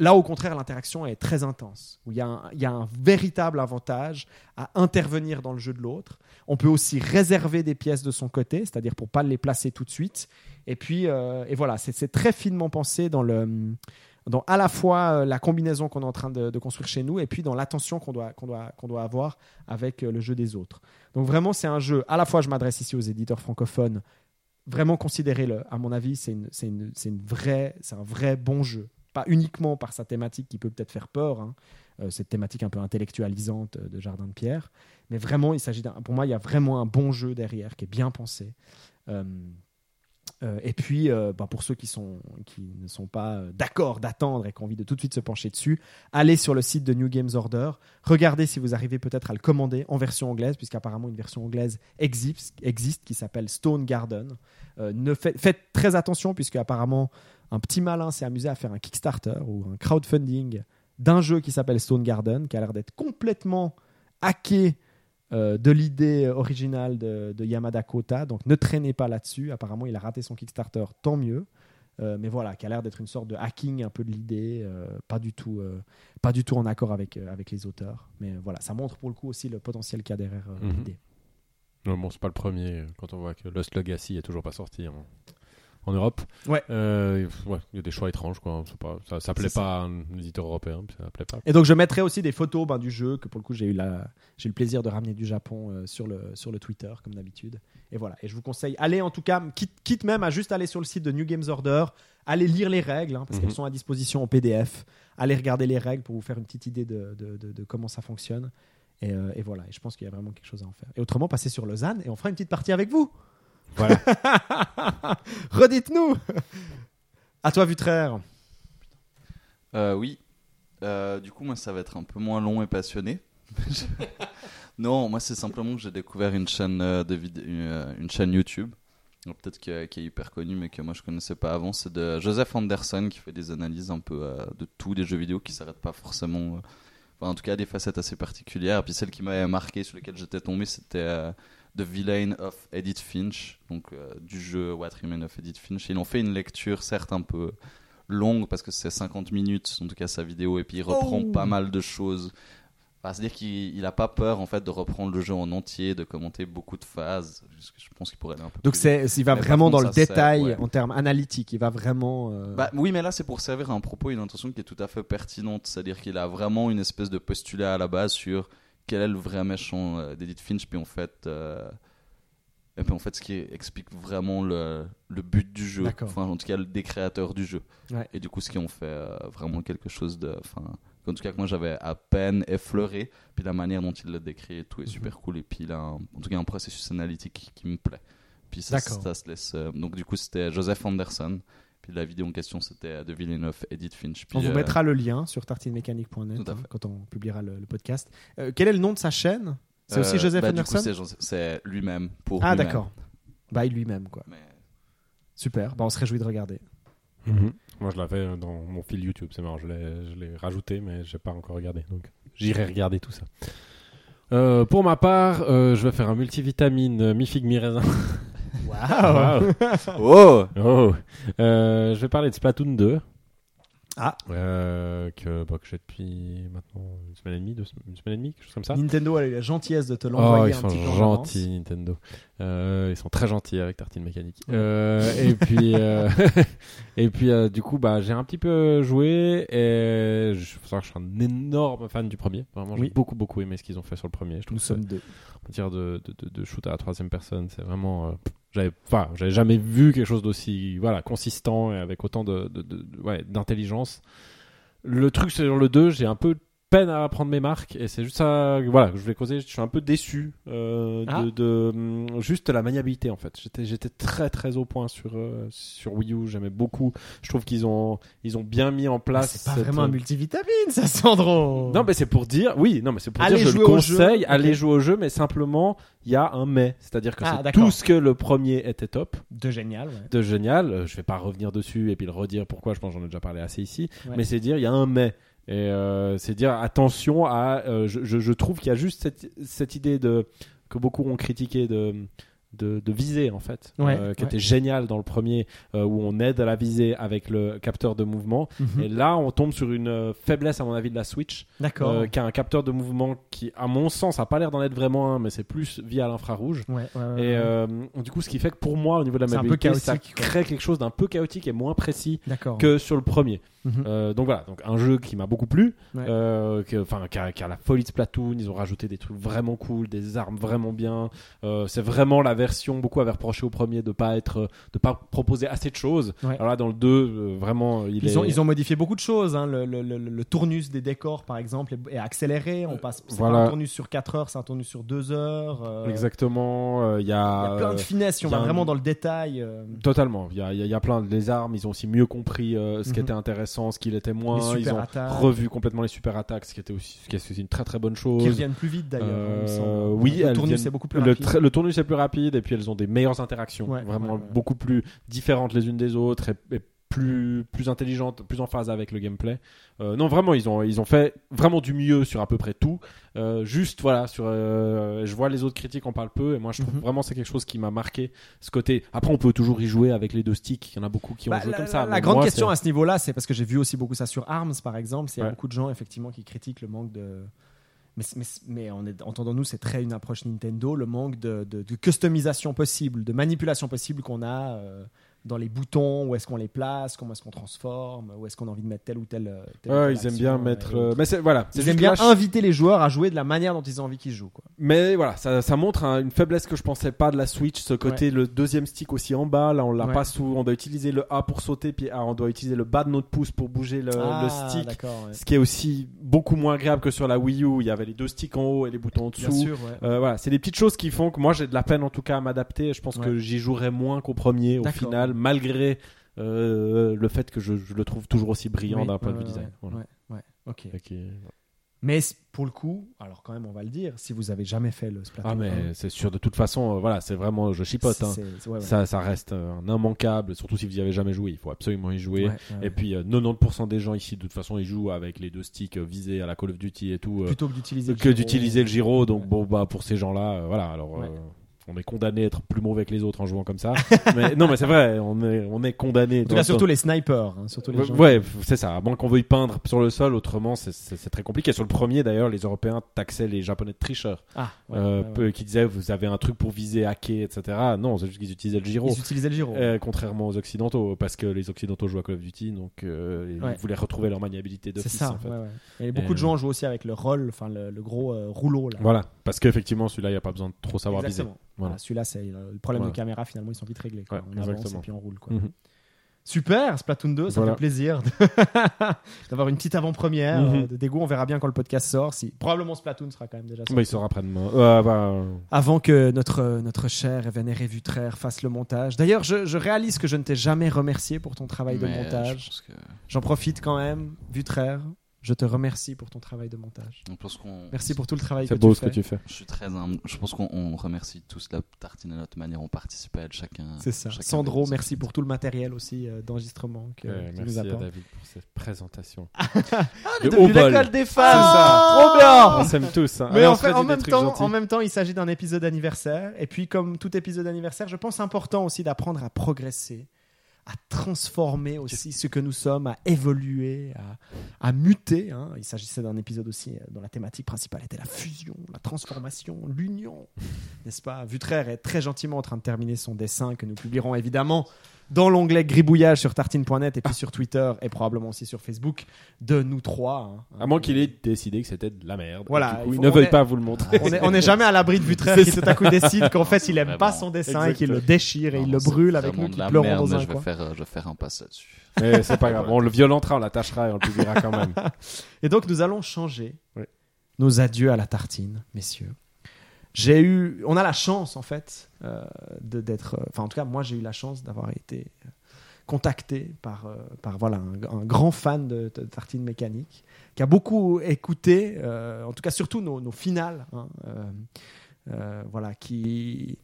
Là, au contraire, l'interaction est très intense, où il y a un, il y a un véritable avantage à intervenir dans le jeu de l'autre. On peut aussi réserver des pièces de son côté, c'est-à-dire pour pas les placer tout de suite. Et puis, euh, et voilà, c'est, c'est très finement pensé dans le, dans à la fois la combinaison qu'on est en train de, de construire chez nous, et puis dans l'attention qu'on doit, qu'on doit, qu'on doit avoir avec le jeu des autres. Donc vraiment, c'est un jeu. À la fois, je m'adresse ici aux éditeurs francophones. Vraiment, considérez-le. À mon avis, c'est une, c'est une, c'est une vraie, c'est un vrai bon jeu. Pas uniquement par sa thématique qui peut peut-être faire peur, hein, euh, cette thématique un peu intellectualisante de Jardin de Pierre, mais vraiment, il s'agit d'un, pour moi, il y a vraiment un bon jeu derrière qui est bien pensé. Euh, euh, et puis, euh, bah, pour ceux qui, sont, qui ne sont pas euh, d'accord d'attendre et qui ont envie de tout de suite se pencher dessus, allez sur le site de New Games Order, regardez si vous arrivez peut-être à le commander en version anglaise, puisqu'apparemment une version anglaise existe, existe qui s'appelle Stone Garden. Euh, ne fait, faites très attention, puisque apparemment un petit malin s'est amusé à faire un Kickstarter ou un crowdfunding d'un jeu qui s'appelle Stone Garden, qui a l'air d'être complètement hacké euh, de l'idée originale de, de Yamada Kota. Donc ne traînez pas là-dessus. Apparemment, il a raté son Kickstarter, tant mieux. Euh, mais voilà, qui a l'air d'être une sorte de hacking un peu de l'idée, euh, pas du tout, euh, pas du tout en accord avec, euh, avec les auteurs. Mais voilà, ça montre pour le coup aussi le potentiel qu'il y a derrière euh, Mm-hmm. l'idée. Non, bon, c'est pas le premier. Quand on voit que Lost Legacy est toujours pas sorti en, en Europe, Ouais. euh, ouais, il y a des choix étranges, quoi. C'est pas, ça, ça plaît C'est pas à un éditeur européen, puis ça plaît pas. Et donc je mettrai aussi des photos ben, du jeu que pour le coup j'ai eu, la... j'ai eu le plaisir de ramener du Japon euh, sur, le, sur le Twitter comme d'habitude. Et voilà, et je vous conseille, allez en tout cas, quitte, quitte même à juste aller sur le site de New Games Order, allez lire les règles, hein, parce Mhm. qu'elles sont à disposition en P D F, allez regarder les règles pour vous faire une petite idée de, de, de, de comment ça fonctionne. Et, euh, et voilà, et je pense qu'il y a vraiment quelque chose à en faire. Et autrement, passez sur Lausanne et on fera une petite partie avec vous. Voilà. Redites-nous. À toi, Vutraire. Euh, oui. Euh, du coup, moi, ça va être un peu moins long et passionné. Non, moi, c'est simplement que j'ai découvert une chaîne, euh, de vid- une, euh, une chaîne YouTube. Alors, peut-être qui est, qui est hyper connue, mais que moi, je connaissais pas avant. C'est de Joseph Anderson qui fait des analyses un peu euh, de tous les jeux vidéo qui s'arrêtent pas forcément. Euh, enfin, en tout cas, des facettes assez particulières. Puis celle qui m'avait marqué, sur laquelle j'étais tombé, c'était euh, The Villain of Edith Finch, donc euh, du jeu What Remains of Edith Finch. Ils ont fait une lecture, certes un peu longue, parce que c'est cinquante minutes, en tout cas sa vidéo, et puis il reprend Oh. pas mal de choses. Enfin, c'est-à-dire qu'il il a pas peur en fait de reprendre le jeu en entier, de commenter beaucoup de phases. Je pense qu'il pourrait aller un peu Donc plus c'est, il va Mais par vraiment contre, dans le ça sert, détail ouais. en termes analytiques. Il va vraiment. euh, Bah, oui, mais là, c'est pour servir à un propos, une intention qui est tout à fait pertinente. C'est-à-dire qu'il a vraiment une espèce de postulat à la base sur quel est le vrai méchant euh, d'Edith Finch, puis en fait, euh, et puis en fait, ce qui explique vraiment le, le but du jeu. D'accord. Enfin, en tout cas, des créateurs du jeu. Ouais. Et du coup, ce qui ont fait euh, vraiment quelque chose de. Enfin, en tout cas, que moi, j'avais à peine effleuré. Puis la manière dont il le décrit et tout est super cool. Et puis il a, un- en tout cas, un processus analytique qui, qui me plaît. Puis ça, D'accord. ça se laisse. euh, donc, du coup, c'était Joseph Anderson. Puis la vidéo en question, c'était The Villain of Edith Finch. Puis, On vous euh, mettra le lien sur tartinemécanique point net Tout à hein, fait. quand on publiera le, le podcast. Euh, quel est le nom de sa chaîne? C'est aussi euh, Joseph bah, Anderson. Du coup, c'est, Joseph- c'est lui-même pour Ah lui-même. d'accord. By lui-même quoi. Mais Super. Bah, on se réjouit de regarder. Mhm. Moi, je l'avais dans mon fil YouTube, c'est marrant. Je l'ai, je l'ai rajouté, mais j'ai pas encore regardé. Donc, j'irai regarder tout ça. Euh, pour ma part, euh, je vais faire un multivitamine euh, mi-figue mi-raisin. Waouh. Oh Oh. Euh, je vais parler de Splatoon deux. Ah. Euh, que, bah, que j'ai depuis maintenant une semaine et demie, deux, une semaine et demie, quelque chose comme ça. Nintendo a eu la gentillesse de te Oh, l'envoyer ils un sont petit peu en gentils, avance. Nintendo. Euh, ils sont très gentils avec Tartine Mécanique. Euh, et puis, euh, et puis euh, du coup, bah, j'ai un petit peu joué et je, faut savoir que je suis un énorme fan du premier. Vraiment, j'ai Oui. beaucoup, beaucoup aimé ce qu'ils ont fait sur le premier. Je trouve Nous que sommes deux. en matière de, de, de, de shoot à la troisième personne, c'est vraiment. Euh, j'avais, enfin, j'avais jamais vu quelque chose d'aussi, voilà, consistant et avec autant de, de, de, de- ouais, d'intelligence. Le truc sur le deux, j'ai un peu peine à prendre mes marques et c'est juste ça, voilà, que je voulais causer. Je suis un peu déçu euh, Ah. de, de hum, juste la maniabilité en fait. J'étais, j'étais très très au point sur euh, sur Wii U. J'aimais beaucoup. Je trouve qu'ils ont ils ont bien mis en Ah, place. c'est pas cette- vraiment un multivitamine, ça, Sandro. Non, mais c'est pour dire, oui, non, mais c'est pour Allez dire, je jouer le au jeu, conseille, ok. allez jouer au jeu, mais simplement, il y a un mais. C'est-à-dire que Ah, c'est d'accord. tout ce que le premier était top, De génial. Ouais. de génial. Euh, Je vais pas revenir dessus et puis le redire pourquoi, je pense que j'en ai déjà parlé assez ici. Ouais. Mais c'est dire, il y a un mais. Et euh, c'est dire, attention à. euh, je, je, je trouve qu'il y a juste cette, cette idée de, que beaucoup ont critiqué de, de, de visée en fait, Ouais, euh, qui ouais. était génial dans le premier, euh, où on aide à la visée avec le capteur de mouvement. Mhm. Et là, on tombe sur une euh, faiblesse à mon avis de la Switch, D'accord. euh, qui a un capteur de mouvement qui, à mon sens, a pas l'air d'en être vraiment un, mais c'est plus via l'infrarouge. Ouais, ouais, ouais, Et ouais. euh, du coup, ce qui fait que pour moi, au niveau de la C'est un peu mobilité, ça chaotique, quoi. crée quelque chose d'un peu chaotique et moins précis D'accord. que sur le premier. Mhm. Euh, donc voilà, donc un jeu qui m'a beaucoup plu, Ouais. euh, que- enfin qui, a, qui a la folie de Splatoon. Ils ont rajouté des trucs vraiment cool, des armes vraiment bien. Euh, c'est vraiment la version, beaucoup avaient reproché au premier de pas être, de pas proposer assez de choses. Ouais. Alors là, dans le deux, euh, vraiment, il Ils, est. ont, ils ont modifié beaucoup de choses. Hein. Le, le, le, le tournus des décors, par exemple, est, est accéléré. On passe. C'est Voilà. pas un tournus sur quatre heures, c'est un tournus sur deux heures. euh, Exactement. euh, Il y Il y a. a plein de finesses. Si on il y a va un- vraiment dans le détail. euh, Totalement. Il y a, il y a- il y a plein de les armes. Ils ont aussi mieux compris euh, ce qui Mhm. était intéressant, ce qui l'était moins. Les Ils super ont attaques. revu complètement les super attaques, ce qui était aussi, ce qui est aussi une très très bonne chose. Qui reviennent plus vite d'ailleurs. hein, il me semble. Euh, oui, le elles tournus viennent- est beaucoup plus le, rapide. tra- le tournus est plus rapide et puis elles ont des meilleures interactions, Ouais, vraiment ouais, ouais. beaucoup plus différentes les unes des autres et, et plus plus intelligentes, plus en phase avec le gameplay. Euh, non, vraiment, ils ont ils ont fait vraiment du mieux sur à peu près tout. Euh, juste voilà, sur euh, je vois les autres critiques en parlent peu et moi je trouve Mhm. vraiment c'est quelque chose qui m'a marqué ce côté. Après, on peut toujours y jouer avec les deux sticks. Il y en a beaucoup qui ont Bah, joué la, comme ça. la mais grande moi, question c'est- à ce niveau-là, c'est parce que j'ai vu aussi beaucoup ça sur Arms, par exemple. Il y a Ouais. beaucoup de gens effectivement qui critiquent le manque de. Mais, mais, mais on est- entendons-nous, c'est très une approche Nintendo, le manque de, de, de customisation possible, de manipulation possible qu'on a euh, dans les boutons, où est-ce qu'on les place, comment est-ce qu'on transforme, où est-ce qu'on a envie de mettre telle ou telle. telle ou Ouais, telle ils aiment action, bien et mettre. autres. euh, Mais c'est voilà. c'est Ils aiment juste bien lâche- inviter les joueurs à jouer de la manière dont ils ont envie qu'ils jouent. Quoi. Mais voilà, ça, ça montre un- une faiblesse que je pensais pas de la Switch, ce côté le deuxième stick aussi en bas, là on l'a Ouais. pas sous, on doit utiliser le A pour sauter, puis ah, on doit utiliser le bas de notre pouce pour bouger le, Ah, le stick, d'accord, ouais. ce qui est aussi beaucoup moins agréable que sur la Wii U, où il y avait les deux sticks en haut et les boutons en dessous. Bien sûr, ouais. Euh, voilà, c'est des petites choses qui font que moi j'ai de la peine en tout cas à m'adapter. Je pense Ouais. que j'y jouerai moins qu'au premier au D'accord. final, malgré euh, le fait que je, je le trouve toujours aussi brillant Oui, d'un point ouais, de vue ouais, design. ouais, Voilà. ouais, ouais, ok. Fait que- Mais c- pour le coup, alors quand même, on va le dire, si vous avez jamais fait le Splatoon Ah mais un, c'est sûr, de toute façon, euh, voilà, c'est vraiment, je chipote. c'est- Hein. c'est- c'est- ouais, ouais. Ça, ça reste euh, un immanquable, surtout si vous n'y avez jamais joué. Il faut absolument y jouer. Ouais, ouais, Et ouais. puis, euh, quatre-vingt-dix pour cent des gens ici, de toute façon, ils jouent avec les deux sticks euh, visés à la Call of Duty et tout, euh, plutôt que d'utiliser le que gyro. d'utiliser le gyro. Donc, Ouais. bon, bah, pour ces gens-là, euh, voilà. Alors, Ouais. euh, on est condamné à être plus mauvais que les autres en jouant comme ça. mais non, mais c'est vrai, on est, on est condamné. En tout cas, surtout les snipers, hein, surtout les gens. Ouais, c'est ça. À moins qu'on veuille peindre sur le sol, autrement, c'est- c'est c'est très compliqué. Sur le premier, d'ailleurs, les Européens taxaient les Japonais de tricheurs, Ah, ouais, euh, ouais, ouais. peu- qui disaient vous avez un truc pour viser, hacker, et cetera. Non, c'est juste qu'ils utilisaient le gyro. Ils utilisaient le gyro. Euh, contrairement aux Occidentaux, parce que les Occidentaux jouent à Call of Duty, donc euh, Ouais. ils voulaient retrouver leur maniabilité c'est d'office. ça. En fait. ouais, ouais. Et beaucoup Et- de gens jouent aussi avec le roll, enfin le, le gros euh, rouleau là. Voilà, parce qu'effectivement, celui-là, il n'y a pas besoin de trop savoir Exactement. viser. Voilà. Voilà, celui-là, c'est euh, le problème Voilà. de caméra. Finalement, ils sont vite réglés. Quoi. Ouais, on avance exactement. et puis on roule. Quoi. Mhm. Super, Splatoon deux, ça Voilà. fait plaisir de- d'avoir une petite avant-première Mhm. euh, de dégoût. On verra bien quand le podcast sort. Si probablement Splatoon sera quand même déjà sorti. Bah, il sera après-demain. Euh, bah, Avant que notre, notre cher et vénéré Vutraire fasse le montage. D'ailleurs, je, je réalise que je ne t'ai jamais remercié pour ton travail de Mais, euh, montage. je pense que- J'en profite quand même, Vutraire. Je te remercie pour ton travail de montage. je pense qu'on- Merci pour tout le travail que c'est beau tu ce fais. que tu fais. Je suis très humble. Je pense qu'on on remercie tous la tartine à notre manière. On participe à elle chacun. C'est ça. chacun Sandro, avec nos merci pour tout le matériel aussi euh, d'enregistrement que Ouais, tu merci nous à apportes. David pour cette présentation. Ah, De devenu haut bol. l'école des C'est femmes. ça. Trop bien. On s'aime tous. Hein. Mais Allez, on en, se fait, redit en, des même trucs temps, gentils. en même temps, il s'agit d'un épisode anniversaire. Et puis, comme tout épisode anniversaire, je pense important aussi d'apprendre à progresser, à transformer aussi ce que nous sommes, à évoluer, à, à muter. Hein. Il s'agissait d'un épisode aussi euh, dont la thématique principale était la fusion, la transformation, l'union. N'est-ce pas? Vutraire est très gentiment en train de terminer son dessin que nous publierons évidemment dans l'onglet gribouillage sur tartine point net et puis sur Twitter et probablement aussi sur Facebook de nous trois. hein. À moins qu'il ait décidé que c'était de la merde. Voilà, Et du coup, il il faut- ne on veuille est- pas vous le montrer. On est- on n'est jamais à l'abri de Vutraire C'est qui tout à coup décide qu'en fait il aime Vraiment. pas son dessin et qu'il le Exactement. déchire et il Non, le c'est brûle avec vraiment nous de qui la pleurons merde, dans mais un je vais coin. faire, euh, je vais faire un pass là-dessus. Mais c'est pas grave. On le violentera, on l'attachera et on le publiera quand même. Et donc nous allons changer Oui. nos adieux à la tartine, messieurs. J'ai eu, on a la chance en fait euh, de d'être, euh, enfin en tout cas moi j'ai eu la chance d'avoir été euh, contacté par euh, par voilà un, un grand fan de, de tartine mécanique qui a beaucoup écouté, euh, en tout cas surtout nos, nos finales, hein, euh, euh, voilà qui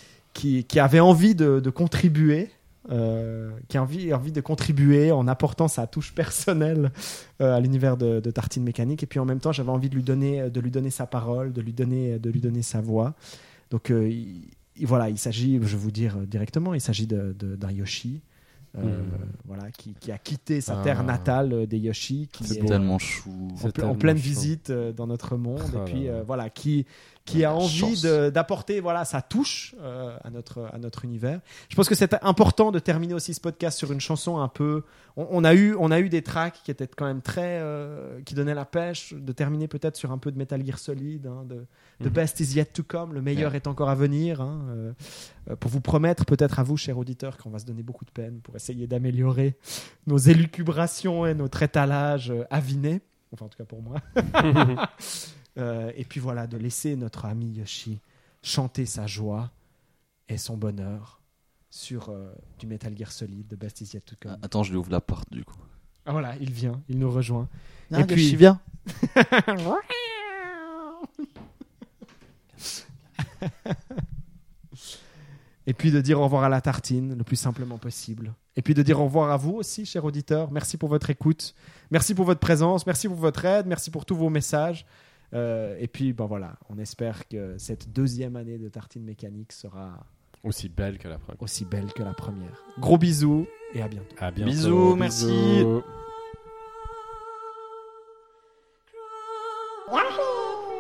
qui qui avait envie de, de contribuer. Euh, qui a envie, envie de contribuer en apportant sa touche personnelle euh, à l'univers de, de Tartine Mécanique, et puis en même temps j'avais envie de lui donner, de lui donner sa parole, de lui donner, de lui donner sa voix. Donc euh, il, voilà, il s'agit, je vais vous dire directement, il s'agit de, de, d'un Yoshi. Euh, Mm. voilà, qui, qui a quitté sa Ah. terre natale euh, des Yoshi, qui C'est est tellement chou. en, C'est ple- en tellement pleine chaud. visite euh, dans notre monde, Oh et puis là là. euh, voilà, qui qui a La envie chance. de, d'apporter voilà sa touche euh, à notre à notre univers. Je pense que c'est important de terminer aussi ce podcast sur une chanson un peu. On, on a eu on a eu des tracks qui étaient quand même très euh, qui donnaient la pêche. De terminer peut-être sur un peu de Metal Gear Solid, hein, de The Mhm. best is yet to come, le meilleur Yeah. est encore à venir. Hein, euh, euh, pour vous promettre, peut-être à vous, chers auditeurs, qu'on va se donner beaucoup de peine pour essayer d'améliorer nos élucubrations et notre étalage euh, aviné. Enfin, en tout cas pour moi. Euh, et puis voilà, de laisser notre ami Yoshi chanter sa joie et son bonheur sur euh, du Metal Gear Solid, The best is yet to come. Ah, Attends, je lui ouvre la porte du coup. Ah, voilà, il vient, il nous rejoint. Ah, Et puis- Yoshi, viens. Et puis de dire au revoir à la tartine le plus simplement possible. Et puis de dire au revoir à vous aussi, chers auditeurs. Merci pour votre écoute. Merci pour votre présence. Merci pour votre aide. Merci pour tous vos messages. Euh, et puis, ben voilà, on espère que cette deuxième année de Tartine Mécanique sera Aussi belle que la première. aussi belle que la première. Gros bisous et à bientôt. À bientôt. Bisous, merci. Bisous. Wahoo!